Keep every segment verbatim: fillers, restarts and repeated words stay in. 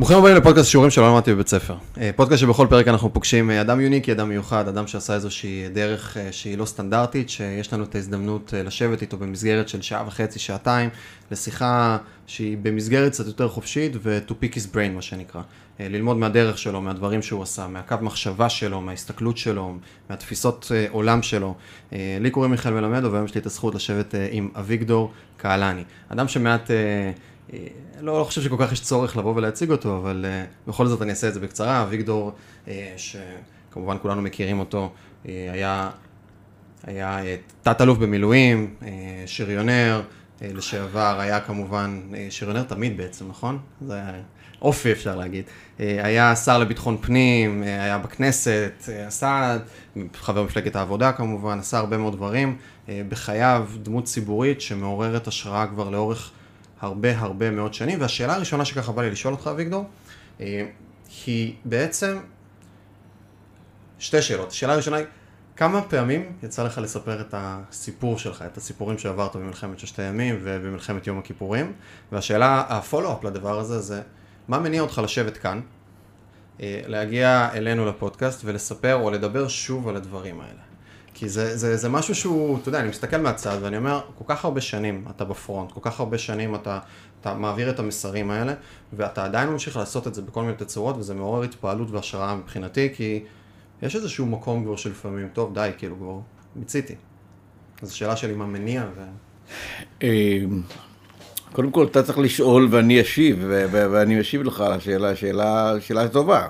ברוכים הבאים לפודקאסט שיעורים שלא למדתי בבית ספר. פודקאסט שבכל פרק אנחנו פוגשים אדם יוניקי, אדם מיוחד, אדם שעשה איזושהי דרך שהיא לא סטנדרטית, שיש לנו את ההזדמנות לשבת איתו במסגרת של שעה וחצי, שעתיים, לשיחה שהיא במסגרת קצת יותר חופשית ו-to pick his brain, מה שנקרא. ללמוד מהדרך שלו, מהדברים שהוא עשה, מהקו מחשבה שלו, מההסתכלות שלו, מהתפיסות עולם שלו. לי קוראים מיכאל מלמדו, והיום יש לי את הזכות לשבת עם אביגדור קהלני. אדם שמעט... לא, לא חושב שכל כך יש צורך לבוא ולהציג אותו, אבל uh, בכל זאת אני אעשה את זה בקצרה. אביגדור, uh, שכמובן כולנו מכירים אותו, uh, היה, היה uh, תת-אלוף במילואים, uh, שריונר, uh, לשעבר, היה כמובן uh, שריונר תמיד בעצם, נכון? זה היה אופי אפשר להגיד. Uh, היה שר לביטחון פנים, uh, היה בכנסת, uh, עשה, חבר מפלגת העבודה כמובן, עשה הרבה מאוד דברים. Uh, בחייו דמות ציבורית שמעוררת השראה כבר לאורך הרבה הרבה מאוד שנים, והשאלה הראשונה שככה בא לי לשאול אותך, אביגדור, היא בעצם שתי שאלות. השאלה הראשונה היא, כמה פעמים יצא לך לספר את הסיפור שלך, את הסיפורים שעברת במלחמת ששת הימים ובמלחמת יום הכיפורים? והשאלה, הפולו-אפ לדבר הזה, זה מה מניע אותך לשבת כאן, להגיע אלינו לפודקאסט ולספר או לדבר שוב על הדברים האלה? כי זה, זה, זה משהו שהוא, אתה יודע, אני מסתכל מהצד ואני אומר, כל כך הרבה שנים אתה בפרונט, כל כך הרבה שנים אתה, אתה מעביר את המסרים האלה, ואתה עדיין ממשיך לעשות את זה בכל מיני תצורות, וזה מעורר התפעלות והשראה מבחינתי, כי יש איזשהו מקום כבר שלפעמים, טוב, די, כאילו, כבר מיציתי. אז השאלה שלי, מה מניע ו... קודם כל, אתה צריך לשאול ואני אשיב, ואני אשיב לך על השאלה, שאלה, שאלה טובה.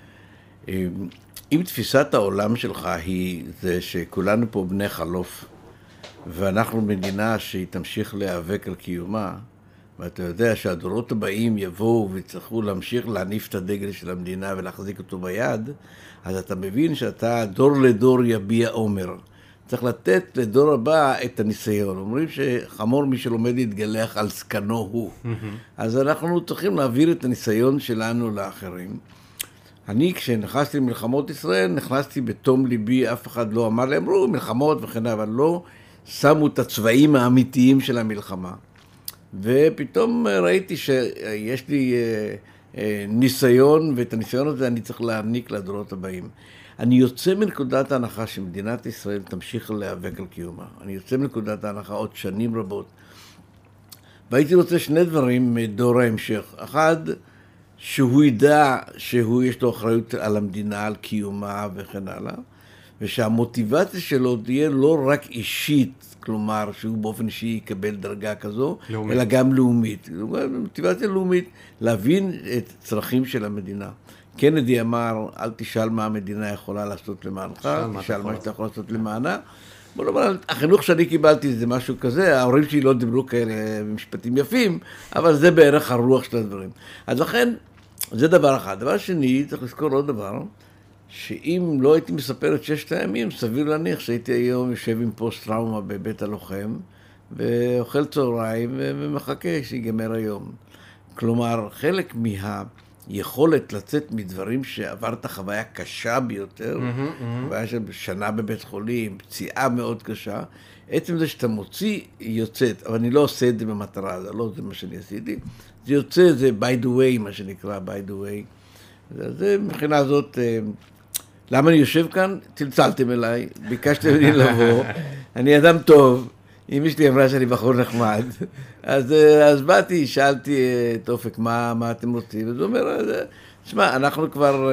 אם תפיסת העולם שלך היא זה שכולנו פה בני חלוף, ואנחנו מדינה שהיא תמשיך להיאבק על קיומה, ואתה יודע שהדורות הבאים יבואו ויצטרכו להמשיך להניף את הדגל של המדינה ולהחזיק אותו ביד, אז אתה מבין שאתה דור לדור יביע עומר. צריך לתת לדור הבא את הניסיון. אומרים שחמור מי שלומד להתגלח על סקנו הוא. אז אנחנו צריכים להעביר את הניסיון שלנו לאחרים. אני, כשנכנסתי למלחמות ישראל, נכנסתי בתום ליבי, אף אחד לא אמר לי, אמרו מלחמות וכן, אבל לא שמו את הצבעים האמיתיים של המלחמה. ופתאום ראיתי שיש לי ניסיון, ואת הניסיון הזה אני צריך להעניק לדורות הבאים. אני יוצא מנקודת ההנחה שמדינת ישראל תמשיך להיאבק על קיומה. אני יוצא מנקודת ההנחה עוד שנים רבות. והייתי רוצה שני דברים מדור ההמשך. אחד, שהוא ידע שהוא יש לו אחריות על המדינה, על קיומה וכן הלאה, ושהמוטיבציה שלו תהיה לא רק אישית, כלומר שהוא באופן אישי יקבל דרגה כזו, לאומית. אלא גם לאומית. מוטיבציה לאומית, להבין את צרכים של המדינה. קנדי אמר, אל תשאל מה המדינה יכולה לעשות למענך, תשאל מה שאתה יכול לעשות למענה. בוא נאמר, החינוך שאני קיבלתי זה משהו כזה, ההורים שלי לא דיברו כאלה משפטים יפים, אבל זה בערך הרוח של הדברים. אז לכן, זה דבר אחד. דבר שני, צריך לזכור עוד דבר, שאם לא הייתי מספר את ששת הימים, סביר להניח שהייתי היום יושב עם פוסט טראומה בבית הלוחם, ואוכל צהריים ומחכה שיגמר היום. כלומר, חלק מהיכולת לצאת מדברים שעברת חוויה קשה ביותר, חוויה של שנה בבית חולים, פציעה מאוד קשה, עצם זה שאתה מוציא, היא יוצאת, אבל אני לא עושה את זה במטרה, זה לא זה מה שאני עשיתי, זה יוצא, זה by the way, מה שנקרא by the way. זה מבחינה הזאת, למה אני יושב כאן? צלצלתם אליי, ביקשתם לי לבוא, אני אדם טוב, אמא שלי אמרה שאני בחור נחמד, אז, אז באתי, שאלתי את אופק, מה, מה אתם רוצים? אז הוא אומר, תשמע, אנחנו כבר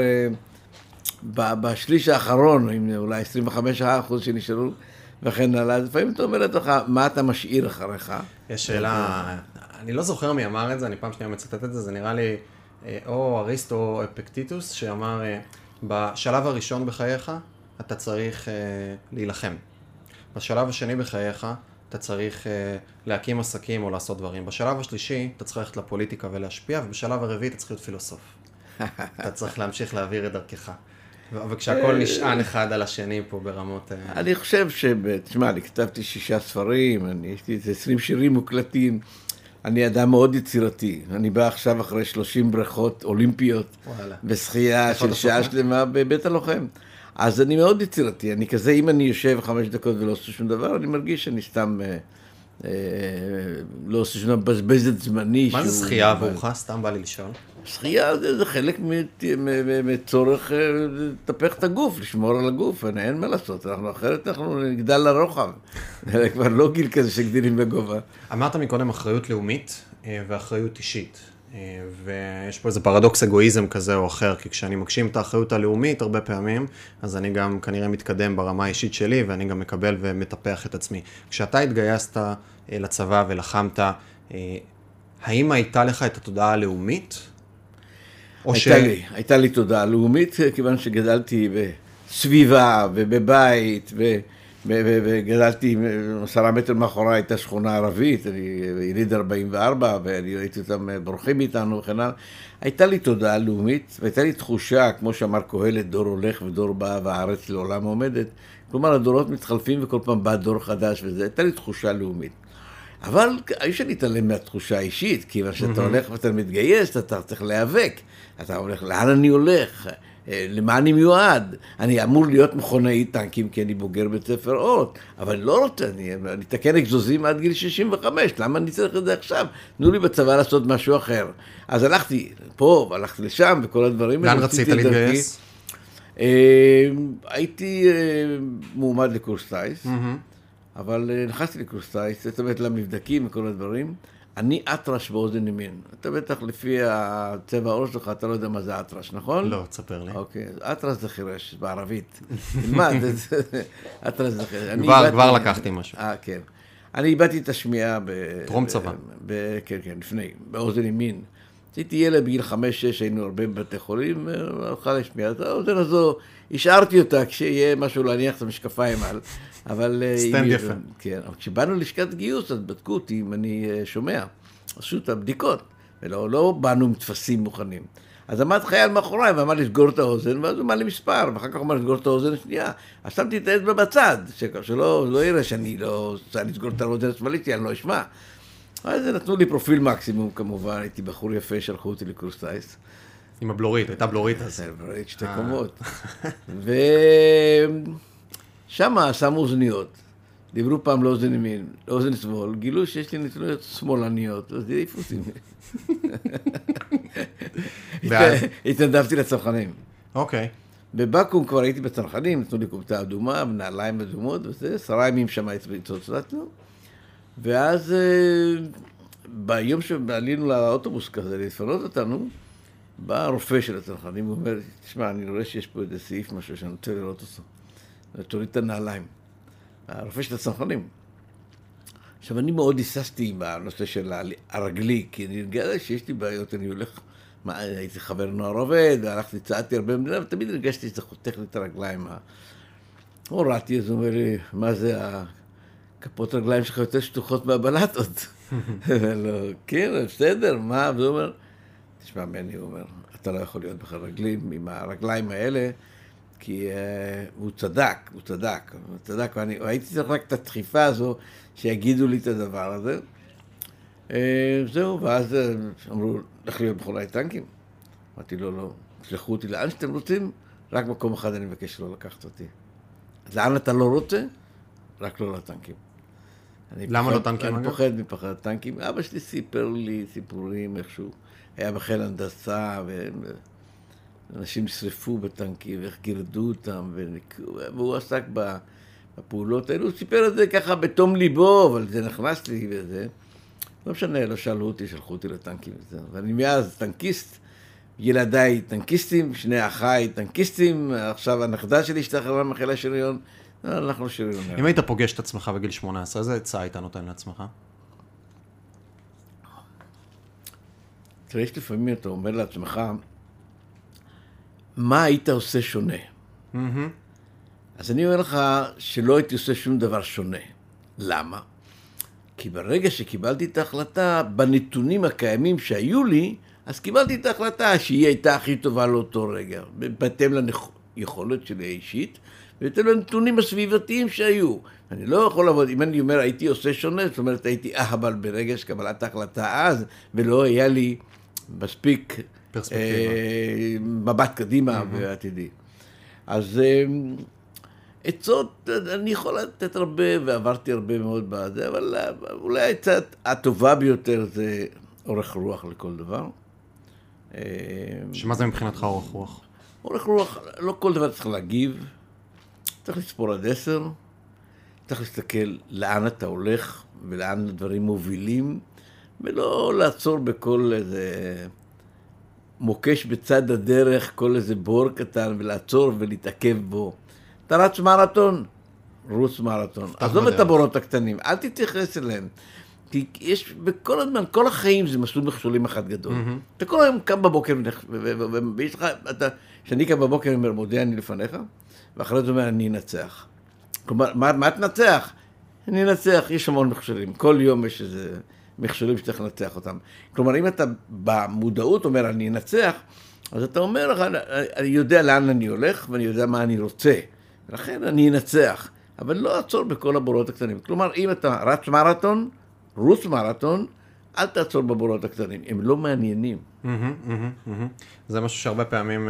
בשליש האחרון, עם אולי עשרים וחמישה אחוז שנשארו, וכן הלאה, אז לפעמים אתה אומר לך, מה אתה משאיר אחריך? יש שאלה, אני לא זוכר מי אמר את זה, אני פעם שנייה מצטט את זה, זה נראה לי או אריסטו או אפיקטיטוס, שאמר, בשלב הראשון בחייך, אתה צריך להילחם. בשלב השני בחייך, אתה צריך להקים עסקים או לעשות דברים. בשלב השלישי, אתה צריך ללכת לפוליטיקה ולהשפיע, ובשלב הרביעי, אתה צריך להיות פילוסוף. אתה צריך להמשיך להעביר את דרכך. וכשהכל נשען אחד על השני פה ברמות... אני חושב ש... תשמע, אני כתבתי שישה ספרים, אני, יש לי איזה עשרים שירים מוקלטים, אני אדם מאוד יצירתי. אני בא עכשיו אחרי שלושים בריכות אולימפיות, בשחייה של שעה שלמה בבית הלוחם. אז אני מאוד יצירתי, אני כזה, אם אני יושב חמש דקות ולא עושה שום דבר, אני מרגיש שאני סתם לא עושה שונה, מבזבז את זמני. מה זה שחייה עבורך? סתם בא לי לשאול. שחייה זה, זה חלק מצורך לטפח את הגוף, לשמור על הגוף, אין מה לעשות, אנחנו אחרת אנחנו נגדל לרוחב. זה כבר לא גיל כזה שגדילים בגובה. אמרת מקודם אחריות לאומית ואחריות אישית, ויש פה איזה פרדוקס אגואיזם כזה או אחר, כי כשאני מגשים את האחריות הלאומית הרבה פעמים, אז אני גם כנראה מתקדם ברמה האישית שלי, ואני גם מקבל ומטפח את עצמי. כשאתה התגייסת לצבא ולחמת, האם הייתה לך את התודעה הלאומית? הייתה, ש... לי, הייתה לי תודעה לאומית, כיוון שגדלתי בסביבה ובבית, ו... וגדלתי עשרה מטר מאחורי, הייתה שכונה ערבית, אני יליד ארבעים וארבע, ואני ראיתי אותם בורחים איתנו וכן הלאה. הייתה לי תודעה לאומית, והייתה לי תחושה, כמו שאמר קהלת, דור הולך ודור בא והארץ לעולם עומדת. כלומר, הדורות מתחלפים וכל פעם בא דור חדש וזה, הייתה לי תחושה לאומית. אבל אי אפשר להתעלם מהתחושה האישית, כי כשאתה הולך ואתה מתגייס, אתה צריך להיאבק. אתה הולך, לאן אני הולך? למה אני מיועד? אני אמור להיות מכונאי טנקים, כי אני בוגר בית ספר אורט, אבל אני לא רוצה, אני, אני תקן אגזוזים עד גיל שישים וחמש, למה אני צריך את זה עכשיו? תנו לי בצבא לעשות משהו אחר. אז הלכתי פה, והלכתי לשם, וכל הדברים. לאן רצית להתגייס? הייתי מועמד לקורס טייס, אבל נכנסתי לקורס טייס, זאת אומרת למבדקים וכל הדברים. אני אטרש באוזן ימין. אתה בטח לפי הצבע העור שלך, אתה לא יודע מה זה אטרש, נכון? לא, תספר לי. אוקיי, אטרש זה חירש, בערבית. מה, אטרש זה חירש. כבר לקחתי משהו. אה, כן. אני איבדתי את השמיעה ב... טרום צבא. כן, כן, לפני, באוזן ימין. הייתי ילד בגיל חמש שש, היינו הרבה בבתי חולים, והלכה לשמיעה. האוזן הזו, השארתי אותה כשיהיה משהו להניח את המשקפיים על. אבל... סטנד יפה. כן, אבל כשבאנו לשכת גיוס, אז בדקו אותי אם אני שומע. עשו את הבדיקות, ולא לא באנו עם תפסים מוכנים. אז עמד חייל מאחוריי ואמר לסגור את האוזן, ואז הוא אמר לי מספר, ואחר כך אמר לסגור את האוזן השנייה. אז שמתי את האצבע בצד, שלא לא יראה שאני לא רוצה לסגור את האוזן השמאלית, אני לא אשמע. אז נתנו לי פרופיל מקסימום כמובן, הייתי בחור יפה, שלחו אותי לקורס טייס. עם הבלורית, הייתה בלורית אז. בלורית, שתי קומות. ושם שמו אוזניות. דיברו פעם לאוזן ימין, לאוזן שמאל, גילו שיש לי נתוניות שמאלניות, אז העיפו אותי. התנדבתי לצנחנים. אוקיי. בבקו"ם כבר הייתי בצנחנים, נתנו לי כומתה אדומה, נעליים אדומות, וזה, עשרה ימים שם התצוצצנו. ואז ביום שעלינו לאוטובוס כזה, לפנות אותנו, בא הרופא של הצנחנים, הוא אומר, תשמע, אני רואה שיש פה איזה סעיף משהו שאני רוצה לראות אותו. תוריד את הנעליים. הרופא של הצנחנים. עכשיו, אני מאוד היססתי עם הנושא של הרגלי, כי אני הרגשתי שיש לי בעיות, אני הולך, מה, הייתי חבר נוער עובד, והלכתי, צעדתי הרבה במדינה, ותמיד הרגשתי שזה חותך לי את הרגליים. הורדתי, אז הוא אומר לי, מה זה, הכפות רגליים שלך יותר שטוחות מהבלטות. לא, כן, בסדר, מה? והוא אומר, תשמע, מני, הוא אומר, אתה לא יכול להיות בכלל רגלים עם הרגליים האלה, כי uh, הוא צדק, הוא צדק, הוא צדק, ואני הייתי צריך רק את הדחיפה הזו, שיגידו לי את הדבר הזה. Uh, זהו, ואז uh, אמרו, לך להיות מכונאי טנקים. אמרתי לו, לא, שלחו אותי לאן שאתם רוצים, רק מקום אחד אני מבקש לא לקחת אותי. אז לאן אתה לא רוצה? רק לא לטנקים. למה לא טנקים? אני פוחד מפחד הטנקים. אבא שלי סיפר לי סיפורים איכשהו, היה בחיל הנדסה, ואנשים נשרפו בטנקים, ואיך גירדו אותם, והוא עסק בפעולות האלו. הוא סיפר את זה ככה בתום ליבו, אבל זה נכנס לי וזה. לא משנה, לא שאלו אותי, שלחו אותי לטנקים וזה. ואני מאז טנקיסט, ילדיי טנקיסטים, שני אחיי טנקיסטים, עכשיו הנכדה שלי השתחררה מחיל השריון, אנחנו שריון. אם היית פוגש את עצמך בגיל שמונה עשרה, איזה עצה היית נותן לעצמך? תראה, יש לפעמים אתה אומר לעצמך, מה היית עושה שונה? אז אני אומר לך שלא הייתי עושה שום דבר שונה. למה? כי ברגע שקיבלתי את ההחלטה, בנתונים הקיימים שהיו לי, אז קיבלתי את ההחלטה שהיא הייתה הכי טובה לאותו רגע, בהתאם ליכולת שלי האישית, ובהתאם לנתונים הסביבתיים שהיו. אני לא יכול לעבוד, אם אני אומר הייתי עושה שונה, זאת אומרת הייתי אהבל ברגע שקבלת ההחלטה אז, ולא היה לי מספיק פרספקטיבה. מבט קדימה ועתידי. אז עצות, אני יכול לתת הרבה, ועברתי הרבה מאוד בזה, אבל אולי העצה הטובה ביותר זה אורך רוח לכל דבר. שמה זה מבחינתך אורך רוח? אורך רוח, לא כל דבר צריך להגיב, צריך לספור עד עשר, צריך להסתכל לאן אתה הולך ולאן הדברים מובילים, ולא לעצור בכל איזה מוקש בצד הדרך, כל איזה בור קטן, ולעצור ולהתעכב בו. אתה רץ מרתון, רוץ מרתון. עזוב את הבורות הקטנים, אל תתייחס אליהם. כי יש בכל הזמן, כל החיים זה מסלול מכשולים אחד גדול. אתה כל היום קם בבוקר, ויש לך, כשאני קם בבוקר, אני אומר, מודה אני לפניך, ואחרי זה אומר, אני אנצח. כלומר, מה תנצח? אני אנצח, יש המון מכשולים. כל יום יש איזה מכשולים שצריך לנצח אותם. כלומר, אם אתה במודעות אומר, אני אנצח, אז אתה אומר לך, אני יודע לאן אני הולך, ואני יודע מה אני רוצה. ולכן אני אנצח. אבל לא אעצור בכל הבורות הקטנים. כלומר, אם אתה רץ מרתון, רוץ מרתון, אל תעצור בבורות הקטנים. הם לא מעניינים. זה משהו שהרבה פעמים...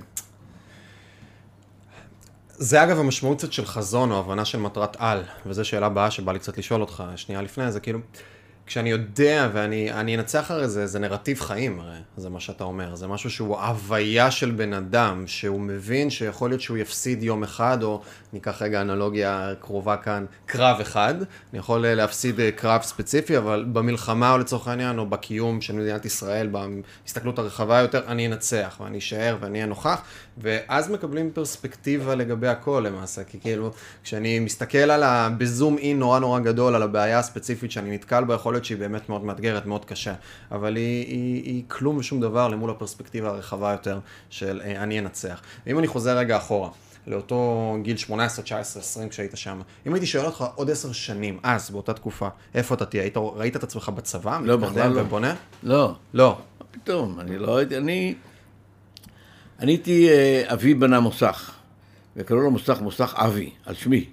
זה אגב המשמעות קצת של חזון או הבנה של מטרת על, וזו שאלה הבאה שבא לי קצת לשאול אותך שנייה לפני, זה כאילו, כשאני יודע ואני אני אנצח הרי זה, זה נרטיב חיים הרי, זה מה שאתה אומר, זה משהו שהוא הוויה של בן אדם, שהוא מבין שיכול להיות שהוא יפסיד יום אחד, או ניקח רגע אנלוגיה קרובה כאן, קרב אחד, אני יכול להפסיד קרב ספציפי, אבל במלחמה או לצורך העניין, או בקיום של מדינת ישראל, בהסתכלות הרחבה יותר, אני אנצח ואני אשאר ואני אהיה נוכח, ואז מקבלים פרספקטיבה לגבי הכל למעשה, כי כאילו, כשאני מסתכל על ה... בזום אין נורא נורא גדול, על הבעיה הספציפית שאני נתקל בה, יכול להיות שהיא באמת מאוד מאתגרת, מאוד קשה, אבל היא, היא, היא כלום ושום דבר למול הפרספקטיבה הרחבה יותר של אה, אני אנצח. ואם אני חוזר רגע אחורה, לאותו גיל שמונה עשרה, תשע עשרה, עשרים כשהיית שם, אם הייתי שואל אותך עוד עשר שנים, אז באותה תקופה, איפה אתה תהיה? היית, ראית את עצמך בצבא? לא, בכלל לא. ובונה? לא. לא. מה פתאום? אני לא הייתי, אני... אני הייתי, אבי בנה מוסך, וקראו לו מוסך, מוסך אבי, על שמי.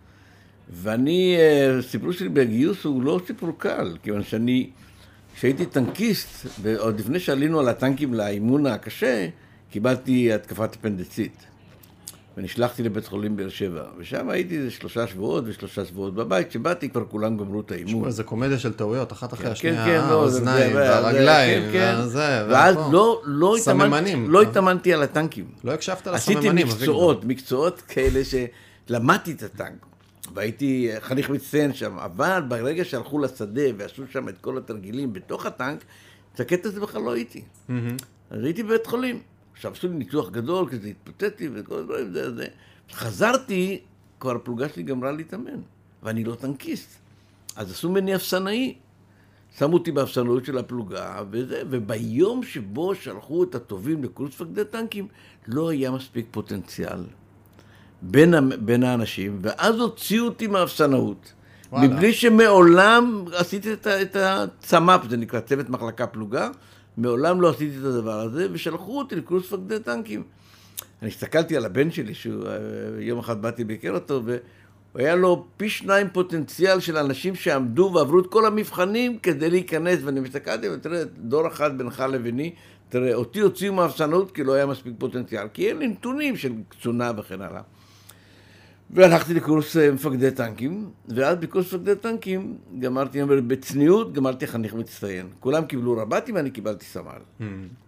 ואני, סיפור שלי בגיוס הוא לא סיפור קל, כיוון שאני, כשהייתי טנקיסט, ועוד לפני שעלינו על הטנקים לאימון הקשה, קיבלתי התקפת אפנדצית. ונשלחתי לבית חולים באר שבע, ושם הייתי איזה שלושה שבועות ושלושה שבועות בבית, שבאתי כבר כולם גמרו את האימון. זה קומדיה של טעויות, אחת אחרי כן, השנייה, כן, האוזניים, והרגליים, והזה, ואז לא, לא התאמנתי, לא התאמנתי על הטנקים. לא הקשבת על הסממנים. עשיתי מקצועות, מקצועות כאלה שלמדתי את הטנק, והייתי חניך מצטיין שם, אבל ברגע שהלכו לשדה ועשו שם את כל התרגילים בתוך הטנק, את הקטע הזה בכלל לא הייתי. אז הייתי בבית חולים. עכשיו עשו לי ניתוח גדול, כי זה התפוצצתי וכל הדברים, זה, זה. חזרתי, כבר הפלוגה שלי גמרה להתאמן, ואני לא טנקיסט. אז עשו ממני אפסנאי. שמו אותי באפסנאות של הפלוגה, וזה, וביום שבו שלחו את הטובים לקורס מפקדי טנקים, לא היה מספיק פוטנציאל בין, בין האנשים, ואז הוציאו אותי מהאפסנאות. מבלי שמעולם עשיתי את, את הצמ"פ, זה נקרא צוות מחלקה פלוגה, מעולם לא עשיתי את הדבר הזה, ושלחו אותי לקורס מפקדי טנקים. אני הסתכלתי על הבן שלי, שיום אחד באתי ביקר אותו, והוא היה לו פי שניים פוטנציאל של אנשים שעמדו ועברו את כל המבחנים כדי להיכנס, ואני מסתכלתי, ותראה, דור אחד בינך לביני, תראה, אותי הוציאו מהאפסנאות כי לא היה מספיק פוטנציאל, כי אין לי נתונים של קצונה וכן הלאה. והלכתי לקורס מפקדי טנקים, ואז בקורס מפקדי טנקים גמרתי, בצניעות, גמרתי חניך מצטיין. כולם קיבלו רבטים ואני קיבלתי סמל.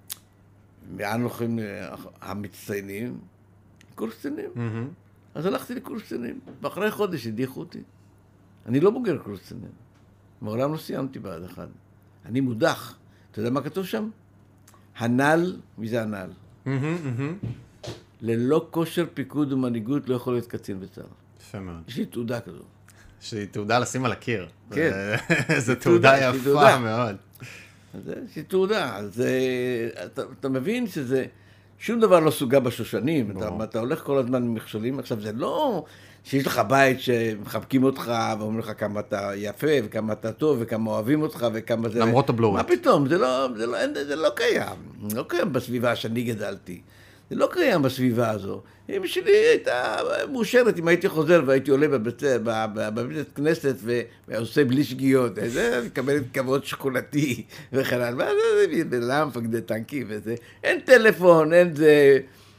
ואן הולכים המצטיינים? קורס קצינים. אז הלכתי לקורס קצינים, ואחרי חודש הדיחו אותי. אני לא בוגר קורס קצינים. מעולם לא סיימתי בעד אחד. אני מודח. אתה יודע מה כתוב שם? הנ"ל, מי זה הנ"ל? ללא כושר פיקוד ומנהיגות לא יכול להיות קצין בצה"ל. יפה מאוד. יש לי תעודה כזו. יש לי תעודה לשים על הקיר. כן. זו תעודה יפה מאוד. יש לי תעודה. אז אתה מבין שזה, שום דבר לא סוגה בשושנים. אתה הולך כל הזמן ממכשולים. עכשיו זה לא שיש לך בית שמחבקים אותך ואומרים לך כמה אתה יפה וכמה אתה טוב וכמה אוהבים אותך וכמה זה... למרות הבלורית. מה פתאום? זה לא קיים. לא קיים בסביבה שאני גדלתי. זה לא קיים בסביבה הזו. אמא שלי הייתה מאושרת אם הייתי חוזר והייתי עולה בבית, בבית כנסת ועושה בלי שגיאות. זה מקבל כבוד שכונתי וכן הלאה. למה מפקדי טנקים וזה? אין טלפון, אין זה...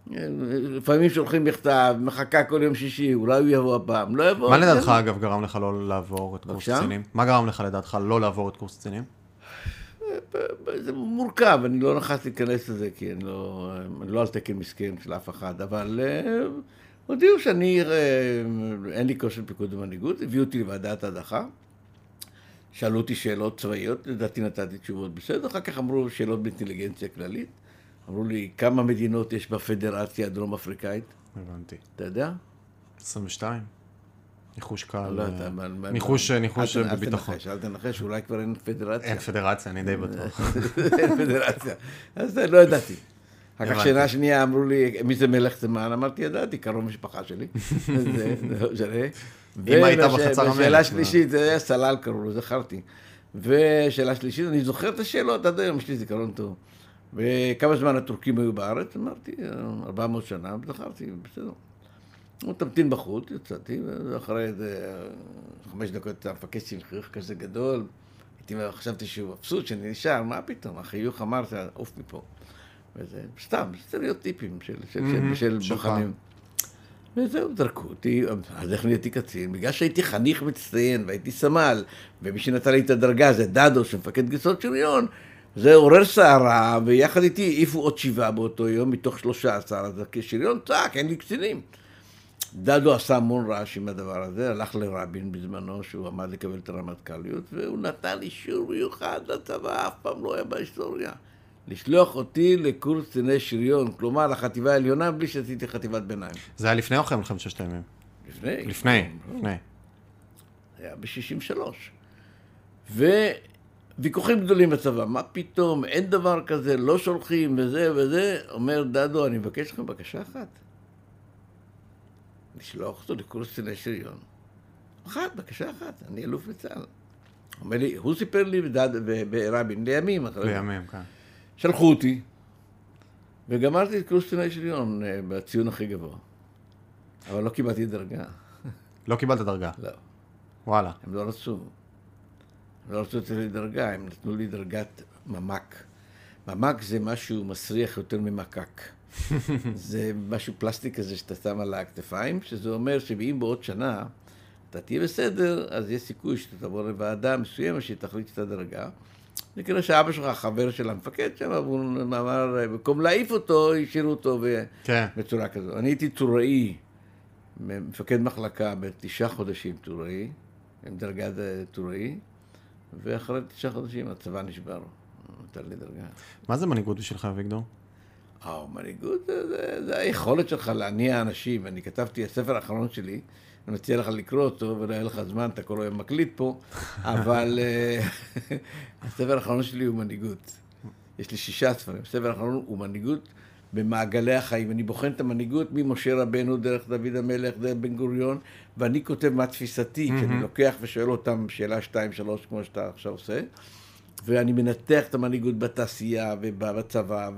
לפעמים שולחים מכתב, מחכה כל יום שישי, אולי הוא יבוא הפעם, לא יבוא. מה לדעתך, אגב, גרם לך לא לעבור את קורס קצינים? מה גרם לך לדעתך לא לעבור את קורס קצינים? זה מורכב, אני לא נכנס להיכנס לזה, כי אני לא, אני לא על תקן מסכן של אף אחד, אבל הודיעו שאני, אין לי כושר פיקוד ומנהיגות, הביאו אותי לוועדת הדחה, שאלו אותי שאלות צבאיות, לדעתי נתתי תשובות בסדר, אחר כך אמרו שאלות באינטליגנציה כללית, אמרו לי כמה מדינות יש בפדרציה הדרום אפריקאית. הבנתי. אתה יודע? עשרים ושתיים. ניחוש קל. לא, אתה... ניחוש, ניחוש בביטחון. אל תנחש, אל תנחש, אולי כבר אין פדרציה. אין פדרציה, אני די בטוח. אין פדרציה. אז לא ידעתי. אחר כך שנה שנייה אמרו לי, מי זה מלך תימן? אמרתי, ידעתי, קרוב משפחה שלי. זה, זה, אם היית בחצר המלך. ושאלה שלישית, זה היה סלל קראו לו, זכרתי. ושאלה שלישית, אני זוכר את השאלות, עד היום יש לי זיכרון טוב. וכמה זמן הטורקים היו בארץ? אמרתי, ארבע מאות שנה, זכרתי, בסדר. הוא תמתין בחוץ, יצאתי, ואחרי איזה חמש דקות המפקד שלי חיוך כזה גדול, הייתי חשבתי שהוא מבסוט שאני נשאר, מה פתאום? החיוך אמר, עוף מפה. וזה סתם, סטריאוטיפים של, של, Mm-hmm, של, של בוחנים. וזהו, זרקו אותי, אז איך נהייתי קצין? בגלל שהייתי חניך מצטיין והייתי סמל, ומי שנתן לי את הדרגה זה דדו, שמפקד גיסות שריון, זה עורר שערה, ויחד איתי העיפו עוד שבעה באותו יום, מתוך שלושה עשר, אז כשריון צעק, אין לי קצינים. דדו עשה המון רעש עם הדבר הזה, הלך לרבין בזמנו, שהוא עמד לקבל את הרמטכ"ליות, והוא נתן לי אישור מיוחד לצבא, אף פעם לא היה בהיסטוריה. לשלוח אותי לקורס קציני שריון, כלומר לחטיבה העליונה, בלי שעשיתי חטיבת ביניים. זה היה לפני או אחרי מלחמת ששת הימים? לפני. לפני, לפני. היה ב-שישים ושלוש. וויכוחים גדולים בצבא, מה פתאום, אין דבר כזה, לא שולחים וזה וזה, אומר דדו, אני מבקש לכם בקשה אחת. לשלוח אותו לקורס קציני שריון. אחת, בקשה אחת, אני אלוף בצה"ל. אומר לי, הוא סיפר לי ברבין, לימים אחרי. לימים, כן. שלחו אותי, וגמרתי את קורס קציני שריון בציון הכי גבוה. אבל לא קיבלתי דרגה. לא קיבלת דרגה? לא. וואלה. הם לא רצו. הם לא רצו לתת לי דרגה, הם נתנו לי דרגת ממ"ק. ממ"ק זה משהו מסריח יותר ממקק. זה משהו פלסטיק כזה שאתה שם על הכתפיים, שזה אומר שאם בעוד שנה אתה תהיה בסדר, אז יש סיכוי שאתה תבוא לוועדה מסוימת שתחליט את הדרגה. זה כאילו שאבא שלך, החבר של המפקד שם, הוא אמר, במקום להעיף אותו, השאירו אותו בצורה כזו. אני הייתי טוראי, מפקד מחלקה בתשעה חודשים טוראי, עם דרגת טוראי, ואחרי תשעה חודשים הצבא נשבר, נתן לי דרגה. מה זה מנהיגות בשבילך, אביגדור? אה, מנהיגות זה, זה, זה היכולת שלך להניע אנשים. אני כתבתי, הספר האחרון שלי, אני מציע לך לקרוא אותו, ולא יהיה לך זמן, אתה כל היום מקליט פה, אבל הספר האחרון שלי הוא מנהיגות. יש לי שישה ספרים. הספר האחרון הוא מנהיגות במעגלי החיים. אני בוחן את המנהיגות ממשה רבנו, דרך דוד המלך, דרך בן גוריון, ואני כותב מה תפיסתי, mm-hmm. כשאני לוקח ושואל אותם שאלה שתיים, שלוש, כמו שאתה עכשיו עושה, ואני מנתח את המנהיגות בתעשייה, ובצבא,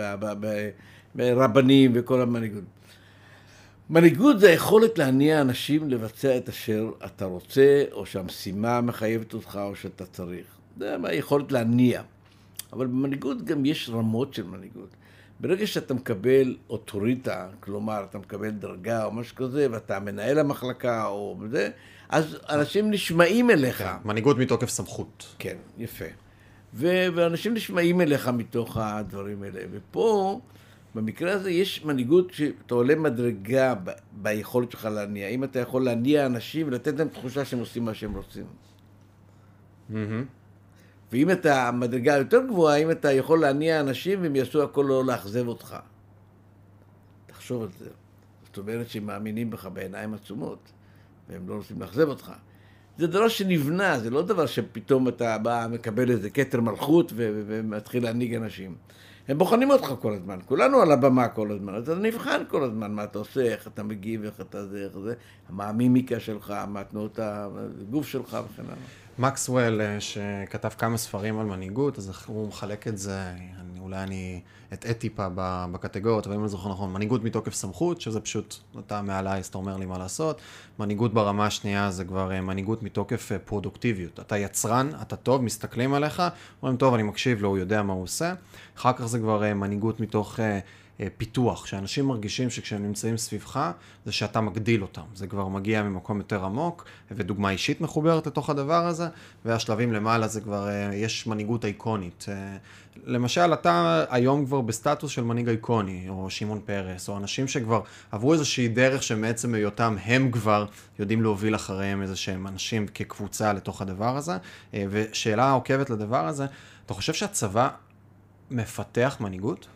וברבנים, וכל המנהיגות. מנהיגות זה היכולת להניע אנשים לבצע את אשר אתה רוצה, או שהמשימה מחייבת אותך, או שאתה צריך. זה היכולת להניע. אבל במנהיגות גם יש רמות של מנהיגות. ברגע שאתה מקבל אוטוריטה, כלומר, אתה מקבל דרגה או משהו כזה, ואתה מנהל המחלקה או זה, אז אנשים נשמעים אליך. מנהיגות מתוקף סמכות. כן, יפה. ו- ואנשים נשמעים אליך מתוך הדברים האלה. ופה, במקרה הזה, יש מנהיגות שאתה עולה מדרגה ב- ביכולת שלך להניע. אם אתה יכול להניע אנשים ולתת להם תחושה שהם עושים מה שהם רוצים. Mm-hmm. ואם אתה מדרגה יותר גבוהה, אם אתה יכול להניע אנשים והם יעשו הכל לא לאכזב אותך. תחשוב על זה. זאת אומרת שהם מאמינים בך בעיניים עצומות, והם לא רוצים לאכזב אותך. זה דבר שנבנה, זה לא דבר שפתאום אתה בא, מקבל איזה כתר מלכות ו- ומתחיל להנהיג אנשים. הם בוחנים אותך כל הזמן, כולנו על הבמה כל הזמן, אז אתה נבחן כל הזמן מה אתה עושה, איך אתה מגיב, איך אתה זה, איך זה, מה המימיקה שלך, מה תנועות הגוף שלך וכן הלאה. מקסוול, שכתב כמה ספרים על מנהיגות, אז הוא מחלק את זה, אני, אולי אני אטעה טיפה בקטגוריות, אבל אם אני זוכר נכון, מנהיגות מתוקף סמכות, שזה פשוט, אתה מעליי, אז אתה אומר לי מה לעשות, מנהיגות ברמה השנייה זה כבר מנהיגות מתוקף פרודוקטיביות, אתה יצרן, אתה טוב, מסתכלים עליך, אומרים, טוב, אני מקשיב לו, הוא יודע מה הוא עושה, אחר כך זה כבר מנהיגות מתוך פיתוח, שאנשים מרגישים שכשהם נמצאים סביבך, זה שאתה מגדיל אותם. זה כבר מגיע ממקום יותר עמוק, ודוגמה אישית מחוברת לתוך הדבר הזה, והשלבים למעלה זה כבר, יש מנהיגות איקונית. למשל, אתה היום כבר בסטטוס של מנהיג איקוני, או שמעון פרס, או אנשים שכבר עברו איזושהי דרך שמעצם היותם הם כבר יודעים להוביל אחריהם איזשהם אנשים כקבוצה לתוך הדבר הזה. ושאלה עוקבת לדבר הזה, אתה חושב שהצבא מפתח מנהיגות?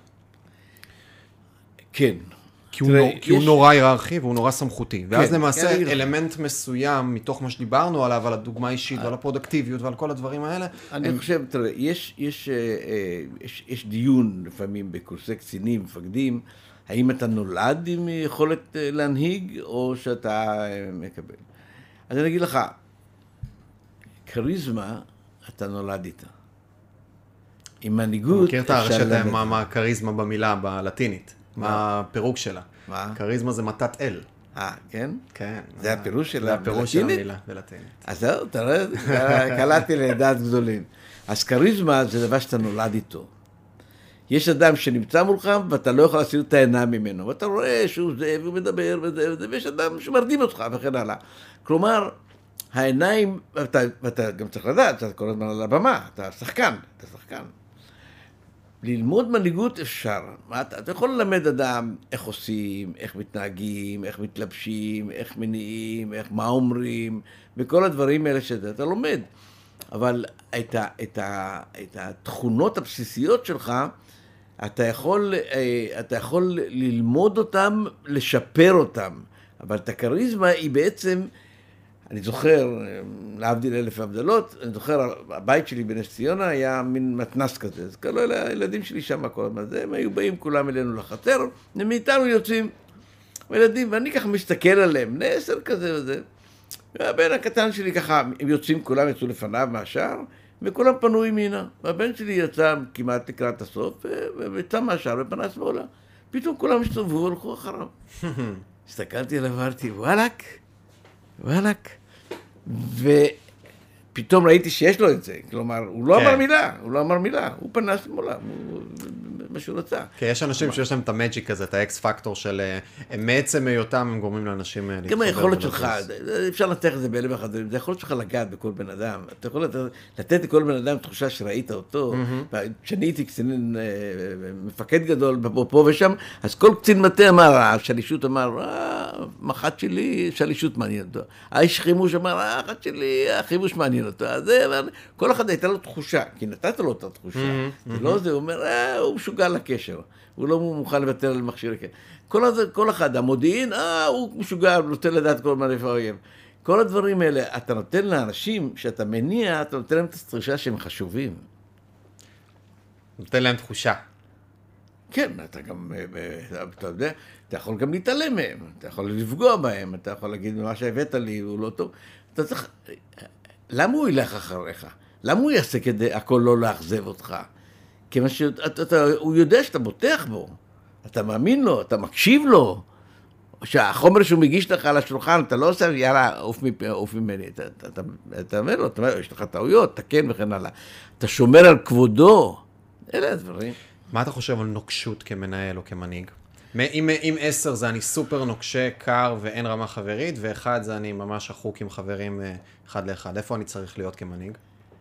כן. כי, תראה, הוא, נור, כי יש... הוא נורא היררכי והוא נורא סמכותי. ואז כן, למעשה כן, אלמנט כן. מסוים מתוך מה שדיברנו עליו, על הדוגמה האישית ועל הפרודקטיביות ועל כל הדברים האלה. אני הם... חושב, תראה, יש, יש, יש, יש דיון לפעמים בקורסי קצינים, מפקדים, האם אתה נולד עם יכולת להנהיג או שאתה מקבל. אז אני אגיד לך, כריזמה אתה נולד איתה. עם מנהיגות... מכיר את הרשת מה הכריזמה במילה בלטינית? מה הפירוק שלה? מה? כריזמה זה מתת אל. אה, כן? כן. זה הפירוש שלה בלטינית? זה הפירוש של המילה בלטינית. אז זהו, תראה, קלעתי לדעת גדולים. אז כריזמה זה דבר שאתה נולד איתו. יש אדם שנמצא מולך ואתה לא יכול להסיר את העיניים ממנו, ואתה רואה שהוא זה, והוא מדבר וזה וזה, ויש אדם שמרדים אותך וכן הלאה. כלומר, העיניים, ואתה, ואתה גם צריך לדעת, אתה כל הזמן על הבמה, אתה שחקן, אתה שחקן. ללמוד מנהיגות אפשר. אתה, אתה יכול ללמד אדם איך עושים, איך מתנהגים, איך מתלבשים, איך מניעים, איך, מה אומרים, וכל הדברים האלה שאתה לומד. אבל את, ה, את, ה, את התכונות הבסיסיות שלך, אתה יכול, אתה יכול ללמוד אותם, לשפר אותם. אבל את הכריזמה היא בעצם, אני זוכר, להבדיל אלף הבדלות, אני זוכר, הבית שלי בנס ציונה היה מין מתנס כזה, אז כל אלה, הילדים שלי שם כל הזמן, הם היו באים כולם אלינו לחצר, ומאיתנו יוצאים ילדים, ואני ככה מסתכל עליהם, בני עשר כזה וזה, והבן הקטן שלי ככה, הם יוצאים, כולם יצאו לפניו מהשער, וכולם פנו ימינה, והבן שלי יצא כמעט לקראת הסוף, ויצא מהשער ופנה שמאלה, פתאום כולם הסתובבו והלכו אחריו. הסתכלתי עליו, אמרתי, וואלק, וואלק, ופתאום ראיתי שיש לו את זה, כלומר, הוא לא אמר מילה, הוא לא אמר מילה, הוא פנה שמאלה, מה שהוא רצה. כי יש אנשים שיש להם את המג'יק הזה, את האקס פקטור של מעצם היותם, הם גורמים לאנשים להתחבר. גם היכולת שלך, אפשר לנתח את זה באלף ואחת, זה יכולת שלך לגעת בכל בן אדם, אתה יכול לתת לכל בן אדם תחושה שראית אותו, כשאני הייתי קצין מפקד גדול פה ושם, אז כל קצין מטה אמר, השלישות אמר, מח"ט שלי, שלישות מעניין אותו. האיש חימוש אמר, האחת שלי, החימוש מעניין אותו. כל אחד הייתה לו תחושה, כי נתת לו את התחושה. זה לא זה, הוא אומר, הוא משוגע לקשר. הוא לא מוכן לוותר על מכשיר הקשר. כל אחד, המודיעין, אה, הוא משוגע, הוא נותן לדעת כל מה איפה האויב. כל הדברים האלה, אתה נותן לאנשים, שאתה מניע, אתה נותן להם את התחושה שהם חשובים. נותן להם תחושה. כן, אתה גם, אתה יודע, אתה יכול גם להתעלם מהם, אתה יכול לפגוע בהם, אתה יכול להגיד, מה שהבאת לי הוא לא טוב. אתה צריך, למה הוא ילך אחריך? למה הוא יעשה כדי הכל לא לאכזב אותך? כיוון שהוא יודע שאתה בוטח בו, אתה מאמין לו, אתה מקשיב לו, שהחומר שהוא מגיש לך על השולחן, אתה לא עושה, יאללה, עוף ממני, אתה אומר לו, אתה אומר, יש לך טעויות, תקן וכן הלאה. אתה שומר על כבודו, אלה הדברים. מה אתה חושב על נוקשות כמנהל או כמנהיג? אם, אם עשר זה אני סופר נוקשה, קר ואין רמה חברית, ואחד זה אני ממש החוק עם חברים אחד לאחד. איפה אני צריך להיות כמנהיג?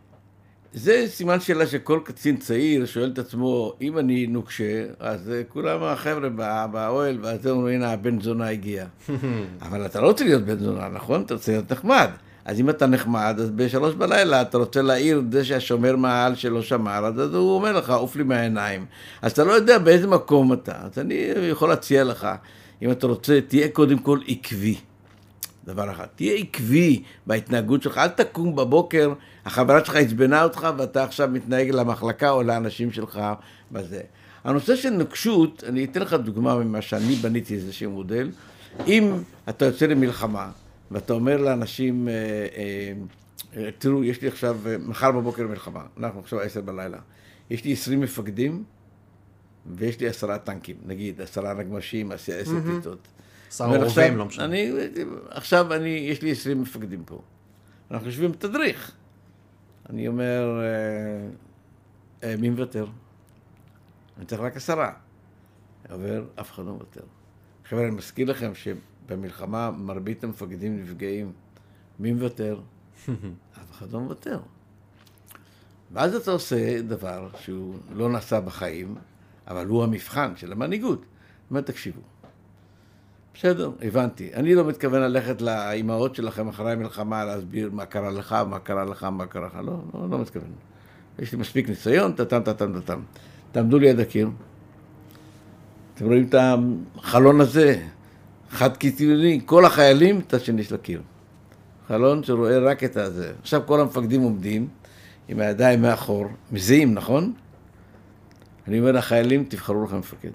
זה סימן שאלה שכל קצין צעיר שואל את עצמו, אם אני נוקשה, אז כולם החבר'ה באוהל, ואז זה אומרים, הנה, הבן זונה הגיע. אבל אתה לא רוצה להיות בן זונה, נכון? אתה רוצה להיות נחמד. אז אם אתה נחמד, אז בשלוש בלילה אתה רוצה להעיר את זה שהשומר מעל שלא שמר, אז הוא אומר לך, עוף לי מהעיניים. אז אתה לא יודע באיזה מקום אתה. אז אני יכול להציע לך, אם אתה רוצה, תהיה קודם כל עקבי. דבר אחד, תהיה עקבי בהתנהגות שלך, אל תקום בבוקר, החברה שלך הצבנה אותך, ואתה עכשיו מתנהג למחלקה או לאנשים שלך בזה. הנושא של נוקשות, אני אתן לך דוגמה ממה שאני בניתי איזשהו מודל. אם אתה יוצא למלחמה, ואתה אומר לאנשים, אה, אה, תראו, יש לי עכשיו, מחר בבוקר מלחמה, אנחנו עכשיו עשר בלילה, יש לי עשרים מפקדים, ויש לי עשרה טנקים, נגיד, עשרה נגמשים, עשר פיתות. עשרה רובים, לא משנה. אני, עכשיו אני, יש לי עשרים מפקדים פה. אנחנו יושבים בתדריך. אני אומר, אה, אה, מי מוותר? אני צריך רק עשרה. עובר, אף אחד לא מוותר. חבר'ה, אני מזכיר לכם שבמלחמה מרבית המפקדים נפגעים. מי מוותר? אף אחד לא מוותר. ואז אתה עושה דבר שהוא לא נעשה בחיים, אבל הוא המבחן של המנהיגות. מה תקשיבו? בסדר, הבנתי. אני לא מתכוון ללכת לאימהות שלכם אחרי המלחמה, להסביר מה קרה לך, מה קרה לך, מה קרה לך. לא, לא, לא מתכוון. יש לי מספיק ניסיון, תתם, תתם, תתם. תעמדו ליד הקיר. אתם רואים את החלון הזה, חד כיווני, כל החיילים, את השני של הקיר. חלון שרואה רק את הזה. עכשיו כל המפקדים עומדים, עם הידיים מאחור, מזיעים, נכון? אני אומר לחיילים, תבחרו לכם מפקד.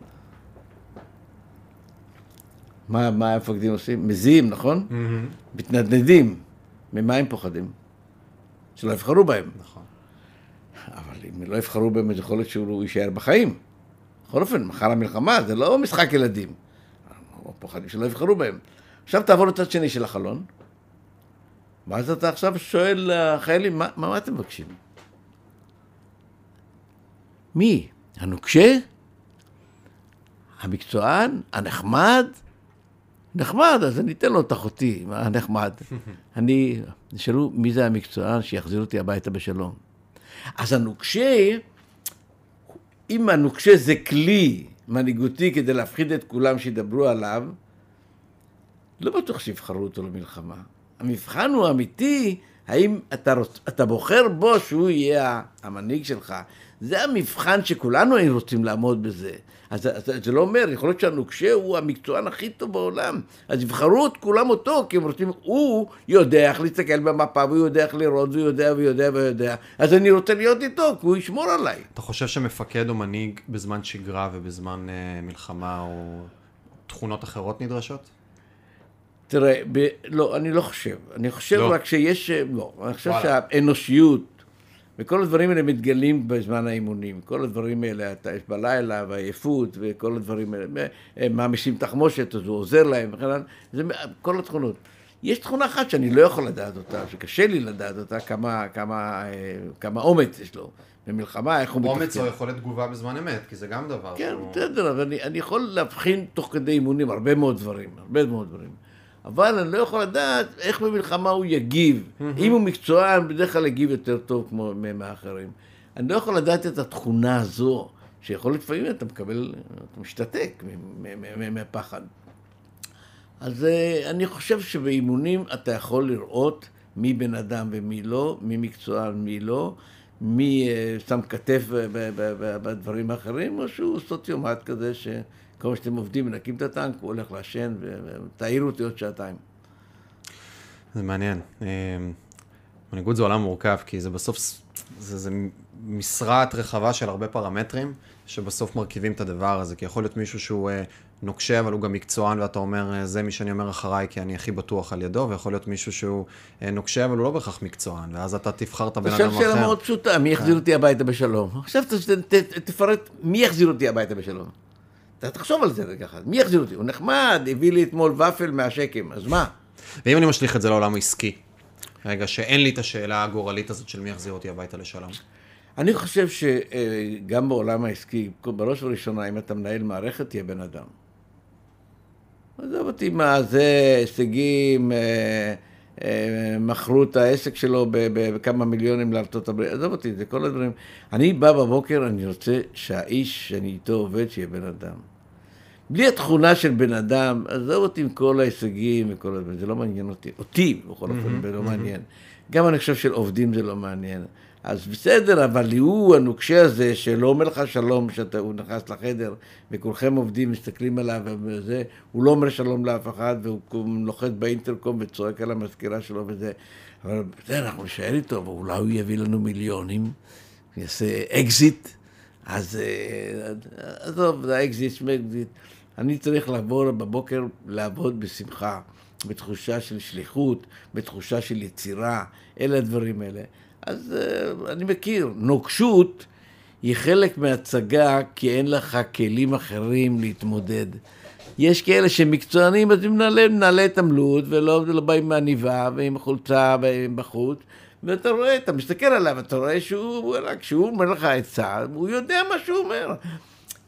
מה, מה המפקדים עושים? מזיעים, נכון? Mm-hmm. מתנדנדים. ממה הם פוחדים? שלא יבחרו בהם. נכון. אבל אם לא יבחרו בהם, זה יכול להיות שהוא יישאר בחיים. בכל אופן, מחר המלחמה, זה לא משחק ילדים. פוחדים שלא יבחרו בהם. עכשיו תעבור לצד שני של החלון. ואז אתה עכשיו שואל לחיילים, מה, מה, מה אתם מבקשים? מי? הנוקשה? המקצוען? הנחמד? נחמד, אז אני אתן לו את אחותי, הנחמד. אני, נשאלו, מי זה המקצוען שיחזיר אותי הביתה בשלום? אז הנוקשה, אם הנוקשה זה כלי מנהיגותי כדי להפחיד את כולם שידברו עליו, לא בטוח שיבחרו אותו למלחמה. המבחן הוא אמיתי, האם אתה, רוצ... אתה בוחר בו שהוא יהיה המנהיג שלך. זה המבחן שכולנו היינו רוצים לעמוד בזה. אז, אז זה לא אומר, יכול להיות שהנוקשה הוא המקצוען הכי טוב בעולם. אז יבחרו את כולם אותו, כי הם רוצים, הוא יודע איך להסתכל במפה, והוא יודע איך לראות, והוא יודע ויודע ויודע. אז אני רוצה להיות איתו, כי הוא ישמור עליי. אתה חושב שמפקד או מנהיג בזמן שגרה ובזמן אה, מלחמה או תכונות אחרות נדרשות? תראה, ב... לא, אני לא חושב. אני חושב לא. רק שיש, לא, אני חושב שהאנושיות, וכל הדברים האלה מתגלים בזמן האימונים. כל הדברים האלה, אתה יש בלילה, והעייפות, וכל הדברים האלה, הם מעמיסים תחמושת, אז הוא עוזר להם, וכן, זה כל התכונות. יש תכונה אחת שאני לא יכול לדעת אותה, שקשה לי לדעת אותה, כמה, כמה, כמה אומץ יש לו. במלחמה, איך הוא מתפקד. אומץ או יכולת תגובה בזמן אמת, כי זה גם דבר כן, שהוא... בסדר, אבל אני, אני יכול להבחין תוך כדי אימונים הרבה מאוד דברים, הרבה מאוד דברים. אבל אני לא יכול לדעת איך במלחמה הוא יגיב. אם הוא מקצוען, בדרך כלל יגיב יותר טוב כמו מהאחרים. אני לא יכול לדעת את התכונה הזו, שיכול לפעמים אתה מקבל, אתה משתתק מהפחד. אז אני חושב שבאימונים אתה יכול לראות מי בן אדם ומי לא, מי מקצוען ומי לא, מי שם כתף בדברים האחרים, או שהוא סוציומט כזה ש... כמו שאתם עובדים, מנקים את הטנק, הוא הולך לעשן, ותעירו אותי עוד שעתיים. זה מעניין. מנהיגות זה עולם מורכב, כי זה בסוף, זה, זה משרת רחבה של הרבה פרמטרים, שבסוף מרכיבים את הדבר הזה, כי יכול להיות מישהו שהוא נוקשה, אבל הוא גם מקצוען, ואתה אומר, זה מי שאני אומר אחריי, כי אני הכי בטוח על ידו, ויכול להיות מישהו שהוא נוקשה, אבל הוא לא בהכרח מקצוען, ואז אתה תבחר את הבן אדם אחר. עכשיו שאלה מאוד פשוטה, מי יחזיר אותי הביתה בשלום? עכשיו תפרט, מי יחזיר אותי הביתה בשלום? אתה תחשוב על זה רגע אחד. מי יחזיר אותי? הוא נחמד, הביא לי אתמול ופל מהשקם, אז מה? ואם אני משליך את זה לעולם העסקי, רגע, שאין לי את השאלה הגורלית הזאת של מי יחזיר אותי הביתה לשלום. אני חושב שגם בעולם העסקי, בראש ובראשונה, אם אתה מנהל מערכת, תהיה בן אדם. עזוב אותי מה זה, הישגים, מכרו את העסק שלו בכמה מיליונים לארצות הברית, עזוב אותי, זה כל הדברים. אני בא בבוקר, אני רוצה שהאיש שאני איתו עובד, שיהיה בן אדם. בלי התכונה של בן אדם, עזוב אותי עם כל ההישגים וכל הדברים, זה לא מעניין אותי. אותי, בכל אופן, זה לא מעניין. גם אני חושב של עובדים זה לא מעניין. אז בסדר, אבל הוא הנוקשה הזה שלא אומר לך שלום, שהוא נכנס לחדר וכולכם עובדים, מסתכלים עליו וזה, הוא לא אומר שלום לאף אחד והוא לוחץ באינטרקום וצועק על המזכירה שלו וזה. אבל בסדר, אנחנו נשאר איתו, ואולי הוא יביא לנו מיליונים, יעשה אקזיט, אז עזוב, זה אקזיט, שמקזיט. אני צריך לעבור בבוקר לעבוד בשמחה, בתחושה של שליחות, בתחושה של יצירה, אלה הדברים האלה. אז uh, אני מכיר, נוקשות היא חלק מהצגה, כי אין לך כלים אחרים להתמודד. יש כאלה שמקצוענים, אז הם נעלה, נעלה את המלות, ולא לא באים מהניבה, ועם חולצה, ועם בחוץ, ואתה רואה, אתה מסתכל עליו, אתה רואה שהוא, רק שהוא אומר לך עצה, הוא יודע מה שהוא אומר.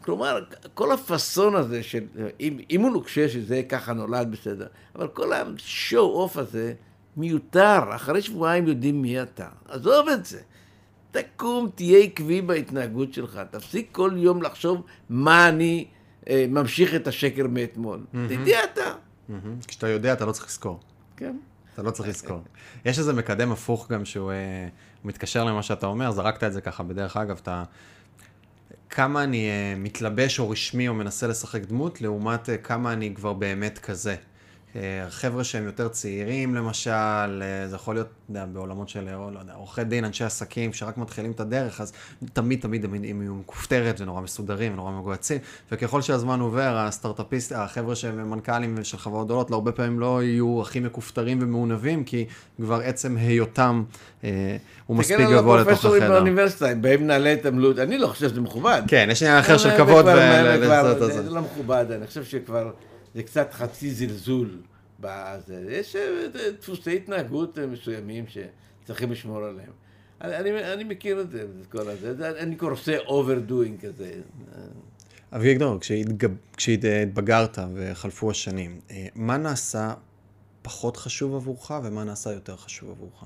כלומר, כל הפסון הזה, של, אם, אם הוא נוקשה שזה ככה נולד בסדר, אבל כל השואו אוף הזה מיותר, אחרי שבועיים יודעים מי אתה. עזוב את זה. תקום, תהיה עקבי בהתנהגות שלך, תפסיק כל יום לחשוב מה אני אה, ממשיך את השקר מאתמול. תדע אתה. כשאתה יודע, אתה לא צריך לזכור. כן. אתה לא צריך לזכור. יש איזה מקדם הפוך גם שהוא אה, מתקשר למה שאתה אומר, זרקת את זה ככה בדרך אגב, אתה... כמה אני אה, מתלבש או רשמי או מנסה לשחק דמות, לעומת אה, כמה אני כבר באמת כזה. חבר'ה שהם יותר צעירים למשל, זה יכול להיות יודע, בעולמות של לא יודע, עורכי דין, אנשי עסקים שרק מתחילים את הדרך, אז תמיד תמיד הם יהיו מכופתרת ונורא מסודרים ונורא מגועצים, וככל שהזמן עובר, הסטארט-אפיסט, החבר'ה שהם מנכ"לים של חברות גדולות, להרבה פעמים לא יהיו הכי מכופתרים ומעונבים, כי כבר עצם היותם אה, הוא מספיק גבוה לתוך החדר. תקן על הפרופסורים באוניברסיטה, בהם נעלה את עמלות, אני לא חושב שזה מכובד. כן, יש עניין אחר של כבוד ולעשות את זה. זה לא מכובד, אני חושב שכבר זה קצת חצי זלזול בזה. יש דפוסי התנהגות מסוימים שצריכים לשמור עליהם. אני, אני, אני מכיר את זה, את כל הזה. אני כבר עושה overdoing כזה. אביגדור, כשהתבגרת וחלפו השנים, מה נעשה פחות חשוב עבורך ומה נעשה יותר חשוב עבורך?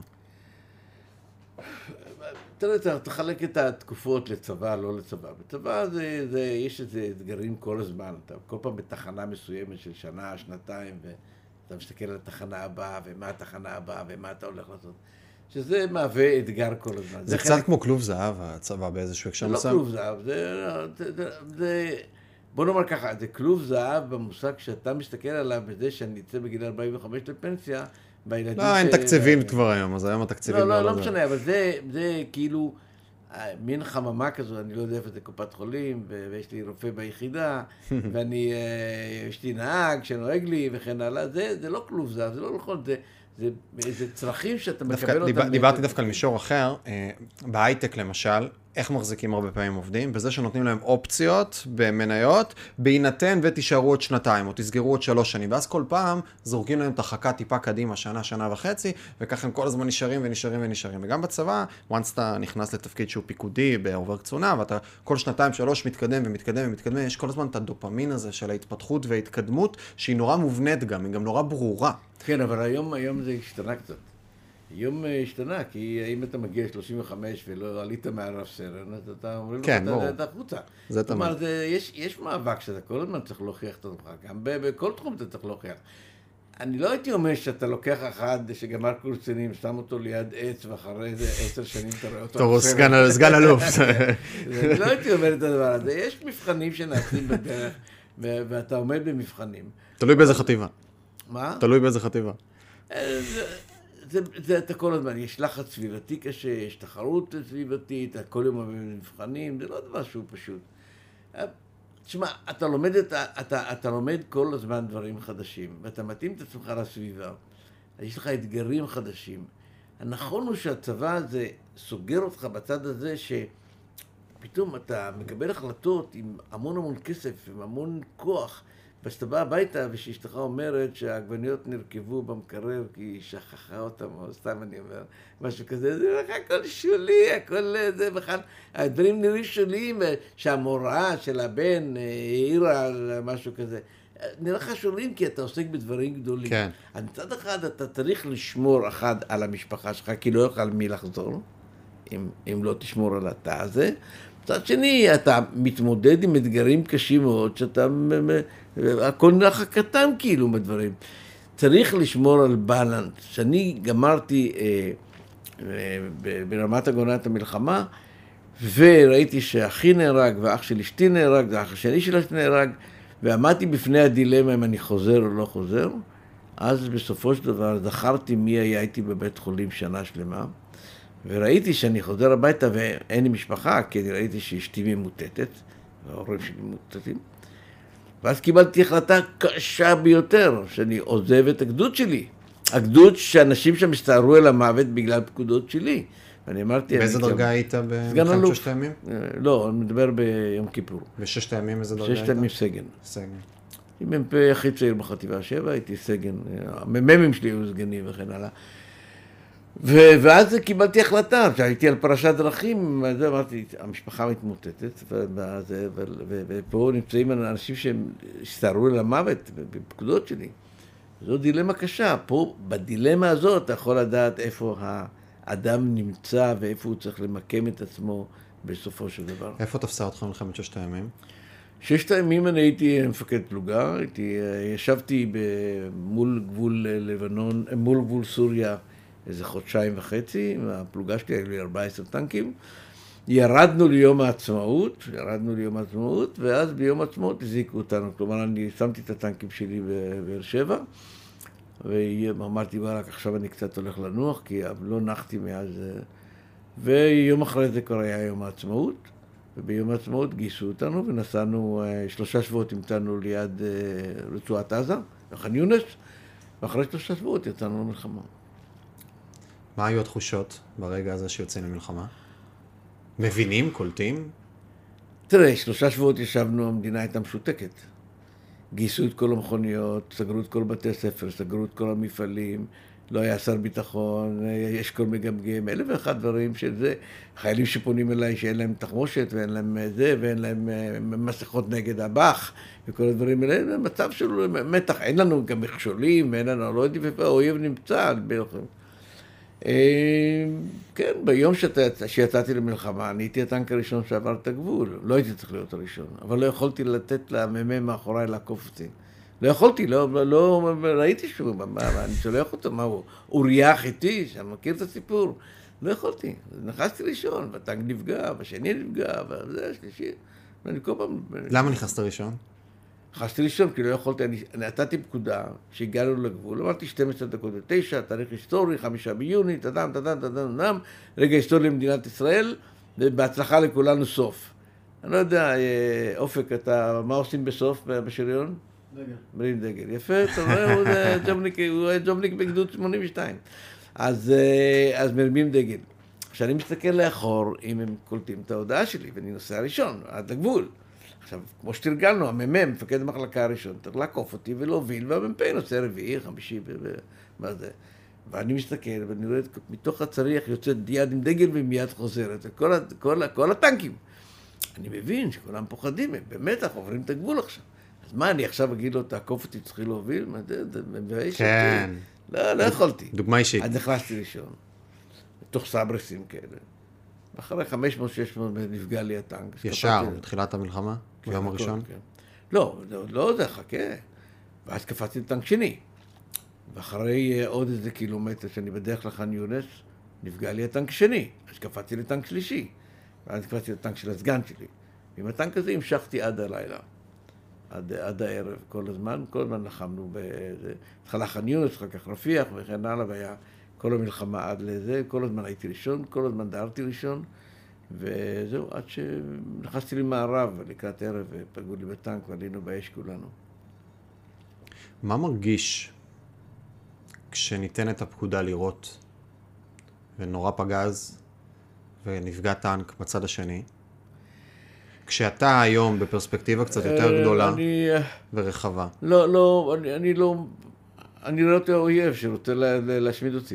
תראה, אתה תחלק את התקופות לצבא, לא לצבא. בצבא זה, זה, יש איזה אתגרים כל הזמן. אתה כל פעם בתחנה מסוימת של שנה, שנתיים, ואתה מסתכל על התחנה הבאה, ומה התחנה הבאה, ומה אתה הולך לעשות. שזה מהווה אתגר כל הזמן. זה, זה קצת חלק... כמו כלוב זהב, הצבא באיזשהו הקשר מסוים. זה לא כלוב זהב, זה, זה, זה, זה... בוא נאמר ככה, זה כלוב זהב במושג שאתה מסתכל עליו בזה שאני אצא בגיל ארבעים וחמש לפנסיה, לא, אין תקציבים כבר היום, אז היום התקציבים... לא, לא, לא משנה, אבל זה כאילו מין חממה כזו, אני לא יודע איפה זה קופת חולים, ויש לי רופא ביחידה, ואני, יש לי נהג שנוהג לי וכן הלאה, זה לא כלוב זהב, זה לא נכון, זה צרכים שאתה מקבל אותם... דיברתי דווקא על מישור אחר, בהייטק למשל, איך מחזיקים הרבה פעמים עובדים? בזה שנותנים להם אופציות במניות, בהינתן ותישארו עוד שנתיים, או תסגרו עוד שלוש שנים, ואז כל פעם זורקים להם את החכה טיפה קדימה, שנה, שנה וחצי, וכך הם כל הזמן נשארים ונשארים ונשארים. וגם בצבא, once אתה נכנס לתפקיד שהוא פיקודי בעובר קצונה, ואתה כל שנתיים, שלוש מתקדם ומתקדם ומתקדם, יש כל הזמן את הדופמין הזה של ההתפתחות וההתקדמות, שהיא נורא מובנית גם, היא גם נורא ברורה. כן, אבל היום, היום זה השתנה קצת. היום השתנה, כי אם אתה מגיע שלושים וחמש ולא עלית מהרב סרן, אז אתה אומרים כן, לך, אתה החוצה. זה תמיד. כלומר, יש, יש מאבק שאתה כל הזמן צריך להוכיח את עצמך, גם בכל תחום אתה צריך להוכיח. אני לא הייתי אומר שאתה לוקח אחד שגמר קורסונים, שם אותו ליד עץ, ואחרי איזה עשר שנים אתה רואה אותו... טוב, סגן אלוף. אני לא הייתי אומר את הדבר הזה. יש מבחנים שנעשים בדרך, ואתה עומד במבחנים. תלוי באיזה חטיבה. מה? תלוי באיזה חטיבה. זה, זה אתה כל הזמן, יש לחץ סביבתי קשה, יש תחרות סביבתית, כל יום במבחנים, זה לא דבר שהוא פשוט. תשמע, אתה לומד, אתה, אתה, אתה לומד כל הזמן דברים חדשים, ואתה מתאים את עצמך לסביבה, יש לך אתגרים חדשים. הנכון הוא שהצבא הזה סוגר אותך בצד הזה, שפתאום אתה מקבל החלטות עם המון המון כסף, עם המון כוח, ואז אתה בא הביתה ושאשתך אומרת שהעגבניות נרכבו במקרר כי היא שכחה אותם, או סתם אני אומר, משהו כזה, זה לך הכל שולי, הכל זה בכלל, הדברים נראים שוליים, שהמורה של הבן העירה על משהו כזה, נראה לך שוליים כי אתה עוסק בדברים גדולים. כן. אז מצד אחד אתה צריך לשמור אחד על המשפחה שלך, כי לא יוכל מי לחזור, אם, אם לא תשמור על התא הזה. מצד שני, אתה מתמודד עם אתגרים קשים מאוד, שאתה, הכל נראה לך קטן כאילו מדברים. צריך לשמור על בלנס. שאני גמרתי אה, אה, ברמת הגונת המלחמה, וראיתי שאחי נהרג, ואח של אשתי נהרג, ואח השני של אשתי נהרג, ועמדתי בפני הדילמה אם אני חוזר או לא חוזר, אז בסופו של דבר זכרתי מי היה איתי בבית חולים שנה שלמה, וראיתי שאני חוזר הביתה ואין לי משפחה, כי ראיתי שאשתי ממוטטת, וההורים שלי ממוטטים. ואז קיבלתי החלטה קשה ביותר, שאני עוזב את הגדוד שלי. הגדוד שאנשים שם הסתערו אל המוות בגלל פקודות שלי. ואני אמרתי... באיזה דרגה היית במלחמת ששת הימים? לא, אני מדבר ביום כיפור. בששת הימים איזה דרגה היית? ששת הימים סגן. סגן. עם מ"פ הכי צעיר בחטיבה שבע, הייתי סגן. המ"מים שלי היו סגנים וכן הלאה. ו- ואז קיבלתי החלטה, כשהייתי על פרשת דרכים, אז אמרתי, המשפחה מתמוטטת, ו- ו- ו- ו- ופה נמצאים אנשים שהסתערו אל המוות בפקודות שלי. זו דילמה קשה, פה בדילמה הזאת אתה יכול לדעת איפה האדם נמצא ואיפה הוא צריך למקם את עצמו בסופו של דבר. איפה תפסה אותך מלחמת ששת הימים? ששת הימים אני הייתי מפקד פלוגה, הייתי, ישבתי מול גבול לבנון, מול גבול סוריה איזה חודשיים וחצי, הפלוגה שלי היו לי ארבעה עשר טנקים, ירדנו ליום העצמאות, ירדנו ליום העצמאות, ואז ביום העצמאות הזיקו אותנו, כלומר אני שמתי את הטנקים שלי בבאר שבע, ואמרתי, וואלק, עכשיו אני קצת הולך לנוח, כי לא נחתי מאז, ויום אחרי זה כבר היה יום העצמאות, וביום העצמאות גייסו אותנו, ונסענו, שלושה שבועות המתנו ליד רצועת עזה, בח'אן יונס, ואחרי שלושה שבועות יצאנו למלחמה. מה היו התחושות ברגע הזה שיוצאים למלחמה? מבינים? קולטים? תראה, שלושה שבועות ישבנו, המדינה הייתה משותקת. גייסו את כל המכוניות, סגרו את כל בתי הספר, סגרו את כל המפעלים, לא היה שר ביטחון, יש כל מגמגם, אלף ואחת דברים שזה, חיילים שפונים אליי שאין להם תחמושת ואין להם זה, ואין להם מסכות נגד הבח, וכל הדברים האלה, מצב של מתח, אין לנו גם מכשולים, ואין לנו, לא יודעים איפה האויב נמצא, כן, ביום שיצאתי למלחמה, אני הייתי הטנק הראשון שעבר את הגבול, לא הייתי צריך להיות הראשון, אבל לא יכולתי לתת למ"מ מאחוריי לעקוף אותי. לא יכולתי, לא, לא, ראיתי שהוא, מה, אני שולח אותו, מה הוא, אורייך איתי, שאני מכיר את הסיפור, לא יכולתי, נכנסתי ראשון, והטנק נפגע, והשני נפגע, וזה, השלישי, ואני כל פעם... למה נכנסת ראשון? נכנסתי ראשון, כי לא יכולתי, אני נתתי פקודה, שהגענו לגבול, אמרתי שתים עשרה דקות ותשע, תאריך היסטורי, חמישה ביוני, תדם, תדם, תדם, תדם, רגע היסטורי למדינת ישראל, ובהצלחה לכולנו סוף. אני לא יודע, אופק, אתה, מה עושים בסוף בשריון? דגל. מרים דגל, יפה, אתה רואה, הוא ג'ובניק, הוא היה ג'ובניק בגדוד שמונים ושתיים. אז, אז מרימים דגל. כשאני מסתכל לאחור, אם הם קולטים את ההודעה שלי, ואני נוסע ראשון, עד לגבול. עכשיו, כמו שתרגלנו, המ"מ, מפקד המחלקה הראשון, צריך לעקוף אותי ולהוביל, והמ"פ נוסע רביעי, חמישי, ומה זה. ואני מסתכל, ואני רואה, מתוך הצריח יוצאת יד עם דגל ומיד חוזרת, כל, כל, כל הטנקים. אני מבין שכולם פוחדים, הם במתח, עוברים את הגבול עכשיו. אז מה, אני עכשיו אגיד לו, תעקוף אותי, צריכי להוביל? מה זה, זה מבאש אותי. כן. לא, לא יכולתי. דוגמה אישית. אז נכנסתי ראשון, בתוך סברסים כאלה. אחרי חמש מאות שש מאות נפגע לי הטנק. ישר, בתחילת המלחמה? ביום הראשון? לא, לא, זה חכה. ואז קפצתי לטנק שני. ואחרי עוד איזה קילומטר שאני בדרך לח'אן יונס, נפגע לי הטנק שני. אז קפצתי לטנק שלישי. ואז קפצתי לטנק של הסגן שלי. ועם הטנק הזה המשכתי עד הלילה. עד, עד הערב, כל הזמן, כל הזמן לחמנו באיזה... התחלה ח'אן יונס, אחר כך רפיח וכן הלאה, והיה כל המלחמה עד לזה, כל הזמן הייתי ראשון, כל הזמן דהרתי ראשון, וזהו, עד שנכנסתי למערב לקראת ערב, ופגעו לי בטנק ועלינו באש כולנו. מה מרגיש כשניתנת הפקודה לירות, ונורא פגז, ונפגע טנק בצד השני? כשאתה היום בפרספקטיבה קצת יותר גדולה אני, ורחבה. לא, לא, אני, אני לא, אני רואה אותו אויב שרוצה לה, להשמיד אותי.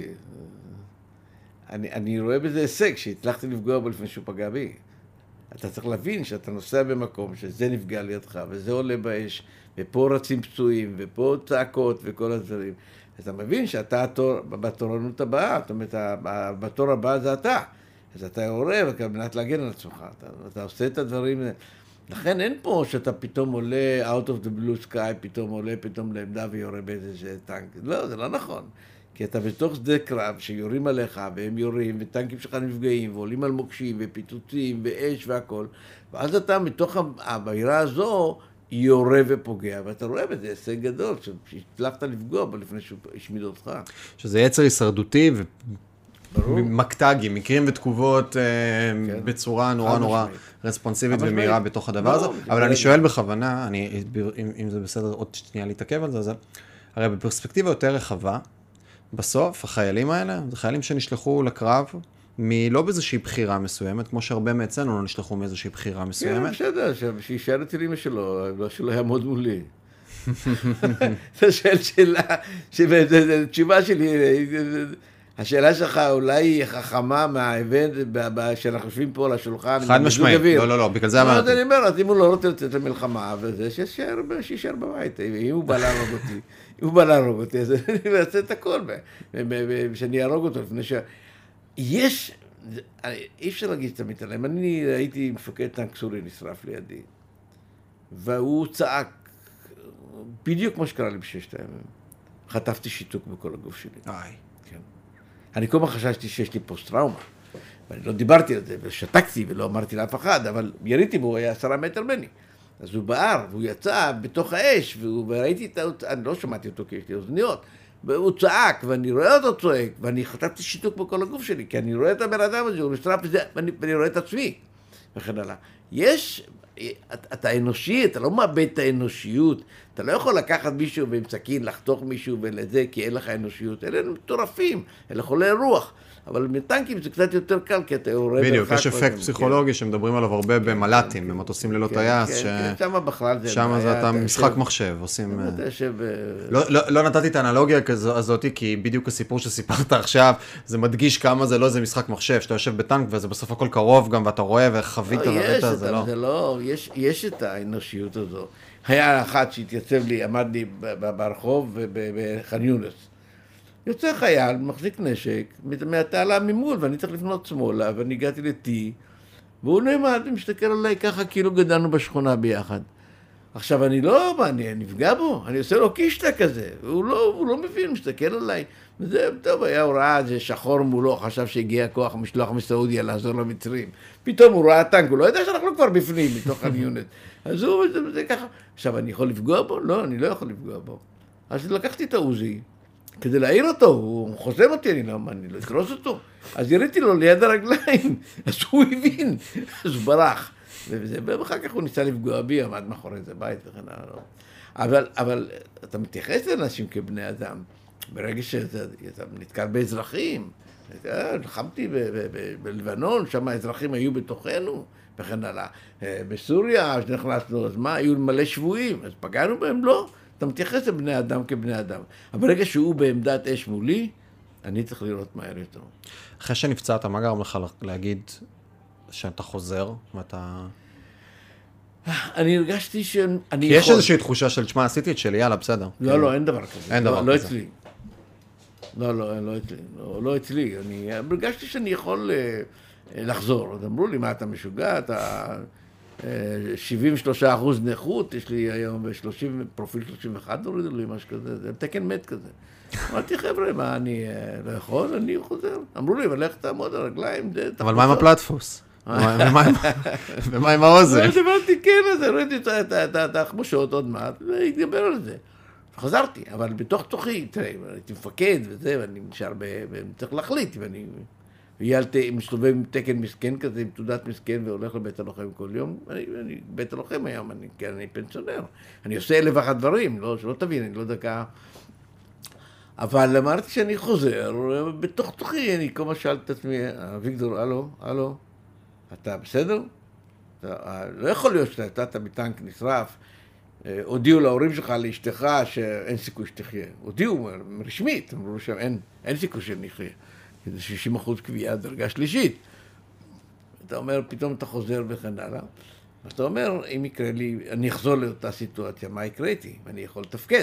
אני, אני רואה בזה הישג שהצלחתי לפגוע בו לפני שהוא פגע בי. אתה צריך להבין שאתה נוסע במקום שזה נפגע לידך וזה עולה באש, ופה רצים פצועים, ופה צעקות וכל הדברים. אתה מבין שאתה התור, בתורנות הבאה, זאת אומרת, בתור הבא זה אתה. אז אתה יורה על מנת להגן על עצמך, אתה, אתה עושה את הדברים, לכן אין פה שאתה פתאום עולה out of the blue sky, פתאום עולה פתאום לעמדה ויורה באיזה טנק, לא, זה לא נכון, כי אתה בתוך שדה קרב שיורים עליך והם יורים וטנקים שלך נפגעים ועולים על מוקשים ופיצוצים ואש והכל, ואז אתה מתוך הבעירה הזו יורה ופוגע, ואתה רואה בזה הישג גדול, שהצלחת לפגוע בו לפני שהוא השמיד אותך. שזה יצר הישרדותי ו... מקטגים, מקרים ותגובות בצורה נורא נורא רספונסיבית ומהירה בתוך הדבר הזה, אבל אני שואל בכוונה, אם זה בסדר עוד שנייה להתעכב על זה, הרי בפרספקטיבה יותר רחבה, בסוף החיילים האלה, זה חיילים שנשלחו לקרב, מלא באיזושהי בחירה מסוימת, כמו שהרבה מאצלנו לא נשלחו מאיזושהי בחירה מסוימת. כן, בסדר, שישאר את אמא שלו, לא שלא יעמוד מולי. זה שואל שאלה, תשובה שלי, השאלה שלך אולי היא חכמה מהאבנט שאנחנו חושבים פה על השולחן. חד משמעית, לא, לא, לא, בגלל זה אמרתי. אז אני אומר, אז אם הוא לא רוצה לצאת למלחמה, וזה שישאר בבית, אם הוא בא להרוג אותי, אם הוא בא להרוג אותי, אז אני אעשה את הכל, שאני אהרוג אותו לפני ש... יש, אי אפשר להגיד את המתעלם, אני הייתי מפקד טנק סורי נשרף לידי, והוא צעק, בדיוק כמו שקרה לי בששת הימים, חטפתי שיתוק בכל הגוף שלי. איי. כן. אני כל הזמן חששתי שיש לי פוסט-טראומה, ואני לא דיברתי על זה, ושתקתי ולא אמרתי לאף אחד, אבל יריתי בו, הוא היה עשרה מטר ממני. אז הוא בער, והוא יצא בתוך האש, וראיתי את האוצ... אני לא שמעתי אותו כי יש לי אוזניות, והוא צעק, ואני רואה אותו צועק, ואני חטפתי שיתוק בכל הגוף שלי, כי אני רואה את הבן אדם הזה, הוא נשרף לזה, ואני, ואני רואה את עצמי, וכן הלאה. יש, אתה, אתה אנושי, אתה לא מאבד את האנושיות, אתה לא יכול לקחת מישהו ועם סכין, לחתוך מישהו ולזה, כי אין לך אנושיות, אלה הם מטורפים, אלה חולי רוח. אבל מטנקים זה קצת יותר קל, כי אתה יורה ברחק. בדיוק, יש אפקט פסיכולוגי שמדברים עליו הרבה במל"טים, במטוסים ללא טייס, שם בכלל זה... שם זה אתה משחק מחשב, עושים... אתה יושב... לא נתתי את האנלוגיה הזאת, כי בדיוק הסיפור שסיפרת עכשיו, זה מדגיש כמה זה לא איזה משחק מחשב, שאתה יושב בטנק וזה בסוף הכל קרוב גם, ואתה רואה וחווית את זה, לא... זה לא, יש את האנושיות הזו. היה אחת שהתייצב לי, עמד לי ברחוב בח'אן יונס. יוצא חייל, מחזיק נשק, מהתעלה ממול, ואני צריך לפנות שמאלה, ואני הגעתי לטי, והוא נעמד ומסתכל עליי ככה, כאילו גדלנו בשכונה ביחד. עכשיו, אני לא, אני נפגע בו, אני עושה לו קישטה כזה, והוא לא, הוא לא מבין, מסתכל עליי, וזה, טוב, היה הוא ראה, זה שחור מולו, חשב שהגיע כוח משלוח מסעודיה לעזור למצרים. פתאום הוא ראה טנק, הוא לא יודע שאנחנו כבר בפנים, מתוך המיונת. אז הוא, זה, זה ככה. עכשיו, אני יכול לפגוע בו? לא, אני לא יכול לפגוע בו. אז לקחתי את העוזי, כדי להעיר אותו, הוא חוסם אותי, אני לא, אני לא אקרוס אותו. אז יריתי לו ליד הרגליים, אז הוא הבין, אז הוא ברח. וזה, ואחר כך הוא ניסה לפגוע בי, עמד מאחורי איזה בית וכן הלאה. אבל, אבל אתה מתייחס לאנשים כבני אדם, ברגע שאתה נתקל באזרחים, לחמתי בלבנון, שם האזרחים היו בתוכנו, וכן הלאה. בסוריה, כשנכנסנו, אז מה, היו מלא שבויים, אז פגענו בהם? לא. אתה מתייחס לבני אדם כבני אדם. אבל ברגע שהוא בעמדת אש מולי, אני צריך לראות מהר יותר. אחרי שנפצעת, מה גרם לך להגיד שאתה חוזר, ואתה... אני הרגשתי שאני יכול... כי יש איזושהי תחושה של, תשמע, עשיתי את שלי, יאללה, בסדר. לא, לא, אין דבר כזה. אין דבר כזה. לא אצלי. לא, לא, לא אצלי. לא אצלי. אני הרגשתי שאני יכול לחזור. אז אמרו לי, מה, אתה משוגע? אתה... שבעים ושלושה אחוז נכות, יש לי היום ב-שלושים, פרופיל שלושים ואחת הורידו לי משהו כזה, זה תקן מת כזה. אמרתי, חבר'ה, מה, אני לא יכול? אני חוזר. אמרו לי, אבל לך תעמוד על הרגליים. אבל מה עם הפלטפוס? ומה עם האוזן? אז אמרתי, כן, אז ראיתי את החמושות עוד מעט, והתגבר על זה. חזרתי, אבל בתוך תוכי, תראה, הייתי מפקד וזה, ואני נשאר, צריך להחליט, ואני... וילתי, מסתובב עם תקן מסכן כזה, עם תעודת מסכן, והולך לבית הלוחם כל יום. אני, אני בית הלוחם היום, אני, כן, אני פנסיונר. אני עושה אלף ואחת דברים, לא, שלא תבין, אני לא דקה. אבל אמרתי שאני חוזר, בתוך תוכי, אני כל מה שאלתי את עצמי, אביגדור, הלו, הלו, אתה בסדר? אתה, לא יכול להיות שאתה יצאת מטנק נשרף, הודיעו להורים שלך, לאשתך, שאין סיכוי שתחיה. הודיעו, רשמית, אמרו שם, אין, אין סיכוי שנחיה. זה שישים אחוז קביעה, דרגה שלישית. אתה אומר, פתאום אתה חוזר וכן הלאה. אז אתה אומר, אם יקרה לי, אני אחזור לאותה סיטואציה, מה יקרה איתי? ואני יכול לתפקד.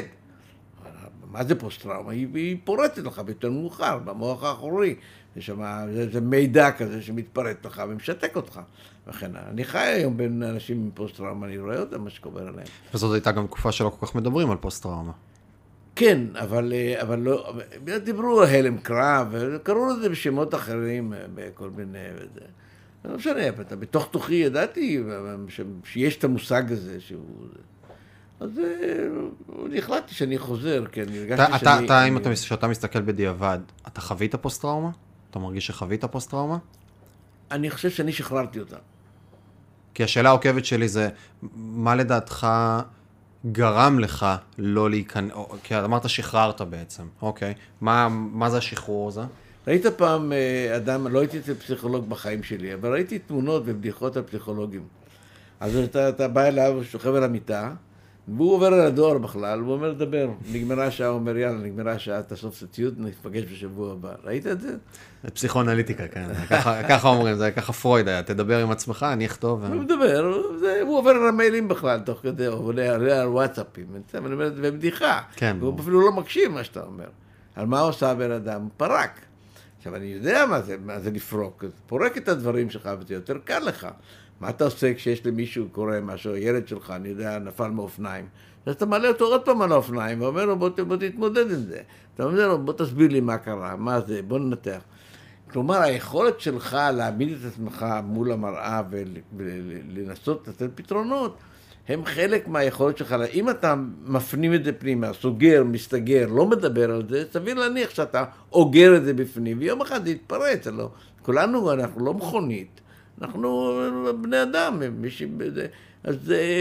מה זה פוסט-טראומה? היא, היא פורצת לך ביותר מאוחר, במוח האחורי. יש שם, זה, זה מידע כזה שמתפרט לך ומשתק אותך. וכן הלאה. אני חי היום בין אנשים עם פוסט-טראומה, אני רואה אותם מה שקובר עליהם. וזאת הייתה גם תקופה שלא כל כך מדברים על פוסט-טראומה. כן, אבל, אבל לא, דיברו על הלם קרב, וקראו לזה בשמות אחרים, בכל מיני, וזה. לא משנה, בתוך תוכי ידעתי שיש את המושג הזה, שהוא... אז אני החלטתי שאני חוזר, כי אני הרגשתי שאני... אתה, אם אתה מסתכל בדיעבד, אתה חווית פוסט-טראומה? אתה מרגיש שחווית פוסט-טראומה? אני חושב שאני שחררתי אותה. כי השאלה העוקבת שלי זה, מה לדעתך... גרם לך לא להיכנס, כי אמרת שחררת בעצם, אוקיי. מה, מה זה השחרור הזה? ראית פעם אדם, לא הייתי אצל פסיכולוג בחיים שלי, אבל ראיתי תמונות ובדיחות על פסיכולוגים. אז אתה, אתה בא אליו, שוכב על המיטה, והוא עובר על הדואר בכלל, הוא אומר, דבר, נגמרה השעה, הוא אומר, יאללה, נגמרה השעה, תאסוף את הציוד, נפגש בשבוע הבא. ראית את זה? זה פסיכואנליטיקה, כן. ככה אומרים, זה ככה פרויד היה, תדבר עם עצמך, אני אכתוב. הוא מדבר, הוא עובר על המיילים בכלל, תוך כדי, הוא עולה על וואטסאפים, ובדיחה. הוא אפילו לא מקשיב מה שאתה אומר. על מה עושה הבן אדם? הוא פרק. עכשיו, אני יודע מה זה, מה זה לפרוק. פורק את הדברים שלך, וזה יותר קל לך. מה אתה עושה כשיש למישהו קורא משהו, ילד שלך, אני יודע, נפל מאופניים. אז אתה מעלה אותו עוד פעם על האופניים, ואומר לו, בוא, בוא תתמודד עם זה. אתה אומר לו, בוא תסביר לי מה קרה, מה זה, בוא ננתח. כלומר, היכולת שלך להעמיד את עצמך מול המראה ולנסות לתת פתרונות, הם חלק מהיכולת שלך. אם אתה מפנים את זה פנימה, סוגר, מסתגר, לא מדבר על זה, סביר להניח שאתה אוגר את זה בפנים, ויום אחד זה יתפרץ. לא. כולנו, אנחנו לא מכונית, אנחנו בני אדם. אז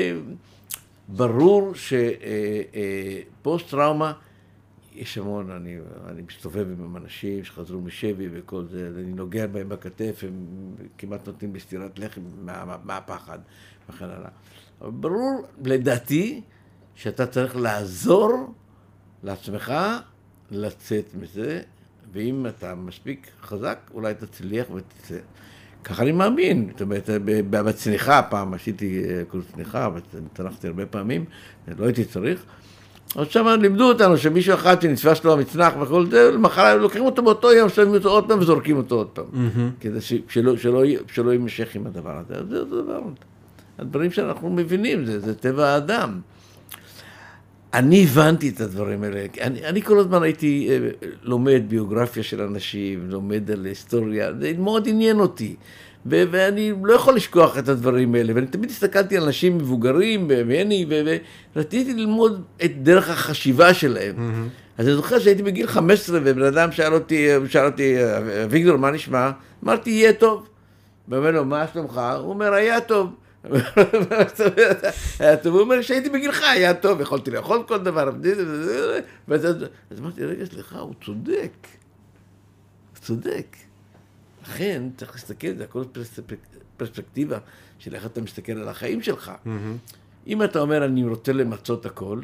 ברור שפוסט-טראומה, יש המון, אני, אני מסתובב עם אנשים שחזרו משבי וכל זה, אני נוגע בהם בכתף, הם כמעט נותנים בסתירת לחם מה, מהפחד וכן הלאה. אבל ברור, לדעתי, שאתה צריך לעזור לעצמך לצאת מזה, ואם אתה מספיק חזק, אולי תצליח ותצא. ככה אני מאמין, זאת אומרת, בצניחה, פעם עשיתי קורס צניחה, וצנחתי הרבה פעמים, לא הייתי צריך, אז שם לימדו אותנו שמישהו אחד שנתפס לו המצנח וכל זה, למחר לוקחים אותו באותו יום, שמים אותו עוד פעם וזורקים אותו עוד פעם. כדי שלא יימשך עם הדבר הזה. אז זה אותו דבר. הדברים שאנחנו מבינים, זה טבע האדם. אני הבנתי את הדברים האלה. אני כל הזמן הייתי לומד ביוגרפיה של אנשים, לומד על היסטוריה, זה מאוד עניין אותי. ואני לא יכול לשכוח את הדברים האלה, ואני תמיד הסתכלתי על אנשים מבוגרים, ממני, ורציתי ללמוד את דרך החשיבה שלהם. אז אני זוכר שהייתי בגיל חמש עשרה, ובן אדם שאל אותי, שאל אותי, אביגדור, מה נשמע? אמרתי, יהיה טוב. ואומר לו, מה שלומך? הוא אומר, היה טוב. היה טוב, הוא אומר, כשהייתי בגילך, היה טוב, יכולתי לאכול כל דבר. אז אמרתי, רגע, סליחה, הוא צודק. הוא צודק. לכן צריך להסתכל, זה הכל פרספקטיבה של איך אתה מסתכל על החיים שלך. אם אתה אומר, אני רוצה למצות הכל,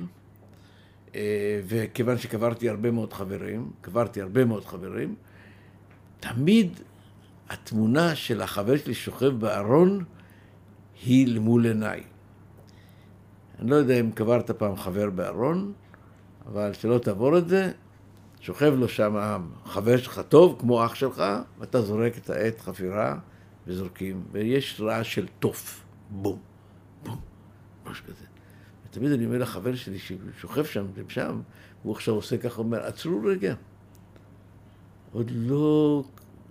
וכיוון שקברתי הרבה מאוד חברים, קברתי הרבה מאוד חברים, תמיד התמונה של החבר שלי שוכב בארון היא למול עיניי. אני לא יודע אם קברת פעם חבר בארון, אבל שלא תעבור את זה, שוכב לו שם חבר שלך טוב, כמו אח שלך, ואתה זורק את העט חפירה וזורקים, ויש רעש של טוף, בום, בום, משהו כזה. ותמיד אני אומר לחבר שלי ששוכב שם, שם, הוא עכשיו עושה ככה, אומר, עצרו רגע. עוד לא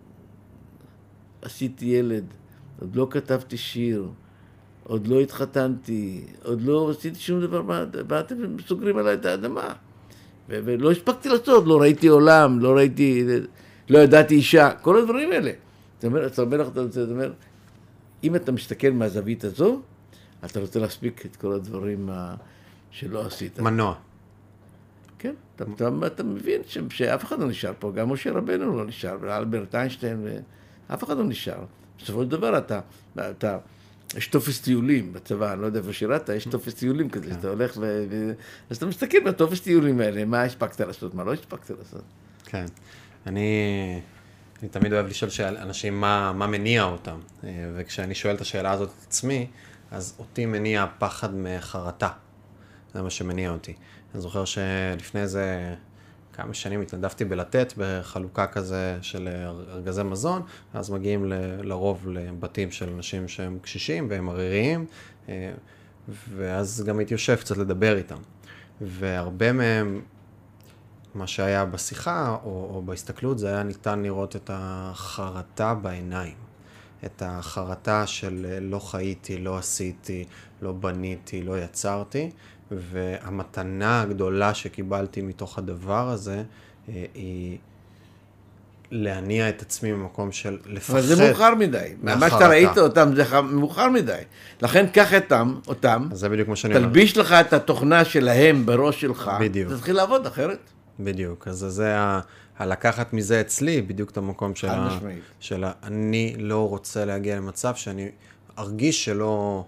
עשיתי ילד, עוד לא כתבתי שיר, עוד לא התחתנתי, עוד לא עשיתי שום דבר, ואתם סוגרים עליי את האדמה. ולא הספקתי לעשות, לא ראיתי עולם, לא ראיתי, לא ידעתי אישה, כל הדברים האלה. זאת אומרת, אתה אומר לך, אתה אומר, אם אתה מסתכל מהזווית הזו, אתה רוצה להספיק את כל הדברים שלא עשית. מנוע. כן, אתה, אתה, אתה מבין ש, שאף אחד לא נשאר פה, גם משה רבנו לא נשאר, ואלברט איינשטיין, אף אחד לא נשאר. בסופו של דבר אתה, אתה, יש טופס טיולים בצבא, אני לא יודע איפה שירת, יש טופס טיולים כזה, אתה הולך ו... אז אתה מסתכל בטופס טיולים האלה, מה הספקת לעשות, מה לא הספקת לעשות. כן, אני, אני תמיד אוהב לשאול שאנשים מה, מה מניע אותם, וכשאני שואל את השאלה הזאת את עצמי, אז אותי מניע פחד מחרטה, זה מה שמניע אותי. אני זוכר שלפני זה כמה שנים התנדבתי בלתת בחלוקה כזה של ארגזי מזון, אז מגיעים ל, לרוב לבתים של אנשים שהם קשישים והם עריריים, ואז גם הייתי יושב קצת לדבר איתם. והרבה מהם, מה שהיה בשיחה או, או בהסתכלות, זה היה ניתן לראות את החרטה בעיניים. את החרטה של לא חייתי, לא עשיתי, לא בניתי, לא יצרתי, והמתנה הגדולה שקיבלתי מתוך הדבר הזה, היא להניע את עצמי במקום של לפחד. אבל זה מאוחר מדי. מה שאתה ראית אותם, זה מאוחר מדי. לכן קח אותם, אותם, זה בדיוק מה שאני אומר. תלביש לך את התוכנה שלהם בראש שלך, בדיוק. תתחיל לעבוד אחרת. בדיוק, אז זה ה... הלקחת מזה אצלי, בדיוק את המקום של, של אני לא רוצה להגיע למצב שאני ארגיש שלא,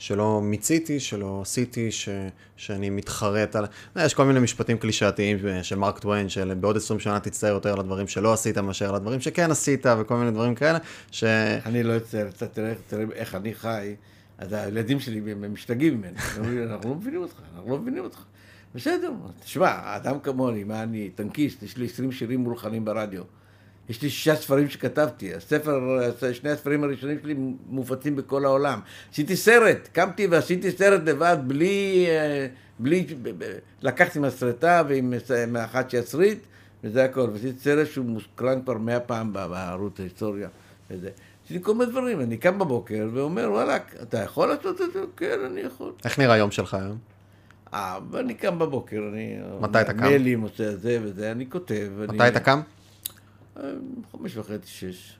שלא מיציתי, שלא עשיתי, ש, שאני מתחרט על... יש כל מיני משפטים קלישאתיים של מרק טוויין, של בעוד עשרים שנה תצטער יותר על הדברים שלא עשית מאשר על הדברים שכן עשית, וכל מיני דברים כאלה, ש... אני לא אצטער, אתה תראה, תראה איך אני חי, אז הילדים שלי הם משתגעים ממני, אנחנו לא מבינים אותך, אנחנו לא מבינים אותך. בסדר, תשמע, האדם כמוני, מה אני, טנקיסט, יש לי עשרים שירים מולחנים ברדיו. יש לי שישה ספרים שכתבתי, הספר, שני הספרים הראשונים שלי מופצים בכל העולם. עשיתי סרט, קמתי ועשיתי סרט לבד, בלי, בלי, לקחתי מהסרטה ועם מאחת שיצרית, וזה הכל. ועשיתי סרט שהוא מוסקרן כבר מאה פעם בערוץ ההיסטוריה. וזה. עשיתי כל מיני דברים, אני קם בבוקר ואומר, וואלה, אתה יכול לעשות את זה? כן, אני יכול. איך נראה היום שלך היום? אה, ואני קם בבוקר, אני... מתי אתה קם? מיילים עושה זה וזה, אני כותב. מתי אתה קם? חמש וחצי, שש.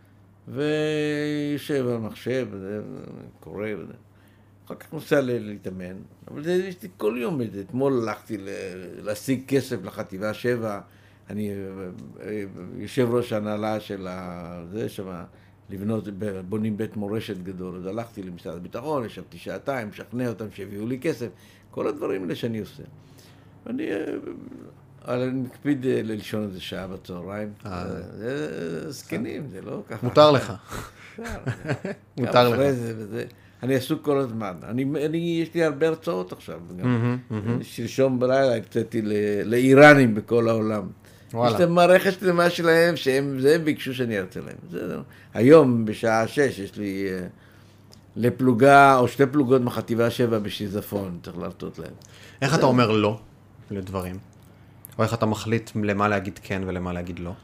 ויושב על המחשב, וזה, קורא, וזה. אחר כך נוסע להתאמן. אבל זה, יש לי כל יום את זה. אתמול הלכתי להשיג כסף לחטיבה שבע. אני יושב ראש ההנהלה של זה שם, לבנות, בונים בית מורשת גדול. אז הלכתי למשרד הביטחון, ישבתי שעתיים, משכנע אותם שהביאו לי כסף. כל הדברים האלה שאני עושה. ואני... אבל אני מקפיד ללשון איזה שעה בצהריים. זה זקנים, זה לא ככה. מותר לך. מותר לך. אני עסוק כל הזמן. יש לי הרבה הרצאות עכשיו. שלשום בלילה הקצתי לאיראנים בכל העולם. יש להם מערכת שלמה שלהם, שהם ביקשו שאני ארצה להם. היום בשעה שש יש לי לפלוגה, או שתי פלוגות מחטיבה שבע בשיזפון, צריך להרצות להם. איך אתה אומר לא לדברים? או איך אתה מחליט למה להגיד כן ולמה להגיד לא?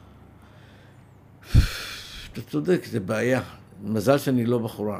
אתה צודק, זה בעיה. מזל שאני לא בחורה.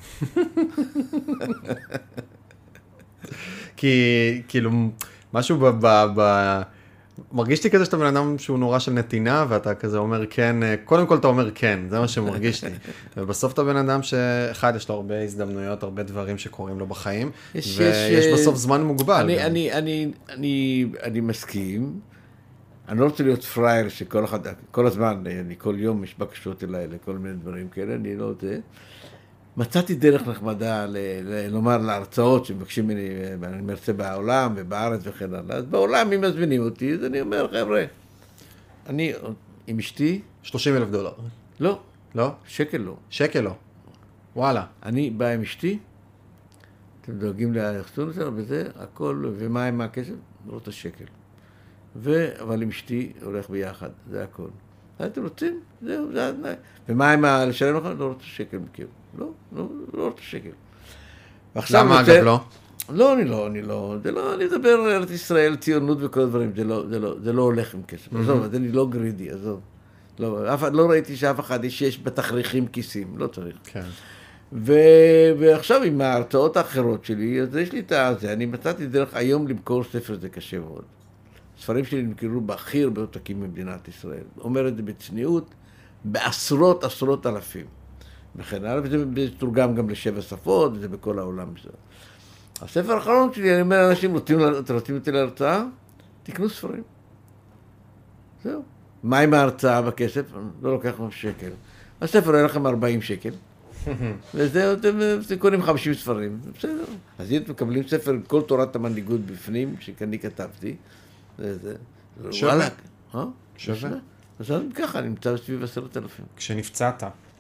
כי, כאילו, משהו ב... ב, ב מרגיש לי כזה שאתה בן אדם שהוא נורא של נתינה, ואתה כזה אומר כן, קודם כל אתה אומר כן, זה מה שמרגיש לי. ובסוף אתה בן אדם שאחד, יש לו הרבה הזדמנויות, הרבה דברים שקורים לו בחיים, יש, ויש יש, בסוף זמן מוגבל. אני, אני, אני, אני, אני מסכים, אני לא רוצה להיות פרייר שכל אחד, כל הזמן, אני כל יום יש בקשות אליי לכל מיני דברים כאלה, אני לא יודע. מצאתי דרך נחמדה ל- ל- לומר להרצאות שמבקשים ממני, אני מרצה בעולם ובארץ וכן הלאה. אז בעולם, אם מזמינים אותי, אז אני אומר, חבר'ה, אני עם אשתי... שלושים אלף דולר. לא. לא? שקל לא. שקל לא. וואלה. אני בא עם אשתי, אתם דואגים לאחסון הזה, וזה, הכל, ומה עם הכסף? לא את השקל. ו... אבל עם אשתי הולך ביחד, זה הכל. אתם רוצים? זהו, זה התנאי. ומה עם לשלם לך? לא רוצה שקל מכיר. לא, לא, לא רוצה שקל. למה אגב לא? לא, אני לא, אני לא, זה לא, אני מדבר על ארץ ישראל, ציונות וכל הדברים, זה לא, זה לא, זה לא הולך עם כסף. עזוב, אז אני לא גרידי, עזוב. לא, אף, לא ראיתי שאף אחד יש בתכריכים כיסים, לא צריך. כן. ו... ועכשיו עם ההרצאות האחרות שלי, אז יש לי את הזה, אני מצאתי דרך היום למכור ספר, זה קשה מאוד. ספרים שלי נמכרו בהכי הרבה עותקים במדינת ישראל. אומר את זה בצניעות, בעשרות עשרות אלפים. וכן הלאה, וזה תורגם גם לשבע שפות, וזה בכל העולם. הספר האחרון שלי, אני אומר לאנשים, רוצים, רוצים אותי להרצאה? תקנו ספרים. זהו. מה עם ההרצאה בכסף? לא לוקח לכם שקל. הספר היה לכם ארבעים שקל. וזהו, אתם קונים חמישים ספרים. בסדר. אז אם אתם מקבלים ספר עם כל תורת המנהיגות בפנים, שאני כתבתי, זה... שווה. אה? שווה. אז ככה, אני נמצא סביב עשרת אלפים. כשנפצעת,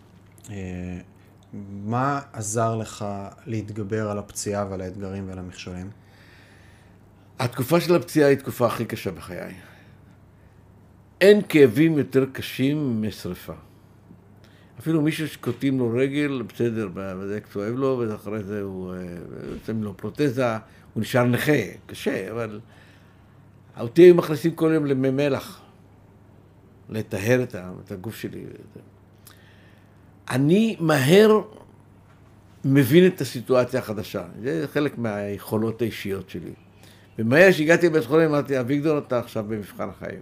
מה עזר לך להתגבר על הפציעה ועל האתגרים ועל המכשולים? התקופה של הפציעה היא תקופה הכי קשה בחיי. אין כאבים יותר קשים משריפה. אפילו מישהו שקוטעים לו רגל, בסדר, וזה כואב לו, ואחרי זה הוא יוצאים לו פרוטזה, הוא נשאר נכה, קשה, אבל אותי היו מכניסים כל יום למי מלח, לטהר את הגוף שלי. אני מהר מבין את הסיטואציה החדשה, זה חלק מהיכולות האישיות שלי. ומהר שהגעתי לבית חולים, אמרתי, אביגדור, אתה עכשיו במבחן החיים.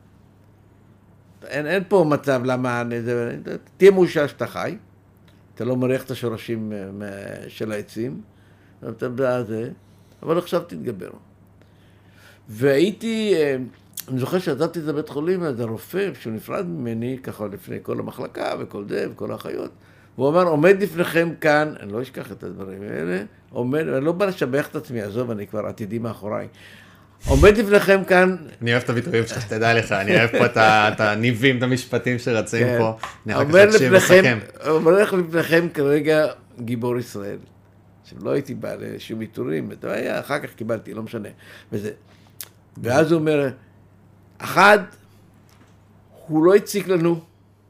אין, אין פה מצב למה, זה, תהיה מאושר שאתה חי, אתה לא מריח את השורשים של העצים, אתה זה, אבל עכשיו תתגבר. והייתי, אני זוכר שעזבתי את הבית חולים, אז הרופא, כשהוא נפרד ממני, ככה לפני כל המחלקה וכל זה וכל האחיות, הוא אמר, עומד לפניכם כאן, אני לא אשכח את הדברים האלה, עומד, אני לא בא לשבח את עצמי, עזוב, אני כבר עתידי מאחוריי. עומד לפניכם כאן... אני אוהב את הביטויים שלך, שתדע לך, אני אוהב פה את הניבים, את המשפטים שרצים פה. עומד לפניכם כרגע גיבור ישראל. שלא הייתי בא לשום עיטורים, אחר כך קיבלתי, לא משנה. ואז הוא אומר, אחד, הוא לא הציק לנו,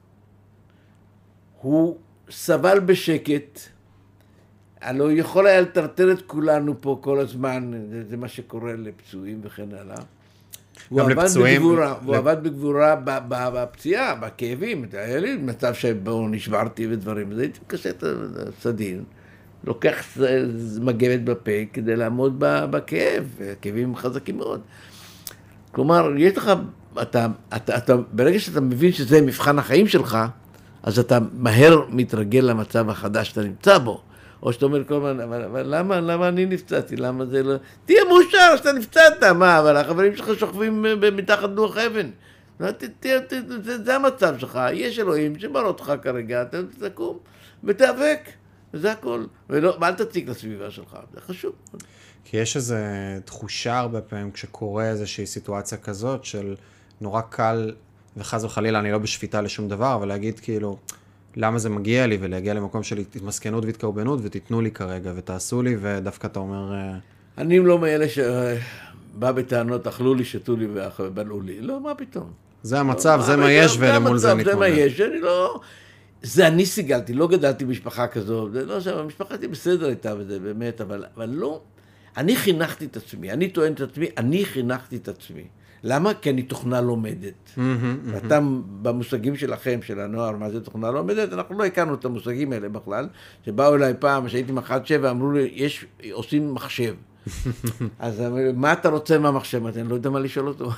הוא סבל בשקט, הלוא יכול היה לטרטר את כולנו פה כל הזמן, זה, זה מה שקורה לפצועים וכן הלאה. הוא עבד לפצועים, בגבורה, הוא עבד בגבורה בפציעה, בכאבים, היה לי מצב שבו נשברתי ודברים, אז הייתי מקשה את הסדין, לוקח מגבת בפה כדי לעמוד בכאב, כאבים חזקים מאוד. כלומר, יש לך, אתה, אתה, אתה, ברגע שאתה מבין שזה מבחן החיים שלך, אז אתה מהר מתרגל למצב החדש שאתה נמצא בו. או שאתה אומר כל הזמן, אבל, אבל למה, למה אני נפצעתי? למה זה לא... תהיה מאושר שאתה נפצעת, מה? אבל החברים שלך שוכבים מתחת לוח אבן. תהיה, זה, זה המצב שלך, יש אלוהים שברא אותך כרגע, אתה תקום ותיאבק, וזה הכל. ולא, ואל תציק לסביבה שלך, זה חשוב. כי יש איזו תחושה הרבה פעמים כשקורה איזושהי סיטואציה כזאת של נורא קל, וחז וחלילה אני לא בשפיטה לשום דבר, אבל להגיד כאילו, למה זה מגיע לי, ולהגיע למקום של התמסכנות והתקרבנות, ותיתנו לי כרגע, ותעשו לי, ודווקא אתה אומר... אני לא מאלה שבא בטענות, אכלו לי, שתו לי ובלעו לי. לא, מה פתאום? זה המצב, זה מה יש, ולמול זה נתמודד. זה מה יש, אני לא... זה אני סיגלתי, לא גדלתי במשפחה כזו, זה לא שם, המשפחה הייתי בסדר איתה, וזה באמת, אבל, אבל לא... אני חינכתי את עצמי, אני טוען את עצמי, אני חינכתי את עצמי. למה? כי אני תוכנה לומדת. ואתה במושגים שלכם, של הנוער, מה זה תוכנה לומדת, אנחנו לא הכרנו את המושגים האלה בכלל, שבאו אליי פעם, שהייתי מחד שבע, אמרו לי, יש, עושים מחשב. אז מה אתה רוצה מהמחשב? אני לא יודע מה לשאול אותו.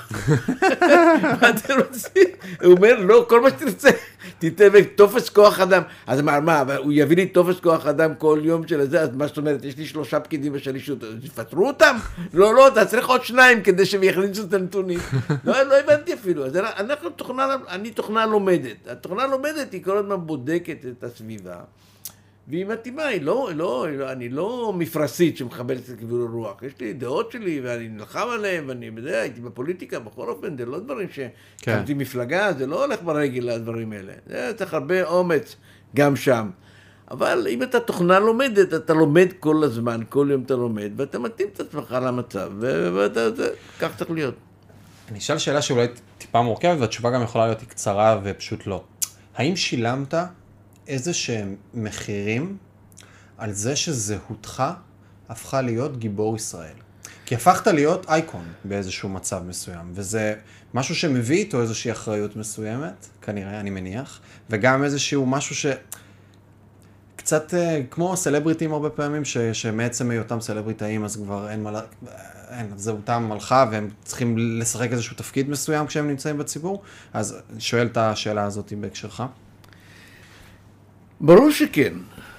מה אתה רוצה? הוא אומר, לא, כל מה שתרצה, תיתן תופס כוח אדם. אז מה, מה, הוא יביא לי תופס כוח אדם כל יום של זה, אז מה זאת אומרת, יש לי שלושה פקידים בשלישות, אז יפטרו אותם? לא, לא, אתה צריך עוד שניים כדי שהם יכניסו את הנתונים. לא, לא הבנתי אפילו. אז אנחנו תוכנה, אני תוכנה לומדת. התוכנה לומדת היא כל הזמן בודקת את הסביבה. והיא מתאימה, היא לא, לא, אני לא מפרסית שמחבלת את כיוון הרוח. יש לי דעות שלי ואני נלחם עליהן, ואני בזה, הייתי בפוליטיקה, בכל אופן, זה לא דברים שקמתי מפלגה, זה לא הולך ברגל לדברים האלה. זה צריך הרבה אומץ גם שם. אבל אם אתה תוכנה לומדת, אתה לומד כל הזמן, כל יום אתה לומד, ואתה מתאים את עצמך למצב, ואתה, זה, כך צריך להיות. אני אשאל שאלה שאולי טיפה מורכבת, והתשובה גם יכולה להיות קצרה ופשוט לא. האם שילמת איזה שהם מחירים על זה שזהותך הפכה להיות גיבור ישראל? כי הפכת להיות אייקון באיזשהו מצב מסוים, וזה משהו שמביא איתו איזושהי אחריות מסוימת, כנראה, אני מניח, וגם איזשהו משהו ש... קצת כמו סלבריטים הרבה פעמים, ש... שמעצם היותם סלבריטאים, אז כבר אין מה... אין, זהותם מלכה, והם צריכים לשחק איזשהו תפקיד מסוים כשהם נמצאים בציבור, אז שואל את השאלה הזאת בהקשרך. ברור שכן.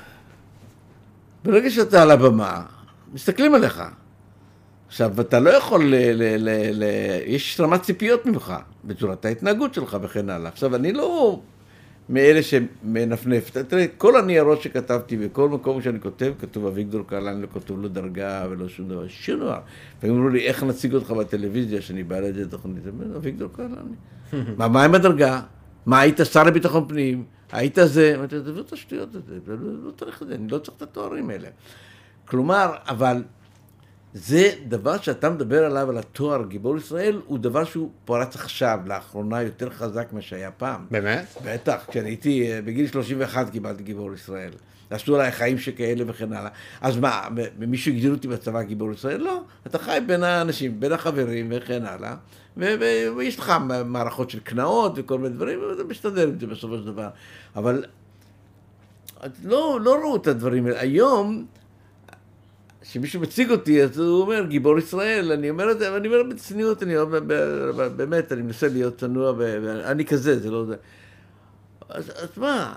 ברגע שאתה על הבמה, מסתכלים עליך. עכשיו, אתה לא יכול ל... ל, ל, ל יש רמת ציפיות ממך, בצורת ההתנהגות שלך וכן הלאה. עכשיו, אני לא מאלה שמנפנף. תראה, כל הניירות שכתבתי, בכל מקום שאני כותב, כתוב אביגדור קהלני, לא כתוב לו דרגה ולא שום דבר, שום דבר. והם אמרו לי, איך נציג אותך בטלוויזיה, שאני בא לזה תוכנית? אביגדור קהלני. מה, מה עם הדרגה? מה, היית שר לביטחון פנים? היית זה? אמרתי, זה לא את השטויות הזה, לא צריך את זה, אני לא צריך את התוארים האלה. כלומר, אבל זה דבר שאתה מדבר עליו, על התואר גיבור ישראל, הוא דבר שהוא פורץ עכשיו, לאחרונה יותר חזק מה שהיה פעם. באמת? בטח, כשאני הייתי, בגיל שלושים ואחת קיבלתי גיבור ישראל. עשו עליי חיים שכאלה וכן הלאה. אז מה, מישהו הגדיר אותי בצבא גיבור ישראל? לא, אתה חי בין האנשים, בין החברים וכן הלאה. ויש לך מערכות של קנאות וכל מיני דברים, ואתה משתדל עם זה בסופו של דבר. אבל לא, לא ראו את הדברים האלה. היום, כשמישהו מציג אותי, אז הוא אומר, גיבור ישראל, אני אומר את זה, ואני אומר בצניעות, אני אומר, באמת, אני מנסה להיות צנוע, ואני כזה, זה לא זה. אז, אז מה,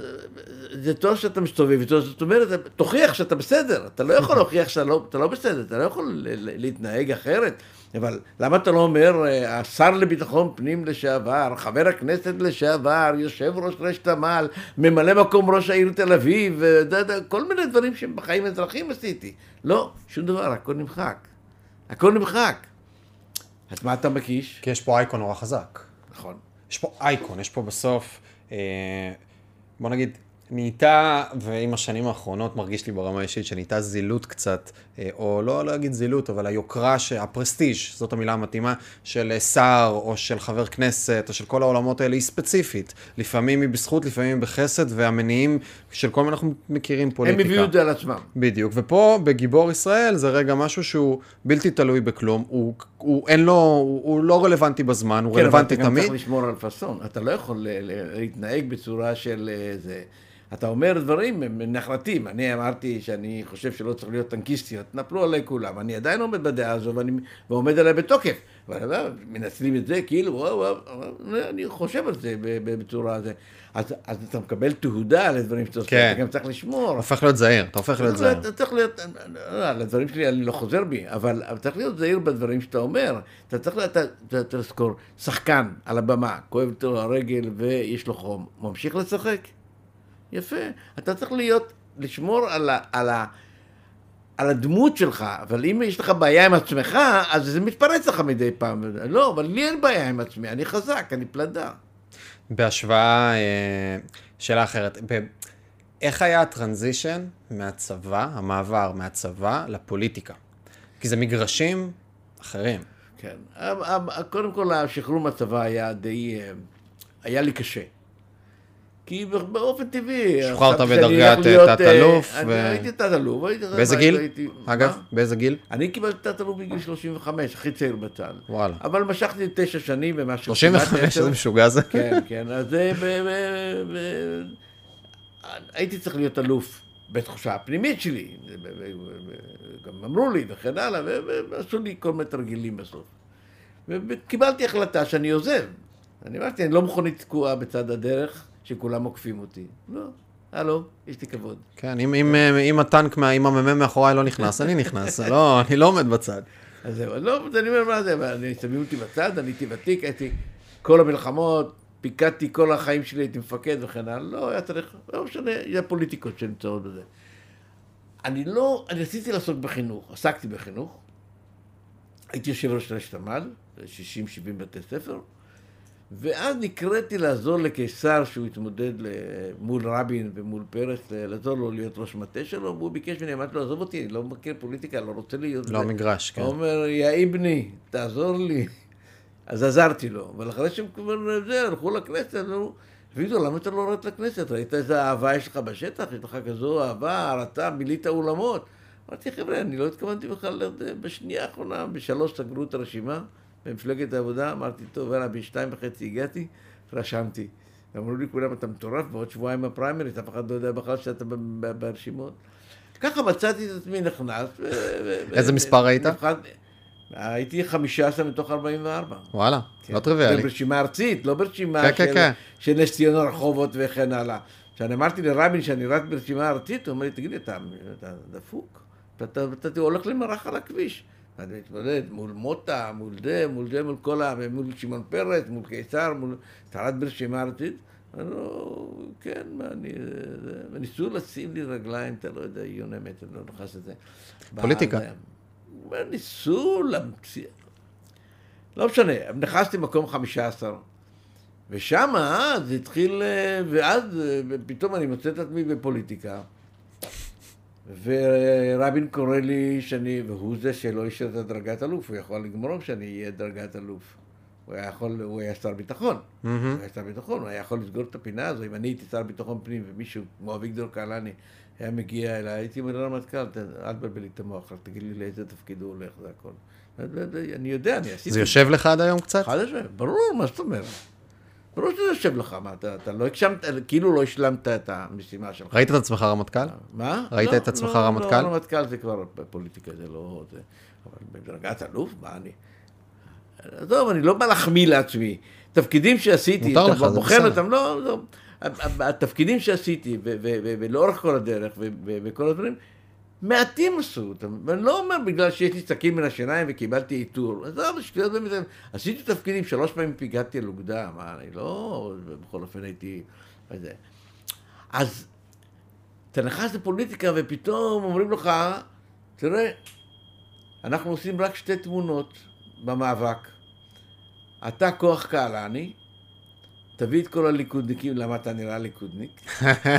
זה טוב שאתה מסתובב, זאת אומרת, תוכיח שאתה בסדר, אתה לא יכול להוכיח שאתה לא, אתה לא בסדר, אתה לא יכול להתנהג אחרת, אבל למה אתה לא אומר, השר לביטחון פנים לשעבר, חבר הכנסת לשעבר, יושב ראש רשת המעל, ממלא מקום ראש העיר תל אביב, כל מיני דברים שבחיים אזרחיים עשיתי. לא, שום דבר, הכל נמחק. הכל נמחק. אז מה אתה מקיש? כי יש פה אייקון נורא חזק. נכון. יש פה אייקון, יש פה בסוף, אה, בוא נגיד, נהייתה, ועם השנים האחרונות מרגיש לי ברמה האישית, שנהייתה זילות קצת, אה, או לא, לא אגיד זילות, אבל היוקרה, הפרסטיג', זאת המילה המתאימה, של שר, או של חבר כנסת, או של כל העולמות האלה, היא ספציפית. לפעמים היא בזכות, לפעמים היא בחסד, והמניעים של כל מה אנחנו מכירים פוליטיקה. הם הביאו את זה על עצמם. בדיוק, ופה בגיבור ישראל זה רגע משהו שהוא בלתי תלוי בכלום, הוא, הוא, אין לו, הוא, הוא לא רלוונטי בזמן, הוא כן, רלוונטי אבל אתה תמיד. גם צריך לשמור על פסון, אתה לא יכול להתנהג בצורה של זה. אתה אומר דברים נחרטים, אני אמרתי שאני חושב שלא צריך להיות טנקיסטיות, נפלו עליי כולם, אני עדיין עומד בדעה הזו ואני, ועומד עליי בתוקף, אבל מנצלים את זה כאילו, וואו, וואו, אני חושב על זה בצורה הזו, אז, אז אתה מקבל תהודה על הדברים שאתה עושה, כן. אתה גם צריך לשמור. אתה הופך להיות זהיר, אתה הופך להיות זהיר. אתה צריך להיות, על הדברים שלי אני לא חוזר בי, אבל אתה צריך להיות זהיר בדברים שאתה אומר, אתה צריך לזכור, שחקן על הבמה, כואב אותו הרגל ויש לו חום, ממשיך לשחק. יפה, אתה צריך להיות, לשמור על, ה, על, ה, על הדמות שלך, אבל אם יש לך בעיה עם עצמך, אז זה מתפרץ לך מדי פעם. לא, אבל לי אין בעיה עם עצמי, אני חזק, אני פלדה. בהשוואה, שאלה אחרת, איך היה הטרנזישן מהצבא, המעבר מהצבא לפוליטיקה? כי זה מגרשים אחרים. כן, קודם כל השחרור מהצבא היה די, היה לי קשה. כי באופן טבעי... שוחררת בדרגת תת-אלוף. הייתי תת-אלוף. באיזה גיל? אגב, באיזה גיל? אני קיבלתי תת-אלוף בגיל שלושים וחמש, הכי צעיר בצה"ל. וואלה. אבל משכתי תשע שנים ומשהו. שלושים וחמש, איזה משוגע זה. כן, כן. אז הייתי צריך להיות אלוף בתחושה הפנימית שלי. גם אמרו לי וכן הלאה, ועשו לי כל מיני תרגילים בסוף. וקיבלתי החלטה שאני עוזב. אני אמרתי, אני לא מכונית תקועה בצד הדרך. שכולם עוקפים אותי. לא, הלו, יש לי כבוד. כן, אם, אם, אם הטנק, אם הממם מאחוריי לא נכנס, אני נכנס, לא, אני לא עומד בצד. אז זהו, לא, אני אומר מה זה, אני שמים אותי בצד, אני הייתי ותיק, הייתי כל המלחמות, פיקדתי כל החיים שלי, הייתי מפקד וכן הלאה, לא, היה צריך, לא משנה, זה הפוליטיקות שנמצאות בזה. אני לא, אני רציתי לעסוק בחינוך, עסקתי בחינוך, הייתי יושב ראש רשת המעל, שישים שבעים בתי ספר, ואז נקראתי לעזור לקיסר שהוא התמודד מול רבין ומול פרס, לעזור לו להיות ראש מטה שלו, והוא ביקש ממני, אמרתי לו, עזוב אותי, אני לא מכיר פוליטיקה, לא רוצה להיות... לא מגרש, כן. הוא אומר, יא אבני, תעזור לי. אז עזרתי לו, אבל אחרי שהם כבר זה, הלכו לכנסת, אמרו, וידו, למה אתה לא הולך לכנסת? ראית איזה אהבה יש לך בשטח? יש לך כזו אהבה, הרתה, מילית אולמות. אמרתי, חבר'ה, אני לא התכוונתי בכלל בשנייה האחרונה, בשלוש סגרו את הרשימה. במפלגת העבודה, אמרתי, טוב, ואללה, בשתיים וחצי הגעתי, רשמתי. אמרו לי, כולם, אתה מטורף, בעוד שבועיים הפריימריז, אף אחד לא יודע בכלל שאתה ברשימות. ככה מצאתי את עצמי נכנס. איזה מספר היית? הייתי חמישה עשר מתוך ארבעים וארבע. וואלה, לא טריוויאלי. ברשימה ארצית, לא ברשימה של נס ציונה רחובות וכן הלאה. כשאני אמרתי לרבין שאני רק ברשימה ארצית, הוא אומר לי, תגיד לי, אתה דפוק? אתה הולך למרח על הכביש. אני מתמודד מול מוטה, מול זה, מול זה, מול כל ה... מול שמעון פרס, מול קיסר, מול... תרד ברשימה ארצית. אני לא... כן, מה, אני... ניסו לשים לי רגליים, אתה לא יודע, עיון אמת, אני לא נכנס לזה. פוליטיקה. ניסו להמציא... לא משנה, נכנסתי מקום חמישה עשר. ושם, זה התחיל... ואז פתאום אני מוצא את עצמי בפוליטיקה. ורבין קורא לי שאני, והוא זה שלא אישר את הדרגת אלוף, הוא יכול לגמור שאני אהיה דרגת אלוף. הוא היה יכול, הוא היה שר ביטחון. הוא היה שר ביטחון, הוא היה יכול לסגור את הפינה הזו. אם אני הייתי שר ביטחון פנים ומישהו כמו אביגדור קהלני היה מגיע אליי, הייתי אומר לרמטכ"ל, אל תבלבל לי את המוח, תגיד לי לאיזה תפקיד הוא הולך, זה הכל. אני יודע, אני עשיתי... זה יושב לך עד היום קצת? חד השם, ברור, מה זאת אומרת? ברור שזה יושב לך, מה, אתה, אתה לא הגשמת, כאילו לא השלמת את המשימה שלך. ראית את עצמך רמטכ"ל? מה? ראית לא, את עצמך לא, רמטכ"ל? לא, רמטכ"ל זה כבר פוליטיקה, זה לא... זה, אבל בדרגת אלוף, מה אני... טוב, אני לא בא להחמיא לעצמי. תפקידים שעשיתי, מותר לך, אתה זה בוחן בסדר. אותם, לא, לא. התפקידים שעשיתי, ולאורך כל הדרך, וכל הדברים, מעטים עשו אותם. ואני לא אומר בגלל שיש לי סכין מן השיניים וקיבלתי איתור. אז לא, שטויות באמת, עשיתי תפקידים, שלוש פעמים פיגעתי על אוגדה, מה, אני לא, בכל אופן הייתי... אז אתה נכנס לפוליטיקה ופתאום אומרים לך, תראה, אנחנו עושים רק שתי תמונות במאבק. אתה כוח קהלני, תביא את כל הליכודניקים, למה אתה נראה ליכודניק?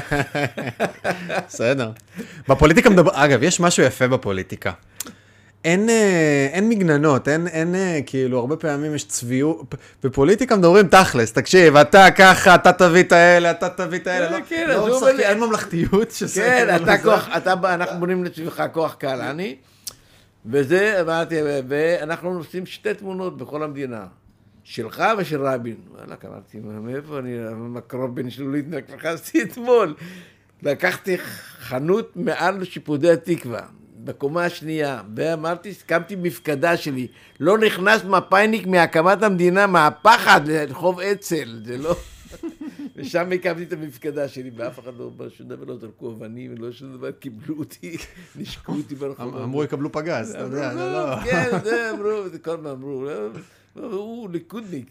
בסדר. בפוליטיקה מדבר, אגב, יש משהו יפה בפוליטיקה. אין, אין מגננות, אין, אין, כאילו, הרבה פעמים יש צביעות, בפוליטיקה מדברים תכלס, תקשיב, אתה ככה, אתה תביא את האלה, אתה תביא את האלה, לא, אין ממלכתיות שזה... כן, אתה כוח, אתה בא, אנחנו בונים לצביך כוח קהלני, וזה, אמרתי, ואנחנו עושים שתי תמונות בכל המדינה, שלך ושל רבין. וואלה, אמרתי, מאיפה אני, מקרוב בין שלולית, נכנסתי אתמול, לקחתי חנות מעל שיפודי התקווה, בקומה השנייה, ואמרתי, הסכמתי מפקדה שלי, לא נכנס מפאיניק מהקמת המדינה, מהפחד לרחוב אצל, זה לא... ושם הקמתי את המפקדה שלי, ואף אחד לא בא שום דבר, לא זרקו אבנים, לא שום דבר, קיבלו אותי, נשקו אותי ברחוב. אמרו, יקבלו פגז, אתה יודע, זה לא... כן, זה אמרו, זה כל מה אמרו, הוא ליכודניק.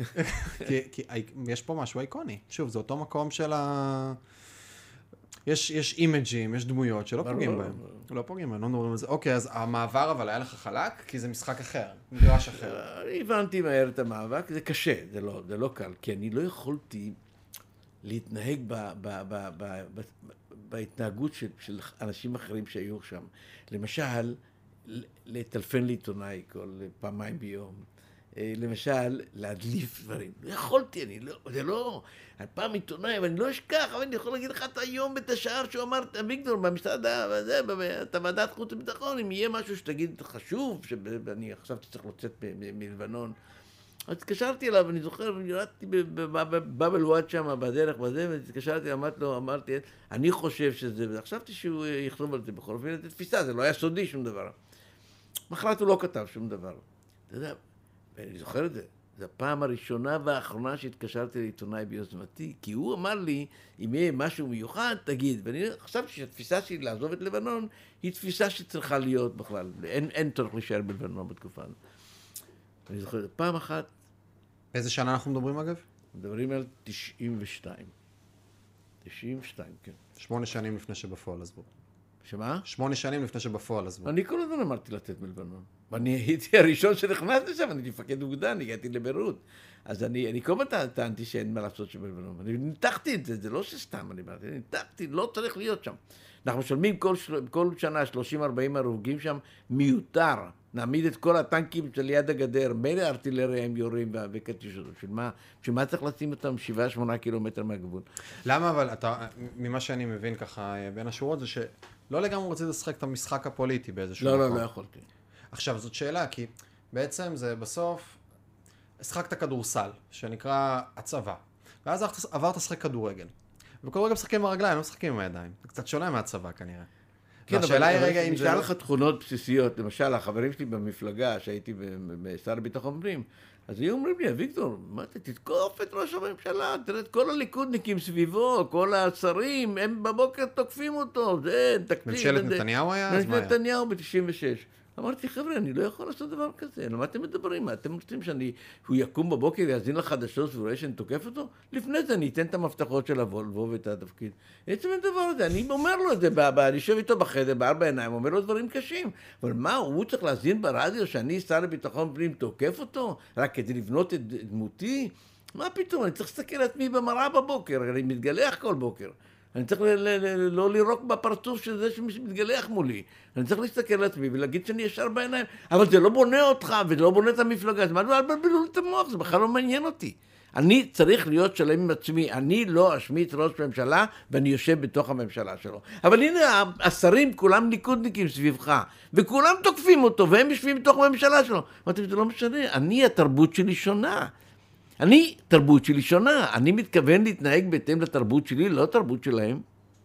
כי יש פה משהו איקוני, שוב, זה אותו מקום של ה... יש, יש אימג'ים, יש דמויות שלא פוגעים בהם. לא פוגעים בהם, לא מדברים על זה. אוקיי, אז המעבר אבל היה לך חלק, כי זה משחק אחר, מגרש אחר. הבנתי מהר את המאבק, זה קשה, זה לא, זה לא קל, כי אני לא יכולתי להתנהג ב, ב, ב, ב, ב, בהתנהגות של, של אנשים אחרים שהיו שם. למשל, לטלפן לעיתונאי כל פעמיים ביום. למשל, להדליף דברים. לא יכולתי, אני לא, זה לא, פעם עיתונאי, אבל אני לא אשכח, אבל אני יכול להגיד לך את היום, את השער שהוא אמר, אביגדור, במשרד הזה, את ועדת חוץ וביטחון, אם יהיה משהו שתגיד חשוב, שאני חשבתי צריך לצאת מלבנון. אז התקשרתי אליו, אני זוכר, ירדתי בבבל וואט שם, בדרך, בזה, והתקשרתי, אמרתי לו, אמרתי, אני חושב שזה, וחשבתי שהוא יכתוב על זה בכל אופן, את התפיסה, זה לא היה סודי שום דבר. מחרת הוא לא כתב שום דבר. אתה יודע, ואני זוכר את זה, זו הפעם הראשונה והאחרונה שהתקשרתי לעיתונאי ביוזמתי, כי הוא אמר לי, אם יהיה משהו מיוחד, תגיד. ואני חשבתי שהתפיסה שלי לעזוב את לבנון, היא תפיסה שצריכה להיות בכלל. אין, אין צורך להישאר בלבנון בתקופה. אני זוכר, פעם אחת... איזה שנה אנחנו מדברים אגב? מדברים על תשעים ושתיים. תשעים ושתיים, כן. שמונה שנים לפני שבפועל עזבו. שמה? שמונה שנים לפני שבפועל עזבו. אני כל הזמן אמרתי לצאת מלבנון. ואני הייתי הראשון שנכנס לשם, אני הייתי מפקד אוגדה, אני הגעתי לביירות. אז אני, אני כל הזמן טענתי שאין מה לעשות שם בלבנון. אני ניתחתי את זה, זה לא שסתם, אני אמרתי, אני ניתחתי, לא צריך להיות שם. אנחנו משלמים כל, כל שנה שלושים ארבעים הרוגים שם, מיותר. נעמיד את כל הטנקים של יד הגדר, מילא ארטילריה הם יורים וקטיושות. בשביל מה, בשביל מה צריך לשים אותם שבעה שמונה קילומטר מהגבול? למה אבל, אתה, ממה שאני מבין ככה בין השורות, זה שלא לגמרי רציתי לשחק את המשחק הפוליטי באיזשהו לא, מקום. לא, לא יכולתי. עכשיו, זאת שאלה, כי בעצם זה בסוף, שחקת כדורסל, שנקרא הצבא, ואז עברת לשחק כדורגל. וכדורגל משחקים ברגליים, לא משחקים עם הידיים. זה קצת שונה מהצבא כנראה. כן, אבל אני אשאל לך תכונות בסיסיות, למשל, החברים שלי במפלגה, שהייתי בשר לביטחון פנים, אז היו אומרים לי, אביגדור, מה אתה תתקוף את ראש הממשלה, תראה את כל הליכודניקים סביבו, כל השרים, הם בבוקר תוקפים אותו, זה תקציב. ממשלת נתניהו היה? ממשלת נתניהו ב-תשעים ושש. אמרתי, חבר'ה, אני לא יכול לעשות דבר כזה, למה אתם מדברים? מה, אתם רוצים שאני, הוא יקום בבוקר ויאזין לחדשות והוא רואה שאני תוקף אותו? לפני זה אני אתן את המפתחות של הוולבו ואת התפקיד. עצם הדבר הזה, אני אומר לו את זה, אני יושב איתו בחדר, בארבע עיניים, אומר לו דברים קשים. אבל מה, הוא צריך להאזין ברדיו שאני שר לביטחון פנים תוקף אותו? רק כדי לבנות את דמותי? מה פתאום? אני צריך להסתכל על עצמי במראה בבוקר, אני מתגלח כל בוקר. אני צריך לא לירוק בפרצוף של זה שמתגלח מולי. אני צריך להסתכל על עצמי ולהגיד שאני ישר בעיניים. אבל זה לא בונה אותך וזה לא בונה את המפלגה. זה מה, לא בלבלו את המוח, זה בכלל לא מעניין אותי. אני צריך להיות שלם עם עצמי. אני לא אשמיץ ראש ממשלה ואני יושב בתוך הממשלה שלו. אבל הנה, השרים כולם ליכודניקים סביבך, וכולם תוקפים אותו והם יושבים בתוך הממשלה שלו. אמרתי, זה לא משנה. אני, התרבות שלי שונה. אני, תרבות שלי שונה, אני מתכוון להתנהג בהתאם לתרבות שלי, לא תרבות שלהם.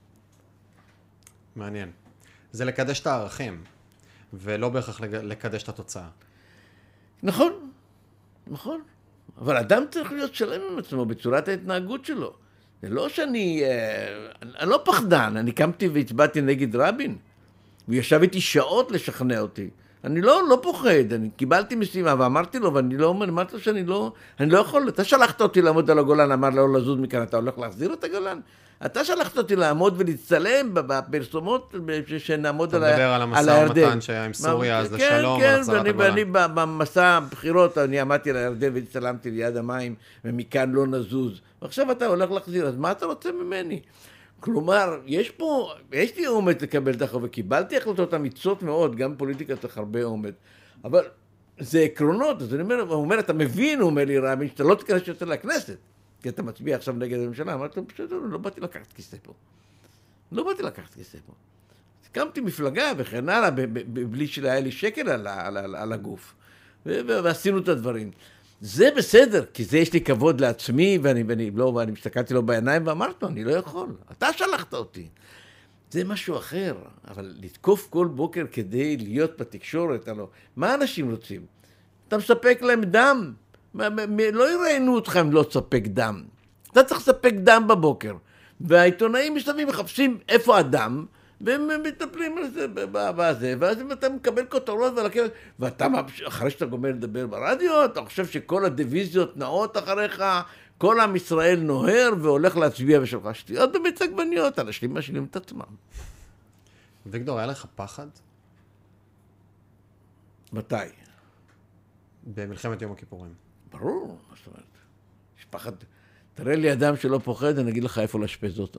מעניין. זה לקדש את הערכים, ולא בהכרח לקדש את התוצאה. נכון, נכון. אבל אדם צריך להיות שלם עם עצמו בצורת ההתנהגות שלו. זה לא שאני, אני לא פחדן, אני קמתי והצבעתי נגד רבין, הוא ישב איתי שעות לשכנע אותי. אני לא, לא פוחד, אני קיבלתי משימה ואמרתי לו, ואני לא אומר, אמרתי לו שאני לא, אני לא יכול, אתה שלחת אותי לעמוד על הגולן, אמר לו לא לזוז מכאן, אתה הולך להחזיר את הגולן? אתה שלחת אותי לעמוד ולהצטלם בפרסומות שנעמוד על הירדן. אתה מדבר על המשא ומתן שהיה עם סוריה, אז לשלום, כן, ולחזרת כן, הגולן. ואני במסע הבחירות, אני עמדתי על הירדן והצטלמתי ליד המים, ומכאן לא נזוז. ועכשיו אתה הולך להחזיר, אז מה אתה רוצה ממני? כלומר, יש פה, יש לי אומץ לקבל את החוק, וקיבלתי החלטות אמיצות מאוד, גם פוליטיקה צריך הרבה אומץ, אבל זה עקרונות, אז אני אומר, הוא אומר, אתה מבין, הוא אומר לי רבין, שאתה לא תיכנס יותר לכנסת, כי אתה מצביע עכשיו נגד הממשלה, אמרתי לו, בסדר, לא באתי לקחת כיסא פה. לא באתי לקחת כיסא פה. הקמתי מפלגה וכן הלאה, בלי שהיה לי שקל על, על, על, על הגוף, ועשינו את הדברים. זה בסדר, כי זה יש לי כבוד לעצמי, ואני, ואני, לא, ואני מסתכלתי לו בעיניים ואמרתי לו, אני לא יכול, אתה שלחת אותי. זה משהו אחר, אבל לתקוף כל בוקר כדי להיות בתקשורת, הלוא, מה אנשים רוצים? אתה מספק להם דם, לא יראינו אותך אם לא תספק דם. אתה צריך לספק דם בבוקר, והעיתונאים מסביב מחפשים איפה הדם, והם מטפלים על זה בזה, ואז אתה מקבל כותרות ולכן, ואתה, אחרי שאתה גומר לדבר ברדיו, אתה חושב שכל הדיוויזיות נעות אחריך, כל עם ישראל נוהר והולך להצביע בשלך שטויות במיץ עגבניות, אנשים משלים את עצמם. אביגדור, היה לך פחד? מתי? במלחמת יום הכיפורים. ברור, מה זאת אומרת? יש פחד. תראה לי אדם שלא פוחד, אני אגיד לך איפה להשפז אותו.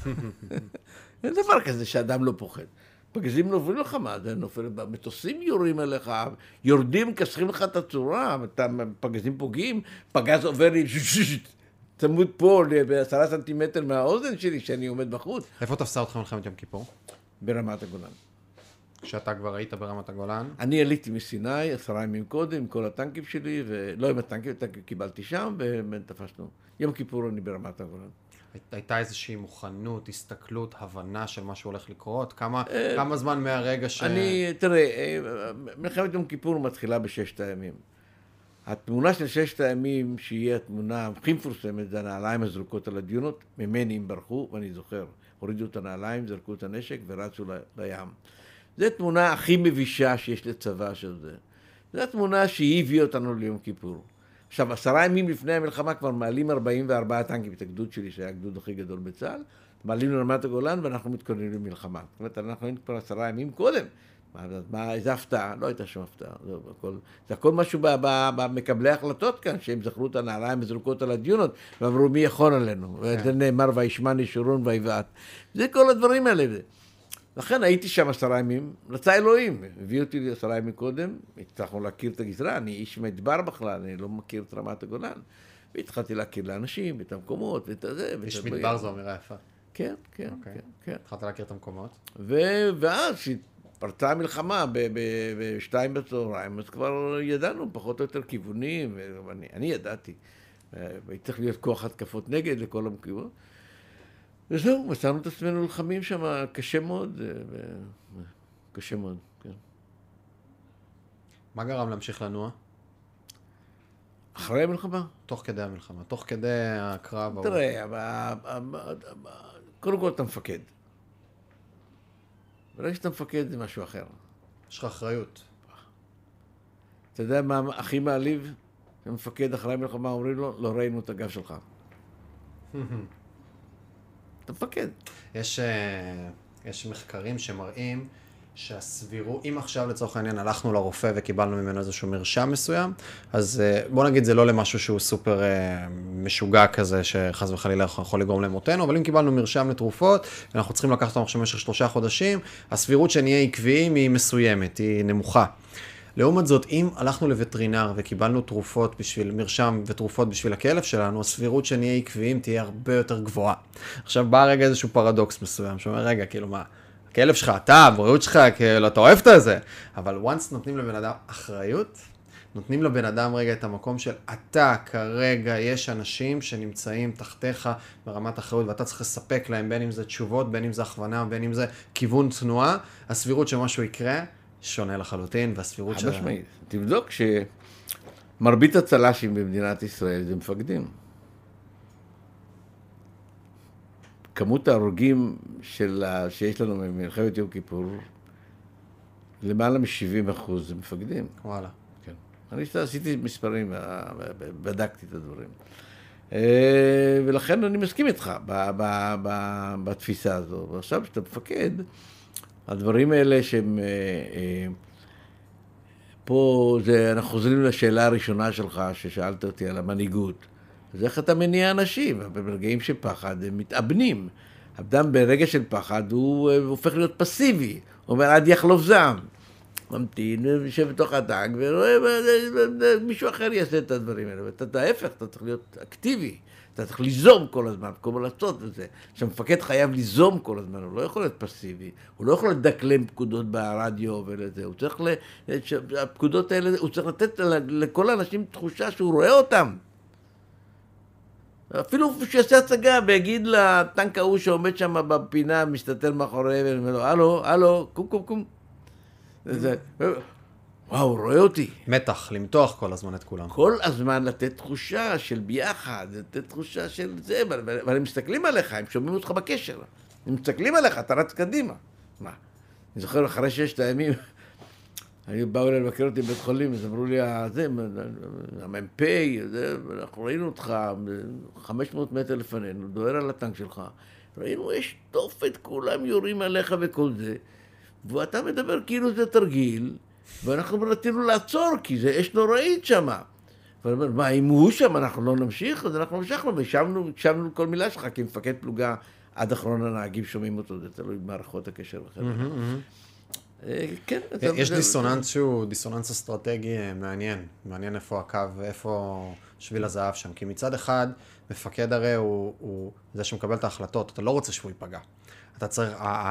אין דבר כזה שאדם לא פוחד. פגזים נופלים לך, מה זה נופל? מטוסים יורים עליך, יורדים, כסחים לך את הצורה, פגזים פוגעים, פגז עובר לי, צמוד פה בעשרה סנטימטר מהאוזן שלי, שאני עומד בחוץ. איפה תפסה אותך מלחמת יום כיפור? ברמת הגולן. כשאתה כבר היית ברמת הגולן? אני עליתי מסיני, עשרה ימים קודם, עם כל הטנקים שלי, ולא עם הטנקים, הטנקים קיבלתי שם, ותפסנו. יום כיפור אני ברמת הגולן. הייתה איזושהי מוכנות, הסתכלות, הבנה של מה שהולך לקרות? כמה, כמה זמן מהרגע ש... אני, תראה, מלחמת יום כיפור מתחילה בששת הימים. התמונה של ששת הימים, שהיא התמונה הכי מפורסמת, זה הנעליים הזרוקות על הדיונות, ממני הם ברחו, ואני זוכר, הורידו את הנעליים, זרקו את הנשק ורצו לים. זו תמונה הכי מבישה שיש לצבא של זה. זו התמונה שהיא הביאה אותנו ליום כיפור. עכשיו, עשרה ימים לפני המלחמה כבר מעלים ארבעים וארבעה טנקים, את הגדוד שלי, שהיה הגדוד הכי גדול בצה"ל, מעלים לרמת הגולן ואנחנו מתכוננים למלחמה. זאת אומרת, אנחנו היינו כבר עשרה ימים קודם. מה, מה, איזה הפתעה? לא הייתה שום הפתעה. זה הכל, זה הכל משהו במקבלי ההחלטות כאן, שהם זכרו את הנעליים וזרוקות על הדיונות, ואמרו מי יכול עלינו. וזה נאמר, וישמן ישורון ויבעט. זה כל הדברים האלה. לכן הייתי שם עשרה ימים, רצה אלוהים, הביא אותי לי עשרה ימים קודם, הצלחנו להכיר את הגזרה, אני איש מדבר בכלל, אני לא מכיר את רמת הגולן, והתחלתי להכיר לאנשים, את המקומות, ואת זה. איש מדבר זו אמירה יפה. כן, כן, okay. כן, כן. התחלת להכיר את המקומות? ו- ואז שפרצה המלחמה בשתיים בצהריים, אז כבר ידענו פחות או יותר כיוונים, ואני אני ידעתי, והייתי צריך להיות כוח התקפות נגד לכל המקומות. וזהו, מצאנו את עצמנו ללחמים שם, קשה מאוד, קשה מאוד, כן. מה גרם להמשיך לנוע? אחרי המלחמה? תוך כדי המלחמה, תוך כדי הקרב. תראה, קודם כל אתה מפקד. ברגע שאתה מפקד זה משהו אחר. יש לך אחריות. אתה יודע מה הכי מעליב? המפקד אחרי המלחמה אומרים לו, לא ראינו את הגב שלך. אתה מפקד. יש, יש מחקרים שמראים שהסבירות, אם עכשיו לצורך העניין הלכנו לרופא וקיבלנו ממנו איזשהו מרשם מסוים, אז בוא נגיד זה לא למשהו שהוא סופר משוגע כזה, שחס וחלילה יכול לגרום למותנו, אבל אם קיבלנו מרשם לתרופות, ואנחנו צריכים לקחת אותם עכשיו במשך שלושה חודשים, הסבירות שנהיה עקביים היא מסוימת, היא נמוכה. לעומת זאת, אם הלכנו לווטרינר וקיבלנו תרופות בשביל מרשם ותרופות בשביל הכלב שלנו, הסבירות שנהיה עקביים תהיה הרבה יותר גבוהה. עכשיו בא רגע איזשהו פרדוקס מסוים, שאומר, רגע, כאילו מה, הכלב שלך, אתה, הבריאות שלך, כאילו, אתה אוהב את זה. אבל once נותנים לבן אדם אחריות, נותנים לבן אדם רגע את המקום של אתה, כרגע, יש אנשים שנמצאים תחתיך ברמת אחריות, ואתה צריך לספק להם, בין אם זה תשובות, בין אם זה הכוונה, בין אם זה כיוון תנועה, הסבירות שמשהו יקרה, שונה לחלוטין, והסבירות של... משמעית. תבדוק שמרבית הצל"שים במדינת ישראל זה מפקדים. כמות ההרוגים של ה... שיש לנו ממלחמת יום כיפור, למעלה מ-שבעים אחוז זה מפקדים. וואלה. כן. אני עשיתי מספרים, בדקתי את הדברים. ולכן אני מסכים איתך ב- ב- ב- בתפיסה הזו. ועכשיו שאתה מפקד, הדברים האלה שהם... פה זה, אנחנו חוזרים לשאלה הראשונה שלך, ששאלת אותי על המנהיגות. אז איך אתה מניע אנשים? ברגעים של פחד הם מתאבנים. אדם ברגע של פחד הוא הופך להיות פסיבי. הוא אומר, עד יחלוף זעם. ממתין, יושב בתוך הטנק, ומישהו אחר יעשה את הדברים האלה. ואתה ההפך, אתה צריך להיות אקטיבי. אתה צריך ליזום כל הזמן, כל מה לעשות את זה. שהמפקד חייב ליזום כל הזמן, הוא לא יכול להיות פסיבי, הוא לא יכול לדקלם פקודות ברדיו ולזה, הוא צריך, הפקודות האלה, הוא צריך לתת לכל האנשים תחושה שהוא רואה אותם. אפילו שיעשה הצגה ויגיד לטנק ההוא שעומד שם בפינה, מסתתר מאחורי, ואומר לו, הלו, הלו, קום, קום, קום. זה... וואו, הוא רואה אותי. מתח, למתוח כל הזמן את כולם. כל הזמן לתת תחושה של ביחד, לתת תחושה של זה, אבל הם מסתכלים עליך, הם שומעים אותך בקשר. הם מסתכלים עליך, אתה רץ קדימה. מה? אני זוכר, אחרי ששת הימים, היו באו אליי לבקר אותי בבית חולים, אז אמרו לי, זה, המ"פ, אנחנו ראינו אותך חמש מאות מטר לפנינו, דוהר על הטנק שלך. ראינו, יש תופת, כולם יורים עליך וכל זה, ואתה מדבר כאילו זה תרגיל, ואנחנו רצינו לעצור, כי זה אש נוראית שם. ואני אומר, מה, אם הוא שם, אנחנו לא נמשיך? אז אנחנו המשכנו, והקשבנו, הקשבנו כל מילה שלך, כי מפקד פלוגה עד אחרון הנהגים שומעים אותו, זה תלוי במערכות הקשר וכן. כן. יש דיסוננס שהוא דיסוננס אסטרטגי מעניין, מעניין איפה הקו, איפה שביל הזהב שם, כי מצד אחד, מפקד הרי הוא זה שמקבל את ההחלטות, אתה לא רוצה שהוא ייפגע. אתה צריך,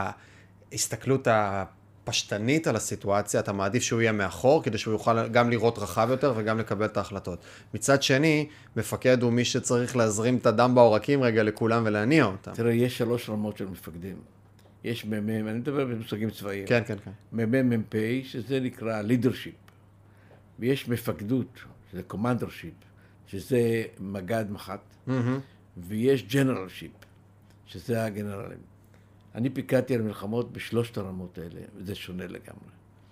ההסתכלות הפשטנית על הסיטואציה, אתה מעדיף שהוא יהיה מאחור, כדי שהוא יוכל גם לראות רחב יותר וגם לקבל את ההחלטות. מצד שני, מפקד הוא מי שצריך להזרים את הדם בעורקים רגע לכולם ולהניע אותם. תראה, יש שלוש רמות של מפקדים. יש מ"מ, אני מדבר במושגים צבאיים. כן, כן, כן. מ"מ, מ"פ, שזה נקרא leadership. ויש מפקדות, שזה commandership, שזה מג"ד מח"ט. ויש generalship, שזה הגנרלים. אני פיקדתי על מלחמות בשלושת הרמות האלה, וזה שונה לגמרי.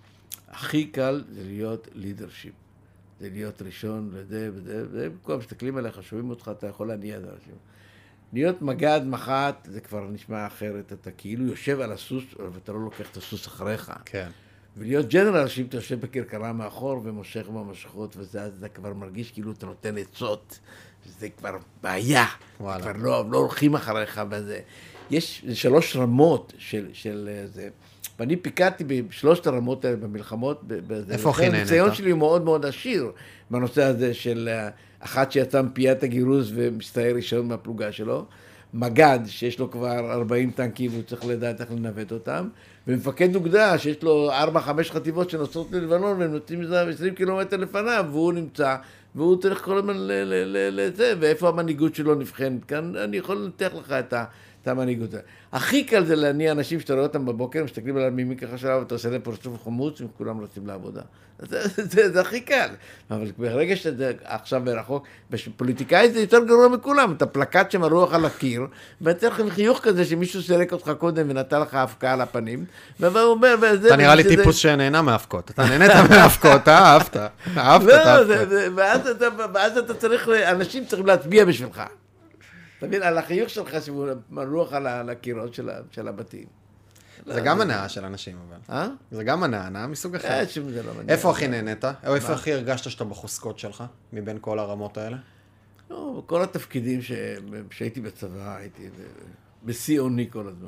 הכי קל זה להיות leadership. זה להיות ראשון וזה וזה, וזה, וכולם מסתכלים עליך, שומעים אותך, אתה יכול להניע את האנשים. להיות מג"ד מח"ט, זה כבר נשמע אחרת, אתה כאילו יושב על הסוס, ואתה לא לוקח את הסוס אחריך. כן. ולהיות ג'נרל, שאם אתה יושב בכרכרה מאחור ומושך במשכות וזה, אז אתה כבר מרגיש כאילו אתה נותן עצות, זה כבר בעיה. וואלה. כבר לא, לא הולכים אחריך בזה. יש שלוש רמות של, של זה, ואני פיקדתי בשלושת הרמות האלה במלחמות. איפה הכי נהנית? הניסיון שלי הוא מאוד מאוד עשיר בנושא הזה של אחת שיצא מפיית הגירוש ומסתער ראשון מהפלוגה שלו, מג"ד שיש לו כבר ארבעים טנקים והוא צריך לדעת איך לנווט אותם, ומפקד אוגדה שיש לו ארבע חמש חטיבות שנוסעות ללבנון והם נוצאים מזה עשרים קילומטר לפניו והוא נמצא והוא צריך כל הזמן לזה, ואיפה המנהיגות שלו נבחנת. כאן אני יכול לנתח לך את ה... את המנהיגות. הכי קל זה להניע אנשים שאתה רואה אותם בבוקר, מסתכלים עליהם ממי ככה שלב, ואתה עושה להם פרצוף חמוץ, וכולם רצים לעבודה. זה, זה, זה, זה הכי קל. אבל ברגע שזה עכשיו ברחוק, פוליטיקאי זה יותר גרוע מכולם. אתה פלקט שמרוח על הקיר, ואתה צריך חיוך כזה שמישהו סרק אותך קודם ונתן לך הפקעה על הפנים, והוא אומר, וזה... אתה נראה לי טיפוס שנהנה מהפקות. אתה נהנית מהפקות, אהבת. אהבת, אהבת. ואז אתה צריך, אנשים צריכים להצביע בשבילך. אתה מבין, על החיוך שלך שהוא מרוח על הקירות של הבתים. זה גם הנאה של אנשים, אבל. אה? זה גם הנאה, הנאה מסוג אחר. איפה הכי נהנית? או איפה הכי הרגשת שאתה בחוזקות שלך, מבין כל הרמות האלה? לא, כל התפקידים שהייתי בצבא, הייתי בשיא עוני כל הזמן.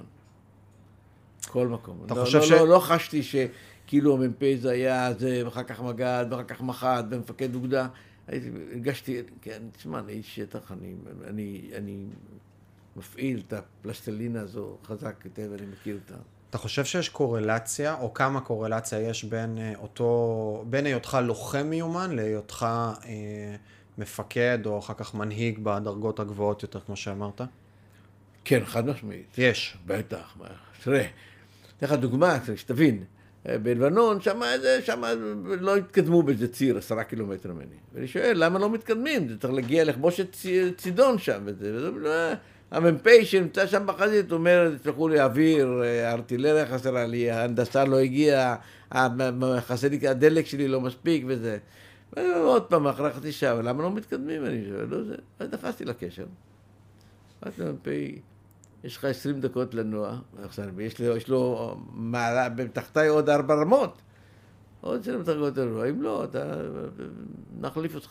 כל מקום. אתה חושב ש... לא חשתי שכאילו המ"פ זה היה זה, ואחר כך מג"ד, ואחר כך מח"ט, ומפקד אוגדה. הרגשתי, כן, תשמע, אני איש שטח, אני, אני, אני מפעיל את הפלסטלינה הזו חזק היטב, אני מכיר אותה. אתה חושב שיש קורלציה, או כמה קורלציה יש בין אותו, בין היותך לוחם מיומן, להיותך אה, מפקד, או אחר כך מנהיג בדרגות הגבוהות יותר, כמו שאמרת? כן, חד משמעית. יש. בטח. תראה, תראה דוגמה, שתבין, בלבנון, שם, שם לא התקדמו באיזה ציר, עשרה קילומטר ממני. ואני שואל, למה לא מתקדמים? זה צריך להגיע לכבוש את צידון שם, וזה, וזה, המ"פ שנמצא שם בחזית אומר, תצטרכו לי אוויר, הארטילריה חסרה לי, ההנדסה לא הגיעה, חסר לי, הדלק שלי לא מספיק וזה. ועוד פעם, אחרי חצי שעה, למה לא מתקדמים? אני שואל, לא זה. אז דפסתי לקשר. אמרתי למ"פ, יש לך עשרים דקות לנוע, יש לו, יש לו מעלה, בתחתיי עוד ארבע רמות. עוד עשרים דקות לנוע, אם לא, אתה, נחליף אותך.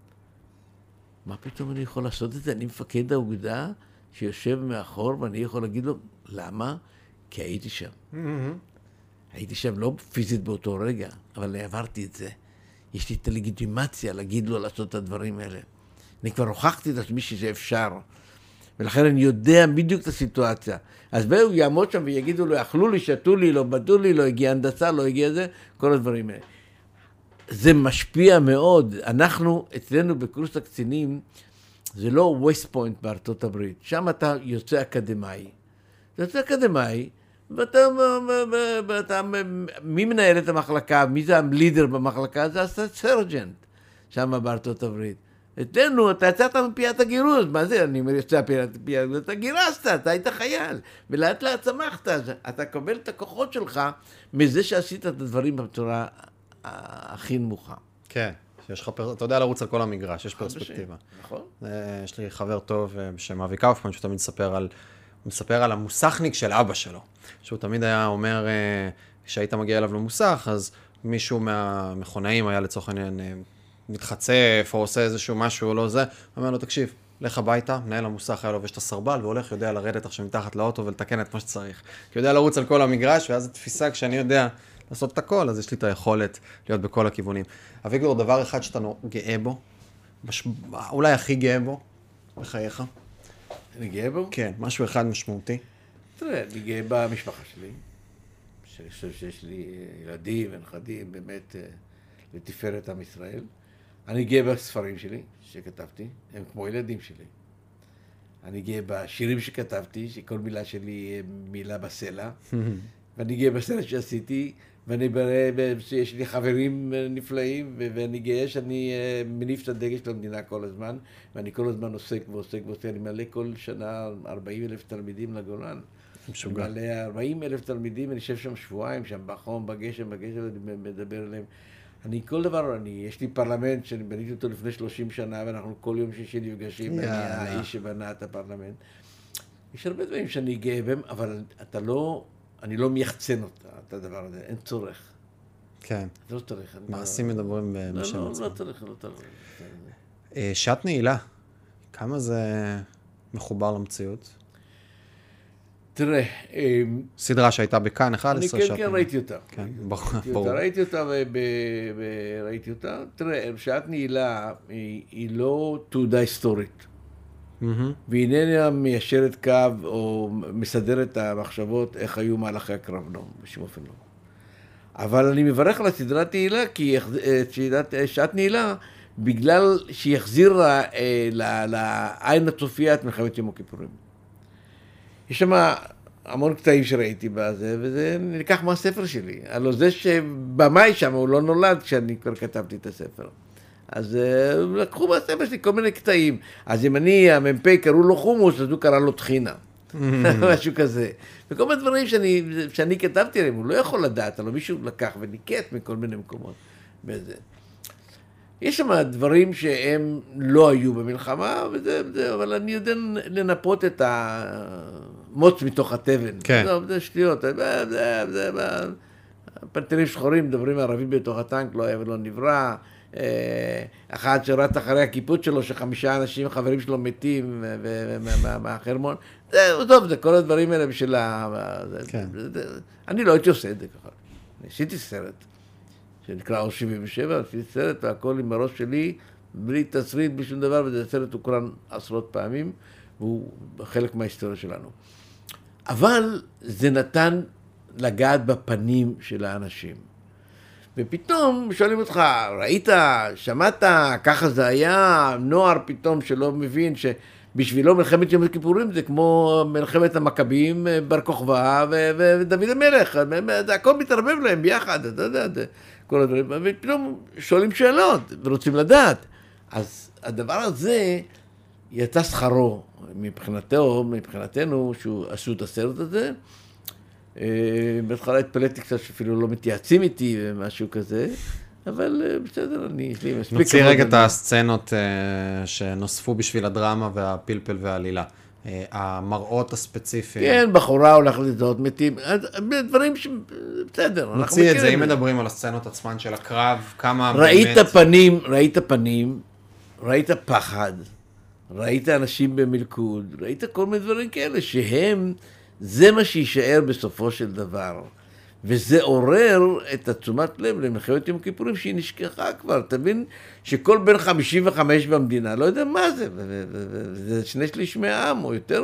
מה פתאום אני יכול לעשות את זה? אני מפקד האוגדה שיושב מאחור, ואני יכול להגיד לו, למה? כי הייתי שם. Mm-hmm. הייתי שם לא פיזית באותו רגע, אבל העברתי את זה. יש לי את הלגיטימציה להגיד לו לעשות את הדברים האלה. אני כבר הוכחתי את עצמי שזה אפשר. ולכן אני יודע בדיוק את הסיטואציה. אז הוא יעמוד שם ויגידו לו, אכלו לי, שתו לי, לא בדו לי, לא הגיע הנדסה, לא הגיע זה, כל הדברים האלה. זה משפיע מאוד. אנחנו, אצלנו בקורס הקצינים, זה לא ווסט פוינט בארצות הברית. שם אתה יוצא אקדמאי. אתה יוצא אקדמאי, ואתה, ואתה, מי מנהל את המחלקה, מי זה הלידר במחלקה? זה הסרג'נט, שם בארצות הברית. אצלנו, אתה יצאת מפיית הגירוש, מה זה? אני אומר, יוצא מפיית הגירוש, אתה גירסת, אתה היית חייל, ולאט לאט צמחת, אתה קבל את הכוחות שלך מזה שעשית את הדברים בצורה הכי נמוכה. כן, שיש לך, אתה יודע לרוץ על כל המגרש, יש פרספקטיבה. נכון. יש לי חבר טוב בשם אבי קאופמן, שהוא תמיד מספר על, הוא מספר על המוסכניק של אבא שלו, שהוא תמיד היה אומר, כשהיית מגיע אליו למוסך, אז מישהו מהמכונאים היה לצורך העניין מתחצף או עושה איזשהו משהו או לא זה, אומר לו, תקשיב, לך הביתה, מנהל המוסך היה לובש את הסרבל, והולך יודע לרדת עכשיו מתחת לאוטו ולתקן את מה שצריך. כי יודע לרוץ על כל המגרש, ואז התפיסה, כשאני יודע לעשות את הכל, אז יש לי את היכולת להיות בכל הכיוונים. אביגדור, דבר אחד שאתה גאה בו, בש... אולי הכי גאה בו, בחייך. אני גאה בו? כן, משהו אחד משמעותי. תראה, אני גאה במשפחה שלי, שאני חושב שיש לי ילדים ונכדים, באמת לתפארת עם ישראל. אני גאה בספרים שלי, שכתבתי, הם כמו ילדים שלי. אני גאה בשירים שכתבתי, שכל מילה שלי מילה בסלע. ואני גאה בסרט שעשיתי, ואני גאה שיש לי חברים נפלאים, ואני גאה שאני מניף את הדגל של המדינה כל הזמן, ואני כל הזמן עוסק ועוסק ועוסק. אני מעלה כל שנה ארבעים אלף תלמידים לגולן. משוגע. אני מעלה ארבעים אלף תלמידים, אני יושב שם שבועיים, שם בחום, בגשם, בגשם, ואני מדבר אליהם. אני כל דבר, אני, יש לי פרלמנט שאני בניתי אותו לפני שלושים שנה, ואנחנו כל יום שישי נפגשים, ואני האיש שבנה את הפרלמנט. יש הרבה דברים שאני גאה בהם, אבל אתה לא, אני לא מייחצן אותה, את הדבר הזה, אין צורך. כן. אתה לא צריך. מעשים מדברים בשם עצמם. לא, לא צריך, לא צריך. שעת נעילה, כמה זה מחובר למציאות? תראה, סדרה שהייתה בכאן, אחת עשרה שעת. אני כן, כן, ראיתי אותה. כן, ברור. ראיתי אותה, וראיתי אותה. תראה, שעת נעילה היא לא תעודה היסטורית. והיא איננה מיישרת קו או מסדרת את המחשבות איך היו מהלכי הקרב, לא, בשום אופן לא. אבל אני מברך על הסדרת נעילה, כי שעת נעילה, בגלל שהיא החזירה לעין הצופייה את מלחמת יום הכיפורים. יש שם המון קטעים שראיתי בזה, וזה נלקח מהספר שלי. הלוא זה שבמאי שם הוא לא נולד כשאני כבר כתבתי את הספר. אז לקחו מהספר שלי כל מיני קטעים. אז אם אני, המ"פ קראו לו חומוס, אז הוא קרא לו תחינה. משהו כזה. וכל מיני דברים שאני, שאני כתבתי עליהם, הוא לא יכול לדעת, אבל מישהו לקח וניקט מכל מיני מקומות. בזה. יש שם דברים שהם לא היו במלחמה, וזה, וזה, אבל אני יודע לנפות את המוץ מתוך התבן. כן. זה, זה שטויות. זה, זה, זה, זה, פנתרים שחורים, דברים ערבים בתוך הטנק, לא היה ולא נברא. אחד שרץ אחרי הקיפוץ שלו, שחמישה אנשים, חברים שלו מתים מהחרמון. זה, טוב, זה כל הדברים האלה בשביל ה... כן. אני לא הייתי עושה את זה ככה. עשיתי סרט. שנקרא אור שבעים ושבע, עשיתי סרט, והכל עם הראש שלי, בלי תסריט, בלי שום דבר, וזה סרט הוקרן עשרות פעמים, והוא חלק מההיסטוריה שלנו. אבל זה נתן לגעת בפנים של האנשים. ופתאום שואלים אותך, ראית, שמעת, ככה זה היה, נוער פתאום שלא מבין שבשבילו מלחמת יום הכיפורים זה כמו מלחמת המכבים, בר כוכבא ודוד המלך, זה הכל מתערבב להם ביחד, אתה יודע, כל הדברים, ופתאום שואלים שאלות ורוצים לדעת. אז הדבר הזה יצא שכרו, מבחינתו, מבחינתנו, שהוא עשו את הסרט הזה. בהתחלה התפלאתי קצת שאפילו לא מתייעצים איתי ומשהו כזה, אבל בסדר, אני... נוציא רגע את הסצנות שנוספו בשביל הדרמה והפלפל והעלילה. המראות הספציפיים. כן, בחורה הולך לזהות מתים, דברים שבסדר. נוציא את זה, אם מדברים על הסצנות עצמן של הקרב, כמה באמת... ראית פנים, ראית פנים, ראית פחד, ראית אנשים במלכוד, ראית כל מיני דברים כאלה שהם, זה מה שישאר בסופו של דבר. וזה עורר את התשומת לב למלחמת יום הכיפורים שהיא נשכחה כבר. תבין שכל בן חמישים וחמש במדינה לא יודע מה זה, זה שני שליש מהעם או יותר,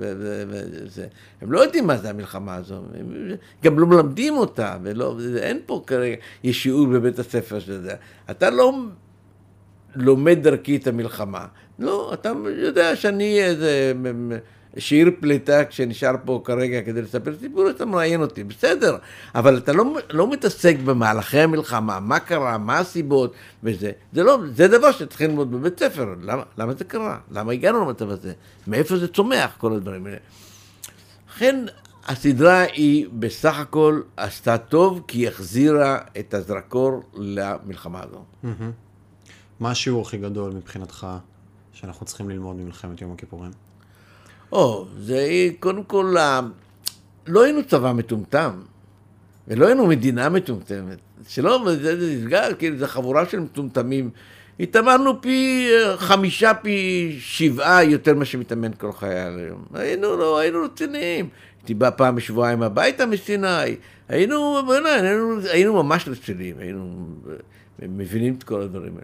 הם לא יודעים מה זה המלחמה הזו, גם לא מלמדים אותה, אין פה כרגע שיעור בבית הספר של זה. אתה לא לומד דרכי את המלחמה, לא, אתה יודע שאני איזה... שיר פליטה כשנשאר פה כרגע כדי לספר סיפור, אתה מראיין אותי, בסדר, אבל אתה לא, לא מתעסק במהלכי המלחמה, מה קרה, מה הסיבות, וזה, זה לא, זה דבר שצריכים ללמוד בבית ספר, למה, למה זה קרה? למה הגענו למצב הזה? מאיפה זה צומח, כל הדברים האלה? לכן, הסדרה היא בסך הכל עשתה טוב, כי היא החזירה את הזרקור למלחמה הזו. מה השיעור הכי גדול מבחינתך, שאנחנו צריכים ללמוד ממלחמת יום הכיפורים? או, זה קודם כל, לא היינו צבא מטומטם, ולא היינו מדינה מטומטמת, שלא, זה נסגר, כאילו, זה חבורה של מטומטמים, התאמנו פי חמישה, פי שבעה יותר מה שמתאמן כל חייל היום. היינו, לא, היינו רציניים. הייתי בא פעם בשבועיים הביתה מסיני, היינו, היינו, היינו ממש רציניים, היינו מבינים את כל הדברים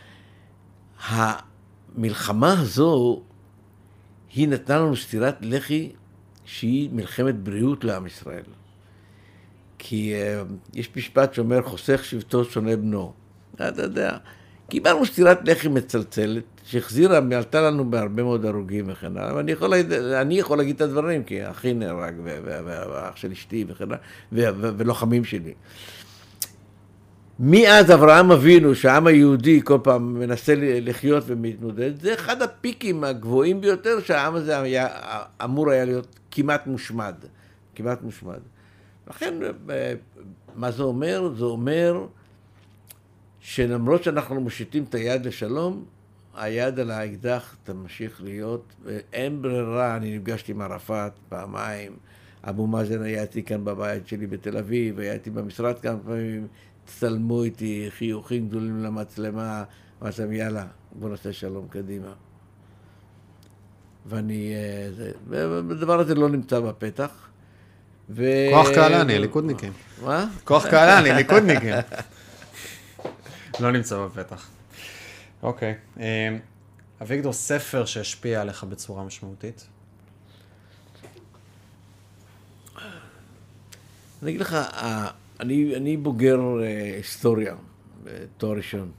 האלה. המלחמה הזו, היא נתנה לנו סטירת לחי שהיא מלחמת בריאות לעם ישראל. כי uh, יש משפט שאומר, חוסך שבטו שונא בנו. אתה יודע, קיבלנו סטירת לחי מצלצלת, שהחזירה, מעלתה לנו בהרבה מאוד הרוגים וכן הלאה, ואני יכול, אני יכול להגיד את הדברים, כי אחי נהרג, ואח של אשתי וכן הלאה, ולוחמים שלי. מאז אברהם אבינו, שהעם היהודי כל פעם מנסה לחיות ומתמודד, זה אחד הפיקים הגבוהים ביותר שהעם הזה היה, אמור היה להיות כמעט מושמד. כמעט מושמד. לכן, מה זה אומר? זה אומר שלמרות שאנחנו מושיטים את היד לשלום, היד על האקדח תמשיך להיות, אין ברירה, אני נפגשתי עם ערפאת פעמיים, אבו מאזן היה איתי כאן בבית שלי בתל אביב, היה איתי במשרד כמה פעמים, צלמו איתי חיוכים גדולים למצלמה, אמרתם יאללה, בוא נעשה שלום קדימה. ואני, הדבר הזה לא נמצא בפתח. ו... כוח קהלני, ליכודניקים. מה? כוח קהלני, ליכודניקים. לא נמצא בפתח. אוקיי. אביגדור, ספר שהשפיע עליך בצורה משמעותית? אני אגיד לך, אני, אני בוגר היסטוריה, תואר ראשון,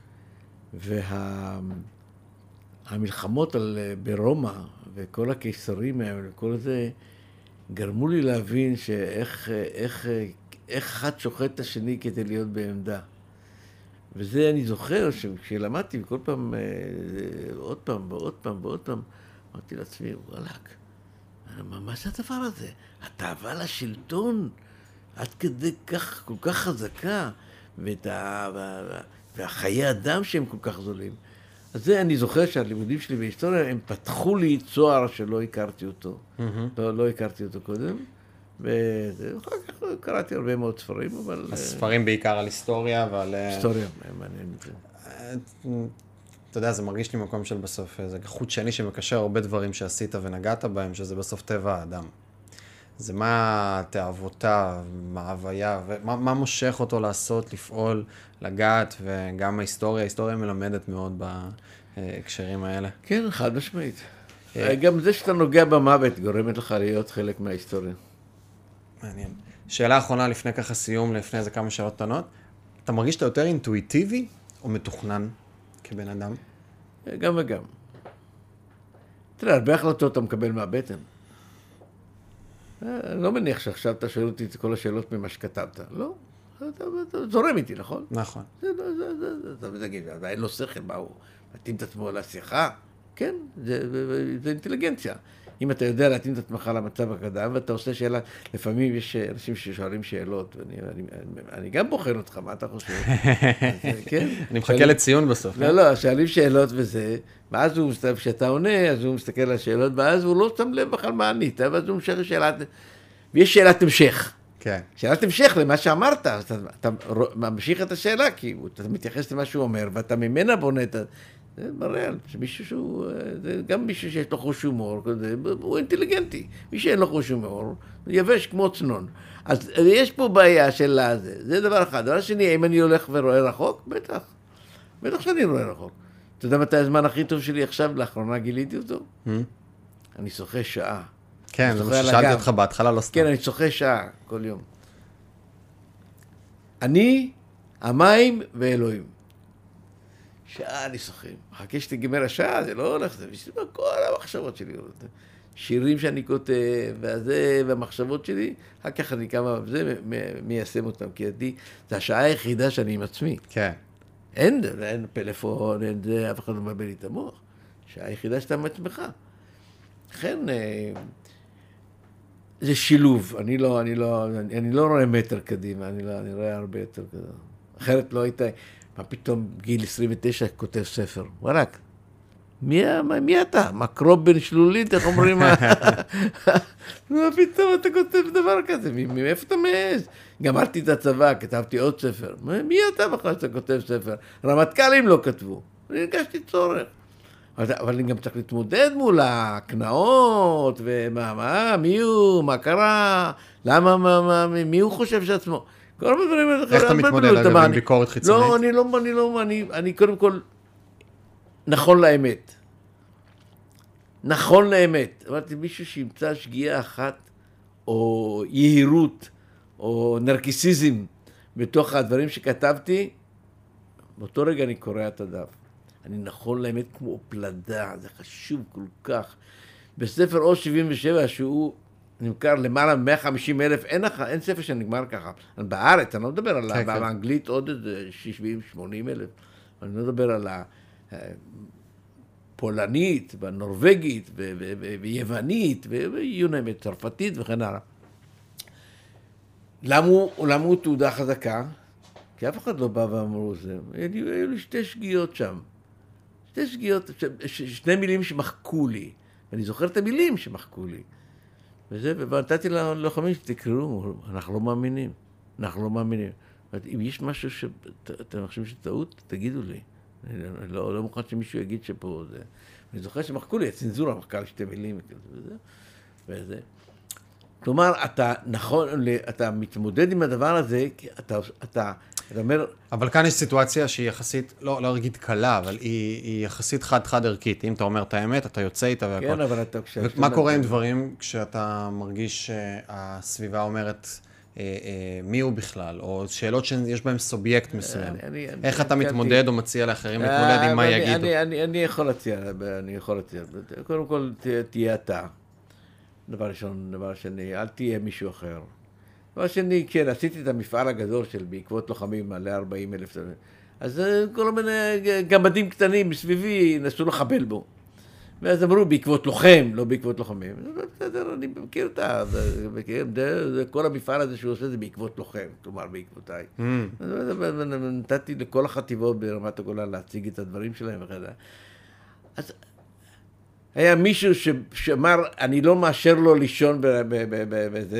והמלחמות על, ברומא וכל הקיסרים האלה וכל זה, גרמו לי להבין שאיך איך, איך אחד שוחט את השני כדי להיות בעמדה. וזה אני זוכר שכשלמדתי כל פעם, עוד פעם ועוד פעם ועוד פעם, אמרתי לעצמי, וואלק, מה, מה זה הדבר הזה? התאווה לשלטון, עד כדי כך, כל כך חזקה, ואת ה... והחיי אדם שהם כל כך זולים. אז זה אני זוכר שהלימודים שלי בהיסטוריה, הם פתחו לי צוהר שלא הכרתי אותו. Mm-hmm. לא, לא הכרתי אותו קודם. ואחר כך קראתי הרבה מאוד ספרים, אבל... הספרים בעיקר על היסטוריה ועל... היסטוריה, מעניין את זה. אתה יודע, זה מרגיש לי מקום של בסוף, זה חוט שני שמקשר הרבה דברים שעשית ונגעת בהם, שזה בסוף טבע האדם. זה מה תאוותיו, מה ההוויה, ומה מה מושך אותו לעשות, לפעול, לגעת, וגם ההיסטוריה, ההיסטוריה מלמדת מאוד בהקשרים האלה. כן, חד משמעית. גם זה שאתה נוגע במוות גורמת לך להיות חלק מההיסטוריה. מעניין. שאלה אחרונה לפני ככה סיום, לפני איזה כמה שאלות קטנות. אתה מרגיש שאתה יותר אינטואיטיבי או מתוכנן כבן אדם? גם וגם. תראה, הרבה החלטות אתה מקבל מהבטן. אני לא מניח שעכשיו אתה שואל אותי את כל השאלות ממה שכתבת. לא, אתה זורם איתי, נכון? נכון. זה, זה, זה, זה, זה, זה, אין לו שכל, מה הוא מתאים את עצמו לשיחה? כן, זה, זה, זה אינטליגנציה. אם אתה יודע להתאים את עצמך למצב הקדם, ואתה עושה שאלה, לפעמים יש אנשים ששואלים שאלות, ואני אני, אני גם בוחן אותך, מה אתה חושב? אז, כן? אני מחכה לציון בסוף. לא, לא, שואלים שאלות וזה, ואז הוא, כשאתה עונה, אז הוא מסתכל על השאלות, ואז הוא לא שם לב בכלל מה ענית, ואז הוא משך שאלת, ויש שאלת המשך. כן. שאלת המשך למה שאמרת, אז אתה, אתה ממשיך את השאלה, כי אתה מתייחס למה שהוא אומר, ואתה ממנה בונה את ה... זה מראה שמישהו שהוא, זה גם מישהו שיש לו חוש הומור, הוא אינטליגנטי. מי שאין לו חוש הומור, יבש כמו צנון. אז יש פה בעיה של זה, זה דבר אחד. דבר שני, אם אני הולך ורואה רחוק, בטח. בטח שאני רואה רחוק. אתה יודע מתי הזמן הכי טוב שלי עכשיו, לאחרונה גיליתי אותו? אני שוחה שעה. כן, זה מה ששאלתי אותך בהתחלה, לא סתם. כן, אני שוחה שעה כל יום. אני, המים ואלוהים. שעה אני שוחה. מחכה שתגמר השעה, זה לא הולך, זה בשביל כל המחשבות שלי. שירים שאני כותב, והזה, והמחשבות שלי, אחר כך אני כמה, וזה, מיישם אותם, כי אני, זה השעה היחידה שאני עם עצמי. כן. אין, אין פלאפון, אין זה, אף אחד לא מבלבל לי את המוח. השעה היחידה שאתה עם עצמך. לכן, זה שילוב. אני לא, אני לא, אני, אני לא רואה מטר קדימה, אני לא, אני רואה הרבה יותר קדימה. אחרת לא הייתה, מה פתאום גיל עשרים ותשע כותב ספר? וואלק. מי, מי אתה? מקרוב בן שלולית, איך אומרים? מה פתאום אתה כותב דבר כזה? מאיפה אתה מעז? גמרתי את הצבא, כתבתי עוד ספר. מי אתה בכלל שאתה כותב ספר? רמטכ"לים לא כתבו. אני הרגשתי צורך. אבל אני גם צריך להתמודד מול הקנאות, ומה, מה, מי הוא, מה קרה, למה, מה, מה, מי הוא חושב שעצמו? כל מיני דברים האלה. איך אתה מתמודד אגב עם ביקורת חיצונית? לא, אני לא, אני לא, אני, אני קודם כל, נכון לאמת. נכון לאמת. אמרתי, מישהו שימצא שגיאה אחת, או יהירות, או נרקיסיזם, בתוך הדברים שכתבתי, באותו רגע אני קורא את הדף. אני נכון לאמת כמו פלדה, זה חשוב כל כך. בספר או שבעים ושבע, שהוא נמכר למעלה מ-מאה וחמישים אלף, אין, אין ספר שנגמר ככה. בארץ, אני לא מדבר על כן, באנגלית כן. עוד איזה שבעים שמונים אלף. אני לא מדבר על הפולנית, והנורווגית, ויוונית, ויונמת, צרפתית וכן הלאה. למה הוא, למה הוא תעודה חזקה? כי אף אחד לא בא ואמרו זה. היו לי שתי שגיאות שם. שתי שגיאות, שני מילים שמחקו לי. ואני זוכר את המילים שמחקו לי. וזה, ונתתי ללוחמים שתקראו, אנחנו לא מאמינים. אנחנו לא מאמינים. אם יש משהו שאתם חושבים שטעות, תגידו לי. אני לא, לא מוכן שמישהו יגיד שפה זה. אני זוכר שמחקו לי, הצנזורה מחקה לי שתי מילים. וזה, וזה. כלומר, אתה נכון, אתה מתמודד עם הדבר הזה, כי אתה, אתה, אתה אומר... אבל כאן יש סיטואציה שהיא יחסית, לא, לא אגיד קלה, אבל היא, היא יחסית חד-חד ערכית. אם אתה אומר את האמת, אתה יוצא איתה והכל. כן, אבל אתה... מה קורה עם דברים כשאתה מרגיש שהסביבה אומרת אה, אה, מי הוא בכלל, או שאלות שיש בהן סובייקט מסוים? אני, אני, איך אני, אתה אני, מתמודד אני, או מציע לאחרים להתמודד עם מה אני, יגידו? אני, אני, אני יכול להציע, אני יכול להציע. קודם כל, תהיה אתה. דבר ראשון, דבר שני, אל תהיה מישהו אחר. דבר שני, כן, עשיתי את המפעל הגדול של בעקבות לוחמים מעלה ארבעים אלף. אז כל מיני גמדים קטנים מסביבי נסו לחבל בו. ואז אמרו, בעקבות לוחם, לא בעקבות לוחמים. בסדר, אני מכיר את זה, כל המפעל הזה שהוא עושה זה בעקבות לוחם, כלומר בעקבותיי. נתתי לכל החטיבות ברמת הגולן להציג את הדברים שלהם וכאלה. אז... היה מישהו שאמר, אני לא מאשר לו לישון בזה,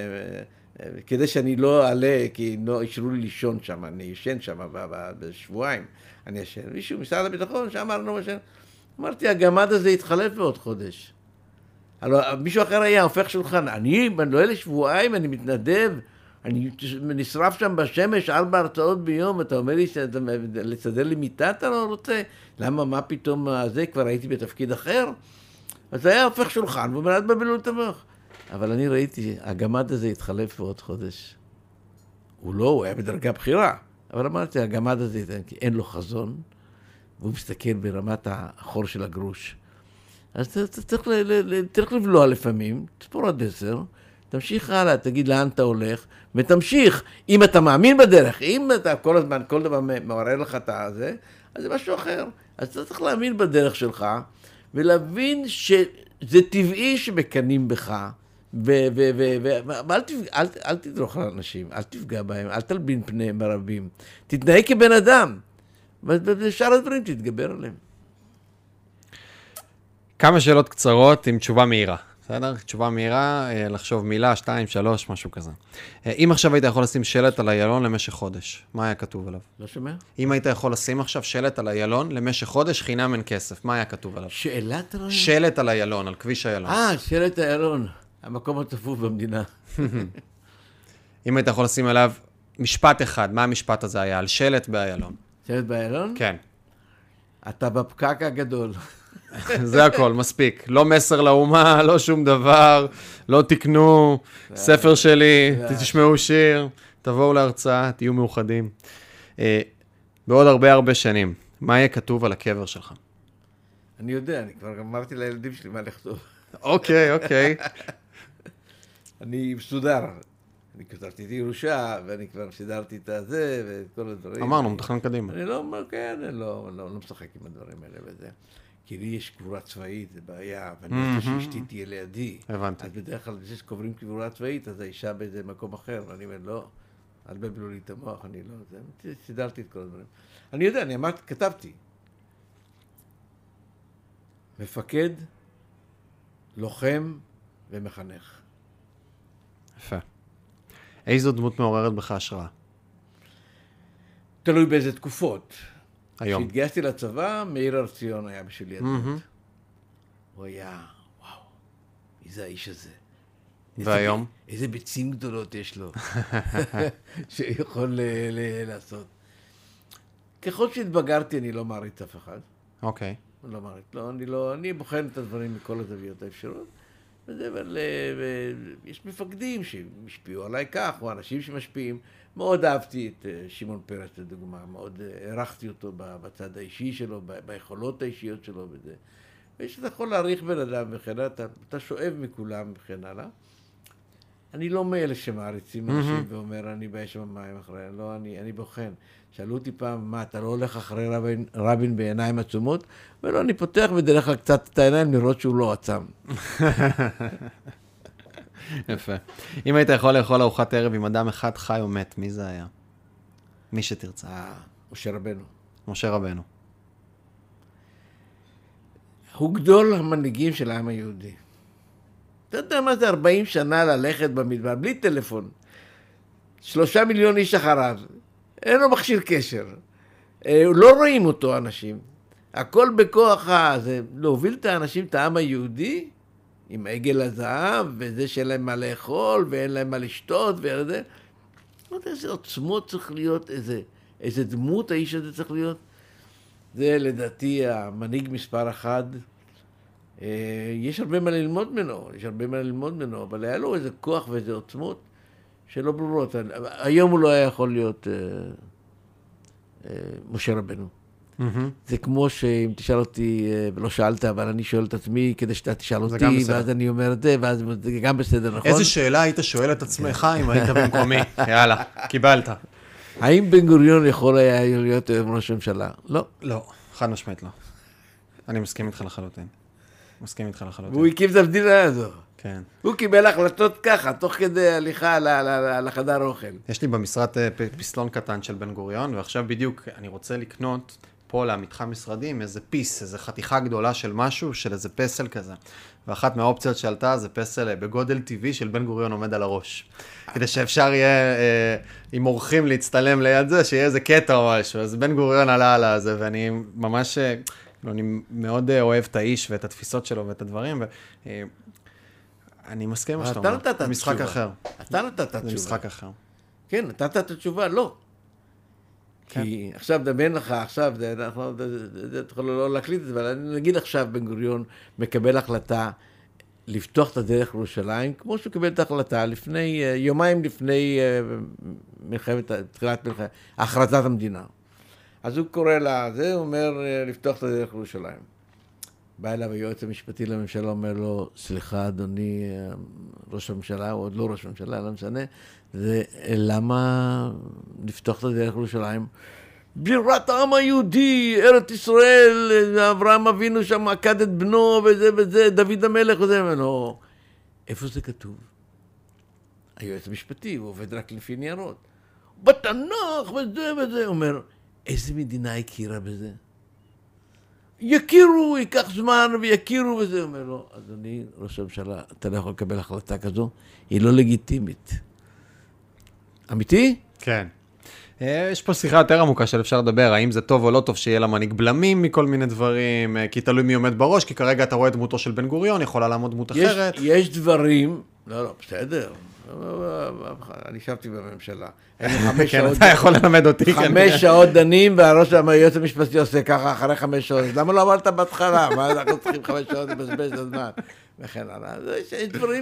כדי שאני לא אעלה, כי לא אישרו לי לישון שם, אני ישן שם בשבועיים, אני ישן. מישהו משרד הביטחון שאמר, לא משנה, אמרתי, הגמד הזה יתחלף בעוד חודש. מישהו אחר היה הופך שולחן, אני לא אלה שבועיים, אני מתנדב, אני נשרף שם בשמש, ארבע הרצאות ביום, אתה אומר לי לסדר לי מיטה, אתה לא רוצה? למה, מה פתאום הזה? כבר הייתי בתפקיד אחר? אז זה היה הופך שולחן, והוא אומר, את בבלו את המוח. אבל אני ראיתי, הגמד הזה התחלף בעוד חודש. הוא לא, הוא היה בדרגה בחירה. אבל אמרתי, הגמד הזה, כי אין לו חזון, והוא מסתכל ברמת החור של הגרוש. אז אתה צריך, צריך לבלוע לפעמים, תספור עד עשר, תמשיך הלאה, תגיד לאן אתה הולך, ותמשיך, אם אתה מאמין בדרך, אם אתה כל הזמן, כל דבר מעורר לך את הזה, אז זה משהו אחר. אז אתה צריך להאמין בדרך שלך, ולהבין שזה טבעי שמקנים בך, ואל תדרוך על אנשים, אל תפגע בהם, אל תלבין פניהם ברבים, תתנהג כבן אדם, ובשאר הדברים תתגבר עליהם. כמה שאלות קצרות עם תשובה מהירה, בסדר? תשובה מהירה, לחשוב מילה, שתיים, שלוש, משהו כזה. אם עכשיו היית יכול לשים שלט על איילון למשך חודש, מה היה כתוב עליו? לא שומע? אם היית יכול לשים עכשיו שלט על איילון למשך חודש, חינם אין כסף, מה היה כתוב עליו? שאלת איילון? שלט על איילון, על כביש איילון. אה, שלט איילון, המקום הצפוף במדינה. אם היית יכול לשים עליו משפט אחד, מה המשפט הזה היה? על שלט באיילון. שלט באיילון? כן. אתה בפקק הגדול. זה הכל, מספיק. לא מסר לאומה, לא שום דבר, לא תקנו ספר שלי, תשמעו שיר, תבואו להרצאה, תהיו מאוחדים. בעוד הרבה הרבה שנים, מה יהיה כתוב על הקבר שלך? אני יודע, אני כבר אמרתי לילדים שלי מה לכתוב. אוקיי, אוקיי. אני מסודר. אני כתבתי את ירושה, ואני כבר סידרתי את הזה, ואת כל הדברים. אמרנו, מתכנן קדימה. אני לא אומר, כן, אני לא, לא, לא משחק עם הדברים האלה וזה. כי לי יש קבורה צבאית, זה בעיה, ואני רוצה שאשתי תהיה לידי. הבנתי. אז בדרך כלל, זה שקוברים קבורה צבאית, אז האישה באיזה מקום אחר, ואני אומר, לא, אל בבלו לי את המוח, אני לא, זה, סידרתי את כל הדברים. אני יודע, אני אמרתי, כתבתי. מפקד, לוחם ומחנך. יפה. איזו דמות מעוררת בך השראה? תלוי באיזה תקופות. היום. כשהתגייסתי לצבא, מאיר הר-ציון היה בשבילי הדמות. הוא היה, וואו, מי זה האיש הזה? והיום? איזה ביצים גדולות יש לו, שיכול לעשות. ככל שהתבגרתי, אני לא מעריץ אף אחד. אוקיי. אני לא מעריץ, לא, אני לא, אני בוחן את הדברים מכל הזוויות האפשרות. אבל יש מפקדים שמשפיעו עליי כך, או אנשים שמשפיעים. מאוד אהבתי את שמעון פרס, לדוגמה, מאוד הערכתי אותו בצד האישי שלו, ביכולות האישיות שלו וזה. ושאתה יכול להעריך בן אדם וכן הלאה, אתה, אתה שואב מכולם וכן הלאה. אני לא מאלה שמעריצים אנשים mm-hmm. ואומר, אני באש במים אחרי, לא, אני, אני בוחן. שאלו אותי פעם, מה, אתה לא הולך אחרי רבין, רבין בעיניים עצומות? ולא, אני פותח בדרך כלל קצת את העיניים לראות שהוא לא עצם. יפה. אם היית יכול לאכול ארוחת ערב עם אדם אחד חי או מת, מי זה היה? מי שתרצה. אה, משה רבנו. משה רבנו. הוא גדול המנהיגים של העם היהודי. אתה יודע מה זה ארבעים שנה ללכת במדבר, בלי טלפון. שלושה מיליון איש אחריו. אין לו מכשיר קשר. לא רואים אותו אנשים. הכל בכוח הזה. להוביל את האנשים, את העם היהודי, עם עגל הזהב, וזה שאין להם מה לאכול, ואין להם מה לשתות, וזה. לא יודע איזה עוצמות צריך להיות, איזה, איזה דמות האיש הזה צריך להיות. זה לדעתי המנהיג מספר אחד. יש הרבה מה ללמוד ממנו, יש הרבה מה ללמוד ממנו, אבל היה לו איזה כוח ואיזה עוצמות שלא ברורות. היום הוא לא היה יכול להיות אה, אה, משה רבנו. Mm-hmm. זה כמו שאם תשאל אותי, ולא שאלת, אבל אני שואל את עצמי כדי שאתה תשאל אותי, ואז אני אומר את זה, ואז זה גם בסדר, נכון? איזה שאלה היית שואל את עצמך אם היית במקומי? יאללה, קיבלת. האם בן גוריון יכול היה להיות ראש הממשלה? לא. לא, חד משמעית לא. אני מסכים איתך לחלוטין. מסכים איתך לחלוטין. והוא הקים את המדינה הזו. כן. הוא קיבל החלטות ככה, תוך כדי הליכה לחדר אוכל. יש לי במשרד פסלון קטן של בן גוריון, ועכשיו בדיוק אני רוצה לקנות פה למתחם משרדים איזה פיס, איזה חתיכה גדולה של משהו, של איזה פסל כזה. ואחת מהאופציות שעלתה זה פסל בגודל טבעי של בן גוריון עומד על הראש. כדי שאפשר יהיה, עם אורחים להצטלם ליד זה, שיהיה איזה קטע או משהו. אז בן גוריון עלה על זה, ואני ממש, אני מאוד אוהב את האיש ואת התפיסות שלו ואת הדברים, ואני מסכים מה שאתה אומר. אתה נתת את התשובה. משחק אחר. אתה נתת את התשובה. זה משחק אחר. כן, נתת את התשובה, לא. כי עכשיו דמיין לך, עכשיו, אתה יכול לא להקליט את זה, אבל אני נגיד עכשיו בן גוריון מקבל החלטה לפתוח את הדרך לירושלים, כמו שהוא קיבל את ההחלטה לפני, יומיים לפני מלחמת, תחילת מלחמת, הכרזת המדינה. אז הוא קורא לה, זה הוא אומר לפתוח את הדרך לירושלים. בא אליו היועץ המשפטי לממשלה, אומר לו, סליחה אדוני ראש הממשלה, או עוד לא ראש הממשלה, לא משנה, זה למה לפתוח את הדרך לירושלים? בירת העם היהודי, ארץ ישראל, אברהם אבינו שם עקד את בנו וזה וזה, דוד המלך וזה, לא. איפה זה כתוב? היועץ המשפטי, הוא עובד רק לפי ניירות. בתנ"ך וזה וזה, אומר, איזה מדינה הכירה בזה? יכירו, ייקח זמן ויכירו וזה, אומר לו, אדוני ראש הממשלה, אתה לא יכול לקבל החלטה כזו, היא לא לגיטימית. אמיתי? כן. יש פה שיחה יותר עמוקה של אפשר לדבר, האם זה טוב או לא טוב שיהיה למנהיג בלמים מכל מיני דברים, כי תלוי מי עומד בראש, כי כרגע אתה רואה דמותו של בן גוריון, יכולה לעמוד דמות אחרת. יש, יש דברים, לא, לא, בסדר, אני ישבתי בממשלה. כן, אתה יכול ללמד אותי. חמש שעות דנים, והראש היועץ המשפטי עושה ככה אחרי חמש שעות. למה לא אמרת בהתחלה? מה אנחנו צריכים חמש שעות לבזבז את הזמן? וכן הלאה. יש דברים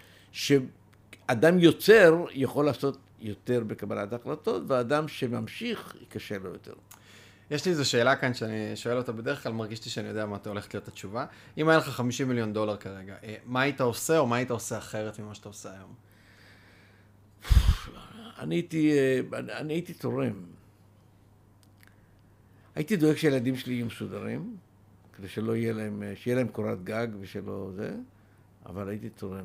שאדם יוצר יכול לעשות יותר בקבלת החלטות, ואדם שממשיך יקשה לו יותר. יש לי איזו שאלה כאן שאני שואל אותה בדרך כלל, מרגישתי שאני יודע מה אתה הולך להיות התשובה. אם היה לך חמישים מיליון דולר כרגע, מה היית עושה או מה היית עושה אחרת ממה שאתה עושה היום? אני הייתי, אני הייתי תורם. הייתי דואג שהילדים שלי יהיו מסודרים, כדי שלא יהיה להם, שיהיה להם קורת גג ושלא זה, אבל הייתי תורם.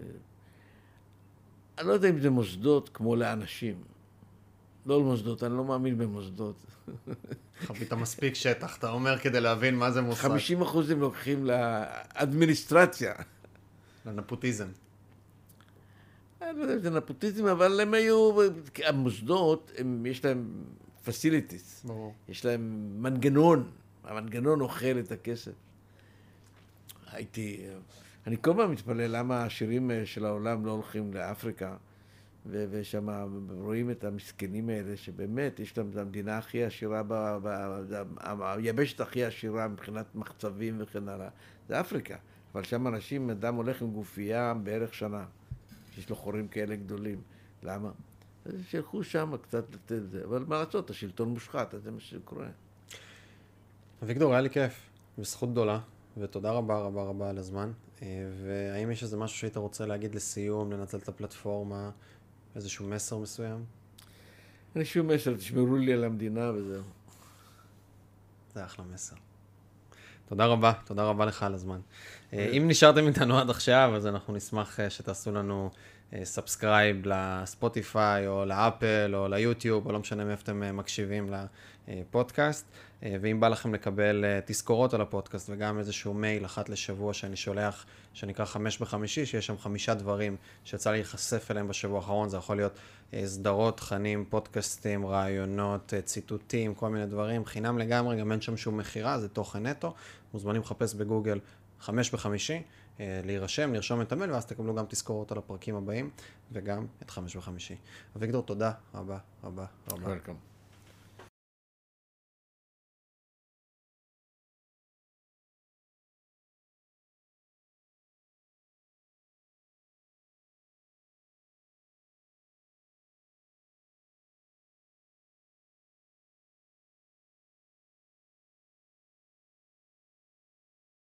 אני לא יודע אם זה מוסדות כמו לאנשים. לא למוסדות, אני לא מאמין במוסדות. חבית מספיק שטח, אתה אומר, כדי להבין מה זה מוסד. חמישים אחוז הם לוקחים לאדמיניסטרציה. לנפוטיזם. אני לא יודע אם זה נפוטיזם, אבל הם היו, המוסדות, הם, יש להם facilities. ברור. יש להם מנגנון. המנגנון אוכל את הכסף. הייתי, אני כל פעם מתפלא למה השירים של העולם לא הולכים לאפריקה, ושם רואים את המסכנים האלה, שבאמת יש להם את המדינה הכי עשירה, היבשת הכי עשירה מבחינת מחצבים וכן הלאה. זה אפריקה. אבל שם אנשים, אדם הולך עם גופייה בערך שנה. יש לו חורים כאלה גדולים. למה? אז שילכו שם קצת לתת את זה. אבל מה לעשות? השלטון מושחת, אז זה מה שקורה. אביגדור, היה לי כיף. בזכות גדולה. ותודה רבה רבה רבה על הזמן. והאם יש איזה משהו שהיית רוצה להגיד לסיום, לנצל את הפלטפורמה, איזשהו מסר מסוים? אין שום מסר, תשמרו לי על המדינה וזהו. זה אחלה מסר. תודה רבה, תודה רבה לך על הזמן. אם נשארתם איתנו עד עכשיו, אז אנחנו נשמח שתעשו לנו סאבסקרייב לספוטיפיי, או לאפל, או ליוטיוב, או לא משנה מאיפה אתם מקשיבים לפודקאסט. ואם בא לכם לקבל תזכורות על הפודקאסט, וגם איזשהו מייל אחת לשבוע שאני שולח, שנקרא חמש בחמישי, שיש שם חמישה דברים שיצא לי להיחשף אליהם בשבוע האחרון, זה יכול להיות סדרות, תכנים, פודקאסטים, רעיונות, ציטוטים, כל מיני דברים, חינם לגמרי, גם אין שם שום מחירה, זה תוכן נטו, מוזמנים לחפש בגוגל חמש בחמישי, להירשם, לרשום את המייל, ואז תקבלו גם תזכורות על הפרקים הבאים, וגם את חמש בחמישי. אביגדור, תודה רבה, רבה, רבה. Welcome.